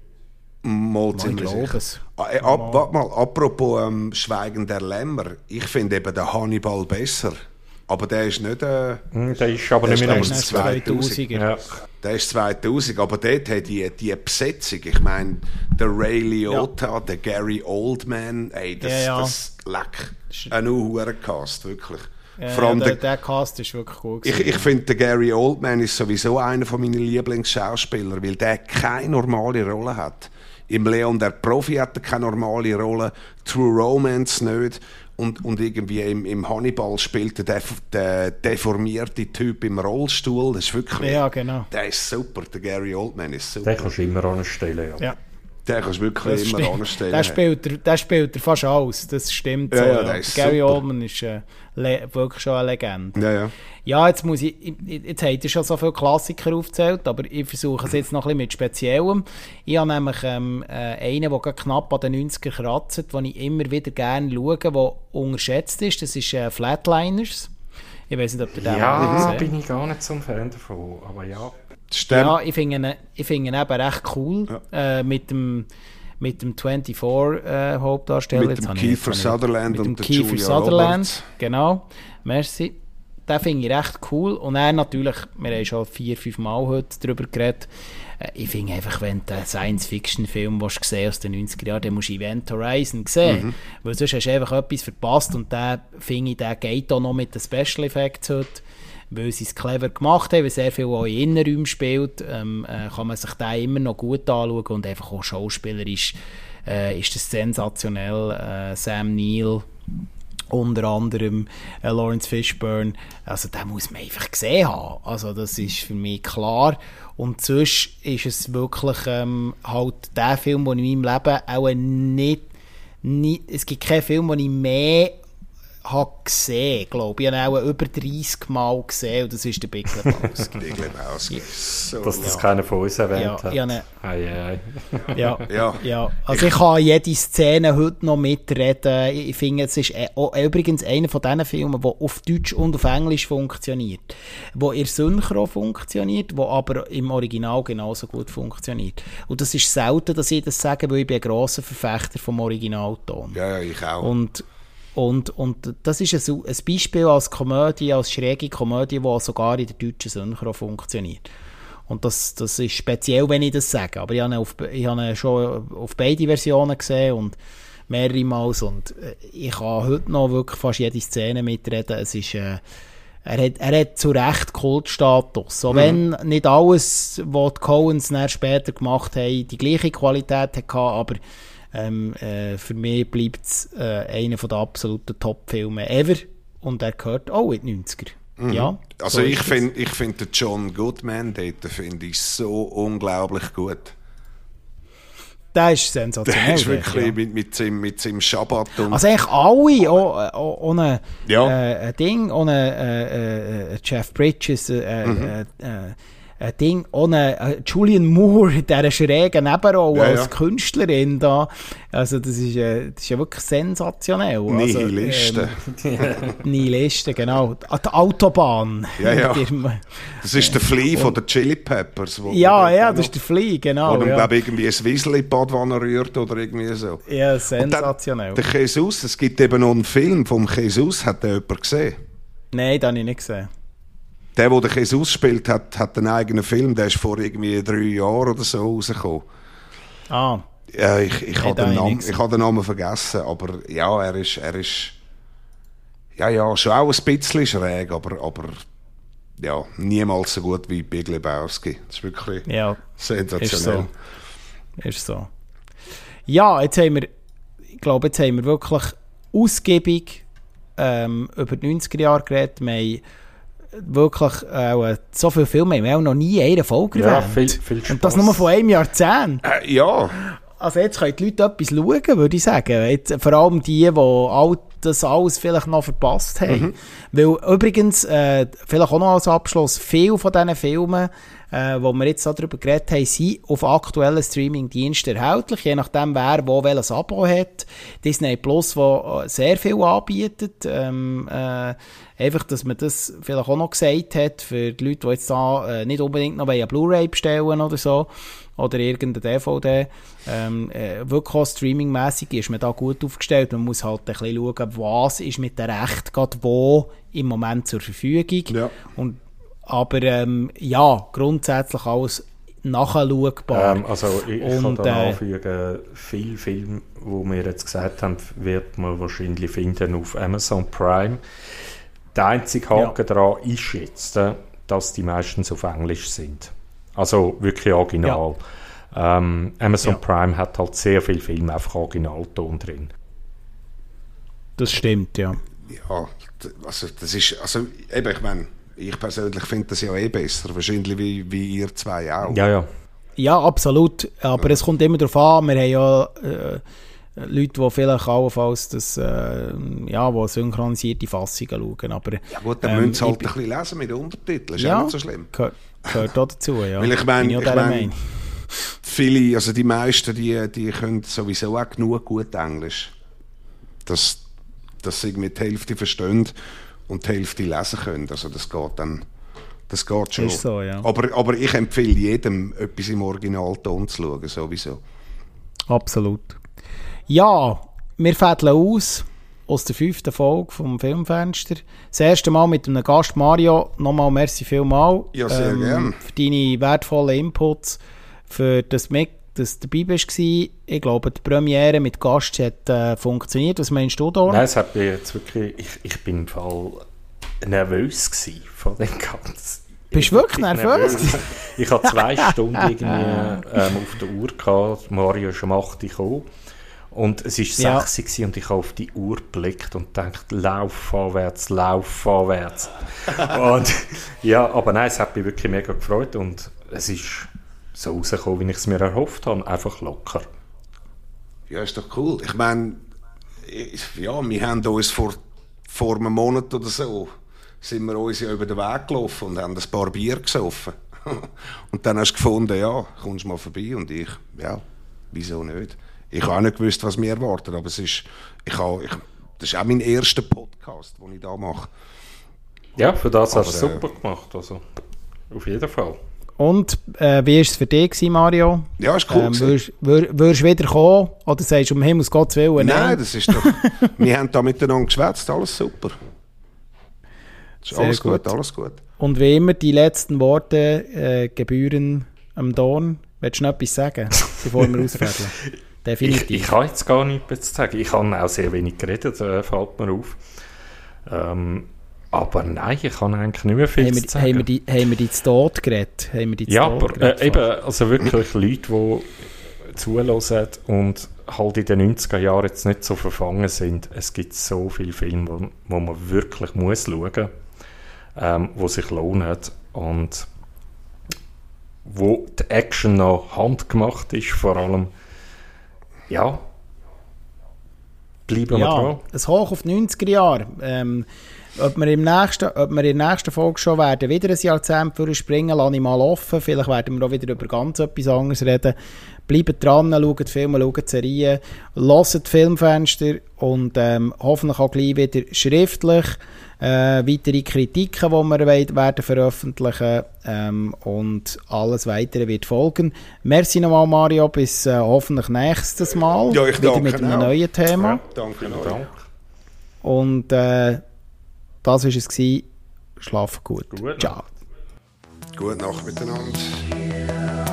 Mal ziemlich sicher. Warte mal, apropos Schweigen der Lämmer. Ich finde eben den Hannibal besser. Aber der ist nicht... der ist aber nicht mehr 2000. Ja. Der ist 2000, aber dort hat die Besetzung, ich meine, der Ray Liotta, der Gary Oldman, ey, das leck. Ein Cast, wirklich. Vor allem der Cast ist wirklich gut. Ich finde, der Gary Oldman ist sowieso einer von meinen Lieblingsschauspieler, weil der keine normale Rolle hat. Im Leon der Profi hat er keine normale Rolle, True Romance nicht. Und irgendwie im Hannibal spielt der deformierte Typ im Rollstuhl. Das ist wirklich... Ja, genau. Der ist super, der Gary Oldman ist super. Den kannst du immer anstellen, ja. Den kannst du wirklich immer anstellen. Der spielt er fast aus, das stimmt. Ja, so, ja, der ist Gary super. Oldman ist wirklich schon eine Legende. Ja. Ja, jetzt habt ihr schon so viele Klassiker aufgezählt, aber ich versuche es jetzt noch ein bisschen mit Speziellem. Ich habe nämlich einen, der knapp an den 90er kratzt, den ich immer wieder gerne schaue, der unterschätzt ist. Das ist Flatliners. Ich weiß nicht, ob ihr den Ja, bin ich gar nicht so ein Fan davon, aber ja. Ja, ich finde ihn eben recht cool. Ja. Mit dem 24 Hauptdarsteller. Mit dem Kiefer Sutherland und der Kiefer Julia Sutherland. Roberts. Genau, merci. Den finde ich recht cool. Und er natürlich, wir haben schon 4-5 Mal heute darüber geredet, ich finde einfach, wenn du einen Science-Fiction-Film gesehen aus den 90er Jahren, dann musst du Event Horizon sehen. Weil sonst hast du einfach etwas verpasst. Und der finde ich, der geht auch noch mit den Special Effects heute. Weil sie es clever gemacht haben, weil sehr viel auch in Innenräumen spielt, kann man sich den immer noch gut anschauen und einfach auch schauspielerisch ist das sensationell. Sam Neill, unter anderem Lawrence Fishburne, also den muss man einfach gesehen haben, also das ist für mich klar. Und sonst ist es wirklich halt der Film, den ich in meinem Leben auch nicht es gibt keinen Film, den ich mehr habe gesehen, glaube ich. Ich habe auch über 30 Mal gesehen und das ist der Big Lebowski. Big Lebowski. So, dass das keiner von uns erwähnt hat. Ja. Also ich kann jede Szene heute noch mitreden. Ich finde, es ist übrigens einer von diesen Filmen, der auf Deutsch und auf Englisch funktioniert. Der in Synchro funktioniert, der aber im Original genauso gut funktioniert. Und das ist selten, dass ich das sage, weil ich bin ein grosser Verfechter vom Originalton. Ja, ich auch. Und das ist ein Beispiel als Komödie, als schräge Komödie, die sogar in der deutschen Synchro funktioniert. Und das ist speziell, wenn ich das sage. Aber ich habe ihn schon auf beide Versionen gesehen und mehrere Mal. Und ich kann heute noch wirklich fast jede Szene mitreden. Es ist, er hat zu Recht Kultstatus. Auch wenn nicht alles, was die Coens dann später gemacht haben, die gleiche Qualität hatte, aber für mich bleibt es einer der absoluten Top-Filme ever und er gehört auch in die 90er. Ja, also so ich finde den John Goodman dort finde ich so unglaublich gut. Der ist sensationell. Der ist wirklich mit seinem Schabbat und... Also eigentlich alle, ohne Ding, ohne Jeff Bridges, Ding, ohne Julianne Moore in dieser schrägen Nebenrolle als Künstlerin da. Also das ist ja wirklich sensationell. Nihilisten. Nihilisten, genau. Die Autobahn. Ja. Das ist der Flea von den Chili Peppers. Das ist der Flea, genau. Wo glaube irgendwie ein Wiesel in die Badwanne rührt oder irgendwie so. Ja, sensationell. Der Jesus, es gibt eben noch einen Film vom Jesus, hat den jemand gesehen? Nein, den habe ich nicht gesehen. Der Jesus spielt, hat einen eigenen Film, der ist vor irgendwie 3 Jahren oder so rausgekommen. Ah. Ja, ich habe den Namen vergessen, aber ja, er ist schon auch ein bisschen schräg, aber ja, niemals so gut wie Big Lebowski. Das ist wirklich sensationell. Ist so. Ja, jetzt haben wir wirklich ausgiebig über die 90er Jahre geredet. Wir haben wirklich so viele Filme haben wir auch noch nie in einer Folge erwähnt. Viel Spaß. Und das nur von einem Jahrzehnt. Ja. Also jetzt können die Leute etwas schauen, würde ich sagen. Jetzt, vor allem die alt das alles vielleicht noch verpasst haben. Weil übrigens, vielleicht auch noch als Abschluss, viele von diesen Filmen, wo wir jetzt darüber geredet haben, sind auf aktuellen Streaming-Diensten erhältlich, je nachdem, wer wo welches Abo hat. Disney Plus, wo sehr viel anbietet. Einfach, dass man das vielleicht auch noch gesagt hat, für die Leute, die jetzt da nicht unbedingt noch eine Blu-ray bestellen oder so, oder irgendeine DVD. Wirklich auch streamingmässig ist man da gut aufgestellt. Man muss halt ein bisschen schauen, was ist mit den Rechten gerade wo im Moment zur Verfügung. Ja. Aber ja, grundsätzlich alles nachschaubar. Also ich kann da anfügen, viele Filme, die wir jetzt gesagt haben, wird man wahrscheinlich finden auf Amazon Prime. Der einzige Haken daran ist jetzt, dass die meistens auf Englisch sind. Also wirklich original. Ja. Amazon Prime hat halt sehr viele Filme einfach Originalton drin. Das stimmt, ja. Ja, also das ist, also eben, ich meine, ich persönlich finde das ja besser, wahrscheinlich wie ihr zwei auch. Ja. Ja, absolut. Aber es kommt immer darauf an, wir haben ja Leute, die vielleicht allenfalls das, wo synchronisierte Fassungen schauen. Aber, ja gut, dann müssen sie halt ein bisschen lesen mit den Untertiteln, ist ja nicht so schlimm. Gehört auch dazu, ja. Weil ich meine, viele, also die meisten, die können sowieso auch genug gut Englisch, dass sie mit der Hälfte verstehen und die Hälfte lesen können. Also das geht schon. Ist so, ja. Aber ich empfehle jedem, etwas im Originalton zu schauen, sowieso. Absolut. Ja, wir fädeln aus der 5. Folge vom Filmfenster. Das erste Mal mit einem Gast, Mario. Nochmal merci vielmals. Ja, sehr gerne. Für deine wertvollen Inputs, für das dass du dabei warst. Ich glaube, die Premiere mit Gast hat funktioniert. Was meinst du da? Nein, es hat mir jetzt wirklich... Ich bin im Fall nervös gewesen von dem Ganzen. Bist du wirklich nervös? Ich hatte 2 Stunden irgendwie auf der Uhr gehabt. Mario ist um 8 Uhr gekommen. Und es war 6 Uhr und ich habe auf die Uhr geblickt und gedacht, lauf vorwärts. Und ja, aber nein, es hat mich wirklich mega gefreut und es ist so rausgekommen, wie ich es mir erhofft habe, einfach locker. Ja, ist doch cool. Ich meine, ja, wir haben uns vor einem Monat oder so sind wir uns ja über den Weg gelaufen und haben ein paar Bier gesoffen. Und dann hast du gefunden, ja, kommst mal vorbei und ich, ja, wieso nicht? Ich habe auch nicht gewusst, was mir erwartet, aber das ist auch mein erster Podcast, den ich da mache. Ja, für das hast du super gemacht, also auf jeden Fall. Und wie war es für dich, Mario? Ja, ist cool. Würdest du wieder kommen oder sagst du um Himmels Gottes Willen? Nein, das ist doch... wir haben da miteinander geschwätzt, alles super. Ist alles gut, alles gut. Und wie immer, die letzten Worte gebühren am Dorn. Willst du noch etwas sagen, bevor wir ausfädeln? Definitiv. Ich kann jetzt gar nichts zu sagen. Ich habe auch sehr wenig geredet, fällt mir auf. Aber nein, ich kann eigentlich nicht mehr viel zu sagen. Haben wir die zu Tod geredet? Ja, aber eben, also wirklich Leute, die zuhören und halt in den 90er Jahren jetzt nicht so verfangen sind. Es gibt so viele Filme, wo man wirklich muss schauen, wo sich lohnen und wo die Action noch handgemacht ist, vor allem. Ja, bleiben wir dran. Ein Hoch auf die 90er Jahre. Ob wir in der nächsten Folge schon werden wieder ein Jahrzehnt springen, lasse ich mal offen. Vielleicht werden wir auch wieder über ganz etwas anderes reden. Bleibt dran, schaut Filme, schaut Serien, hört Filmfenster und hoffentlich auch gleich wieder schriftlich weitere Kritiken, die wir werden veröffentlichen und alles Weitere wird folgen. Merci nochmal, Mario, bis hoffentlich nächstes Mal. Ja, ich wieder mit einem neuen Thema. Ja, danke. Und das war es. Schlaf gut. Gut. Ciao. Gute Nacht miteinander.